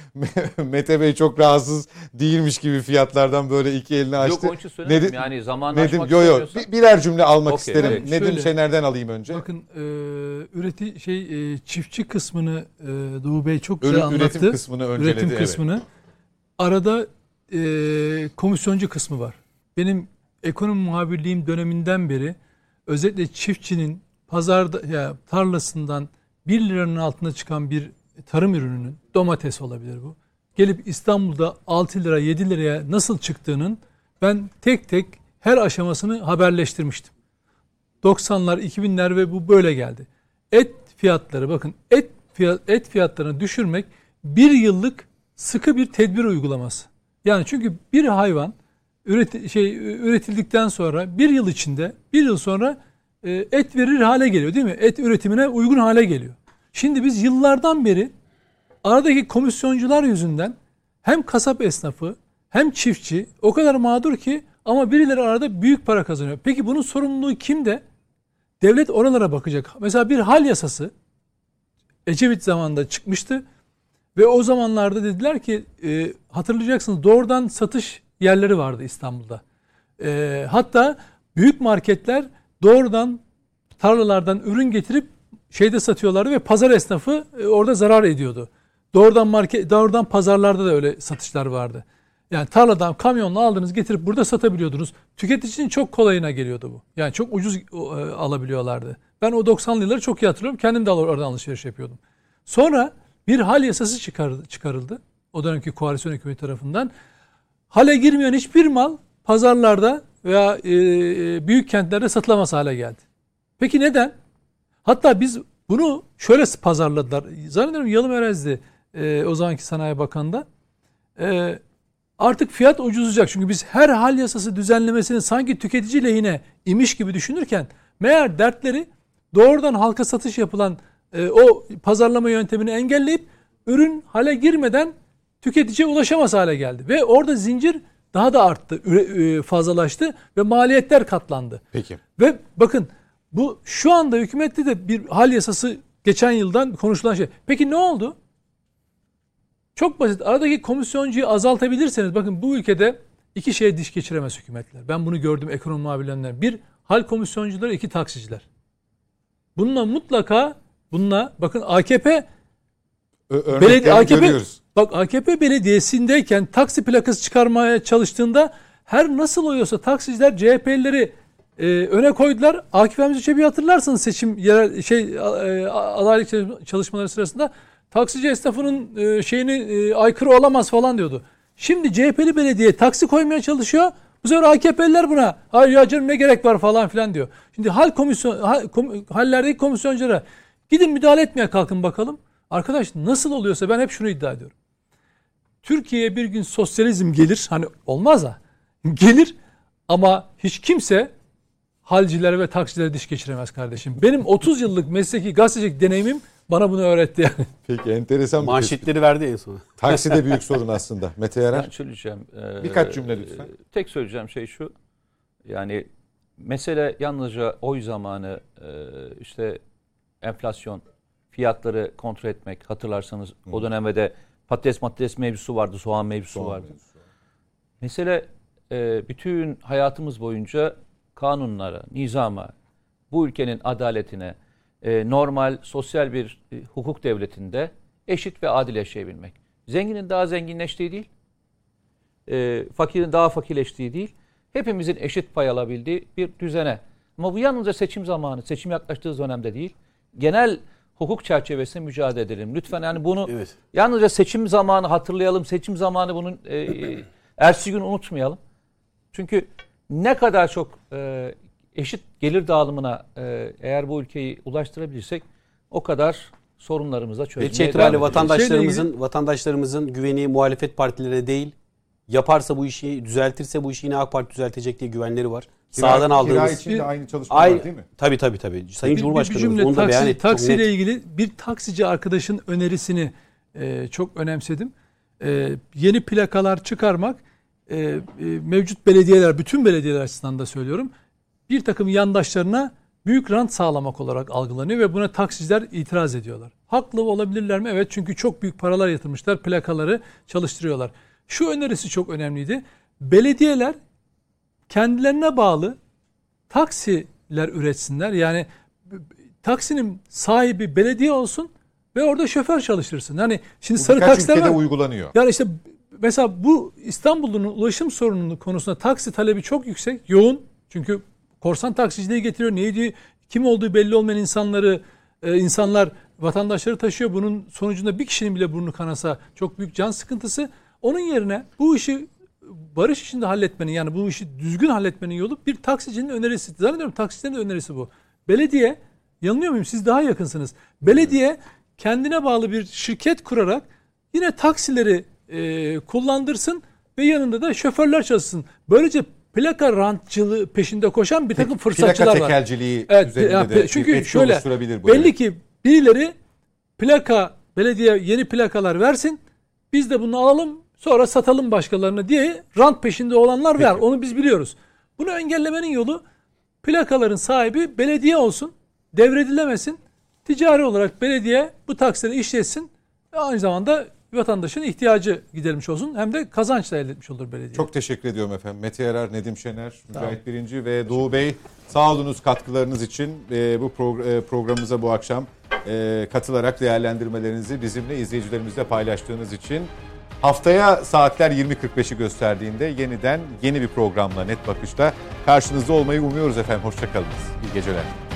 Me- Mete Bey çok rahatsız değilmiş gibi fiyatlardan böyle iki elini açtı.
Yok, onun için söylemiyorum.
Nedim,
Yani zamanı
Nedim,
aşmak
yo, yo,
istemiyorsan.
bir- birer cümle almak
Okey,
isterim.
evet.
Nedim
Şöyle,
Şener'den alayım önce.
Bakın e, üreti şey e, çiftçi kısmını e, Doğu Bey çok güzel
Ürün,
anlattı.
üretim kısmını önceledi.
Üretim
evet.
kısmını. Arada e, komisyoncu kısmı var. Benim ekonomi muhabirliğim döneminden beri özellikle çiftçinin pazarda ya tarlasından bir liranın altına çıkan bir tarım ürününün, domates olabilir bu, gelip İstanbul'da altı lira yedi liraya nasıl çıktığının ben tek tek her aşamasını haberleştirmiştim. doksanlar iki binler ve bu böyle geldi. Et fiyatları, bakın et fiyat, et fiyatlarını düşürmek bir yıllık sıkı bir tedbir uygulaması. Yani çünkü bir hayvan üret, şey üretildikten sonra bir yıl içinde bir yıl sonra e, et verir hale geliyor, değil mi? Et üretimine uygun hale geliyor. Şimdi biz yıllardan beri aradaki komisyoncular yüzünden hem kasap esnafı hem çiftçi o kadar mağdur ki ama birileri arada büyük para kazanıyor. Peki bunun sorumluluğu kimde? Devlet oralara bakacak. Mesela bir hal yasası Ecevit zamanında çıkmıştı ve o zamanlarda dediler ki e, hatırlayacaksınız doğrudan satış yerleri vardı İstanbul'da. E, hatta büyük marketler doğrudan tarlalardan ürün getirip şeyde satıyorlardı ve pazar esnafı e, orada zarar ediyordu. Doğrudan market, doğrudan pazarlarda da öyle satışlar vardı. Yani tarladan kamyonla aldınız getirip burada satabiliyordunuz. Tüketicinin çok kolayına geliyordu bu. Yani çok ucuz e, alabiliyorlardı. Ben o doksanlı yılları çok iyi hatırlıyorum. Kendim de oradan alışveriş yapıyordum. Sonra bir hal yasası çıkarıldı. çıkarıldı. O dönemki koalisyon hükümeti tarafından. Hale girmeyen hiçbir mal pazarlarda veya e, büyük kentlerde satılamaz hale geldi. Peki neden? Hatta biz bunu şöyle pazarladılar. Zannediyorum Yalım Erez'di e, o zamanki Sanayi Bakanı'nda. E, artık fiyat ucuzlayacak. Çünkü biz her hal yasası düzenlemesini sanki tüketici lehine imiş gibi düşünürken meğer dertleri doğrudan halka satış yapılan e, o pazarlama yöntemini engelleyip ürün hale girmeden tüketiciye ulaşamaz hale geldi. Ve orada zincir daha da arttı, fazlalaştı ve maliyetler katlandı.
Peki.
Ve bakın bu şu anda hükümette de bir hal yasası geçen yıldan konuşulan şey. Peki ne oldu? Çok basit. Aradaki komisyoncuyu azaltabilirseniz bakın bu ülkede iki şeye diş geçiremez hükümetler. Ben bunu gördüm ekonomi muhabirlerinden. Bir, hal komisyoncuları, iki taksiciler. Bununla mutlaka bununla bakın A K P
Ö-
belediye A K P
görüyoruz.
bak A K P belediyesindeyken taksi plakası çıkarmaya çalıştığında her nasıl oluyorsa taksiciler C H P'lileri e, öne koydular. Akif Hamza Çebi'yi hatırlarsınız seçim yerel şey e, adaylık çalışmaları sırasında taksici esnafının e, şeyini e, aykırı olamaz falan diyordu. Şimdi C H P'li belediye taksi koymaya çalışıyor. Bu sefer A K P'liler buna hayır ya canım ne gerek var falan filan diyor. Şimdi hal komisyon hal, kom, hallerdeki komisyonculara gidin müdahale etmeye kalkın bakalım. Arkadaş nasıl oluyorsa ben hep şunu iddia ediyorum. Türkiye'ye bir gün sosyalizm gelir. Hani olmaz da gelir ama hiç kimse halcilere ve taksilere diş geçiremez kardeşim. Benim otuz yıllık mesleki gazetecilik deneyimim bana bunu öğretti yani.
Peki enteresan bir tespit.
Manşetleri verdi en son.
Taksi de büyük sorun aslında. Mete Yarar.
Ben söyleyeceğim. e,
Birkaç cümle lütfen.
e, Tek söyleyeceğim şey şu. Yani mesele yalnızca oy zamanı e, işte enflasyon, fiyatları kontrol etmek. Hatırlarsanız
Hı.
o dönemde de patates patates mevzusu vardı, soğan mevzusu
Soğan
vardı.
mevzusu.
Mesele e, bütün hayatımız boyunca kanunlara, nizama, bu ülkenin adaletine, e, normal sosyal bir e, hukuk devletinde eşit ve adil yaşayabilmek. Zenginin daha zenginleştiği değil, e, fakirin daha fakirleştiği değil, hepimizin eşit pay alabildiği bir düzene. Ama bu yalnızca seçim zamanı, seçim yaklaştığı dönemde değil, genel hukuk çerçevesinde mücadele edelim. Lütfen yani bunu
Evet.
yalnızca seçim zamanı hatırlayalım. Seçim zamanı bunun e, e, ertesi gün unutmayalım. Çünkü ne kadar çok e, eşit gelir dağılımına e, eğer bu ülkeyi ulaştırabilirsek o kadar sorunlarımıza çözmeye
Elçi
devam
itibariyle
edeceğiz.
vatandaşlarımızın vatandaşlarımızın güveni muhalefet partilerine değil, yaparsa bu işi, düzeltirse bu işi yine AK Parti düzeltecek diye güvenleri var.
Kira,
Sağdan
kira
aldığımız
için de aynı çalışma
Ay,
var değil mi?
Tabii tabii tabii. Sayın
Bir, bir
Cumhurbaşkanımız
cümle
onu da beyan
taksi,
etti.
taksiyle
Çok net.
ilgili bir taksici arkadaşın önerisini e, çok önemsedim. E, yeni plakalar çıkarmak e, e, mevcut belediyeler, bütün belediyeler açısından da söylüyorum, bir takım yandaşlarına büyük rant sağlamak olarak algılanıyor ve buna taksiciler itiraz ediyorlar. Haklı olabilirler mi? Evet, çünkü çok büyük paralar yatırmışlar, plakaları çalıştırıyorlar. Şu önerisi çok önemliydi. Belediyeler kendilerine bağlı taksiler üretsinler. Yani taksinin sahibi belediye olsun ve orada şoför çalıştırsın. Yani şimdi
Bu
sarı
birkaç
taksiler
ülkede
var.
uygulanıyor.
Yani işte mesela bu İstanbul'un ulaşım sorununu konusunda taksi talebi çok yüksek, yoğun. Çünkü korsan taksiciliği getiriyor. Neydi, kim olduğu belli olmayan insanları, e, insanlar, vatandaşları taşıyor. Bunun sonucunda bir kişinin bile burnu kanasa çok büyük can sıkıntısı. Onun yerine bu işi barış içinde halletmenin, yani bu işi düzgün halletmenin yolu bir taksicinin önerisi. Zannediyorum taksicilerin de önerisi bu. Belediye, yanılıyor muyum? Siz daha yakınsınız. Belediye kendine bağlı bir şirket kurarak yine taksileri e, kullandırsın ve yanında da şoförler çalışsın. Böylece plaka rantçılığı peşinde koşan bir takım
Peki,
fırsatçılar
plaka
var.
tekelciliği
Evet,
üzerinde
ya,
de
çünkü
bir etki
şöyle,
oluşturabilir bu.
belli
evet.
ki birileri plaka, belediye yeni plakalar versin, biz de bunu alalım sonra satalım başkalarına diye rant peşinde olanlar var.
Peki.
Onu biz biliyoruz. Bunu engellemenin yolu plakaların sahibi belediye olsun, devredilemesin. Ticari olarak belediye bu taksileri işletsin ve aynı zamanda vatandaşın ihtiyacı giderilmiş olsun. Hem de kazanç da elde etmiş olur belediye.
Çok teşekkür ediyorum efendim. Mete Yarar, Nedim Şener, Mücahit Birinci ve Doğu Bey, sağ olunuz katkılarınız için. E, bu progr- e, programımıza bu akşam e, katılarak değerlendirmelerinizi bizimle, izleyicilerimizle paylaştığınız için. Haftaya saatler yirmi kırk beşi gösterdiğinde yeniden yeni bir programla, Net Bakış'ta karşınızda olmayı umuyoruz efendim. Hoşça kalınız. İyi geceler.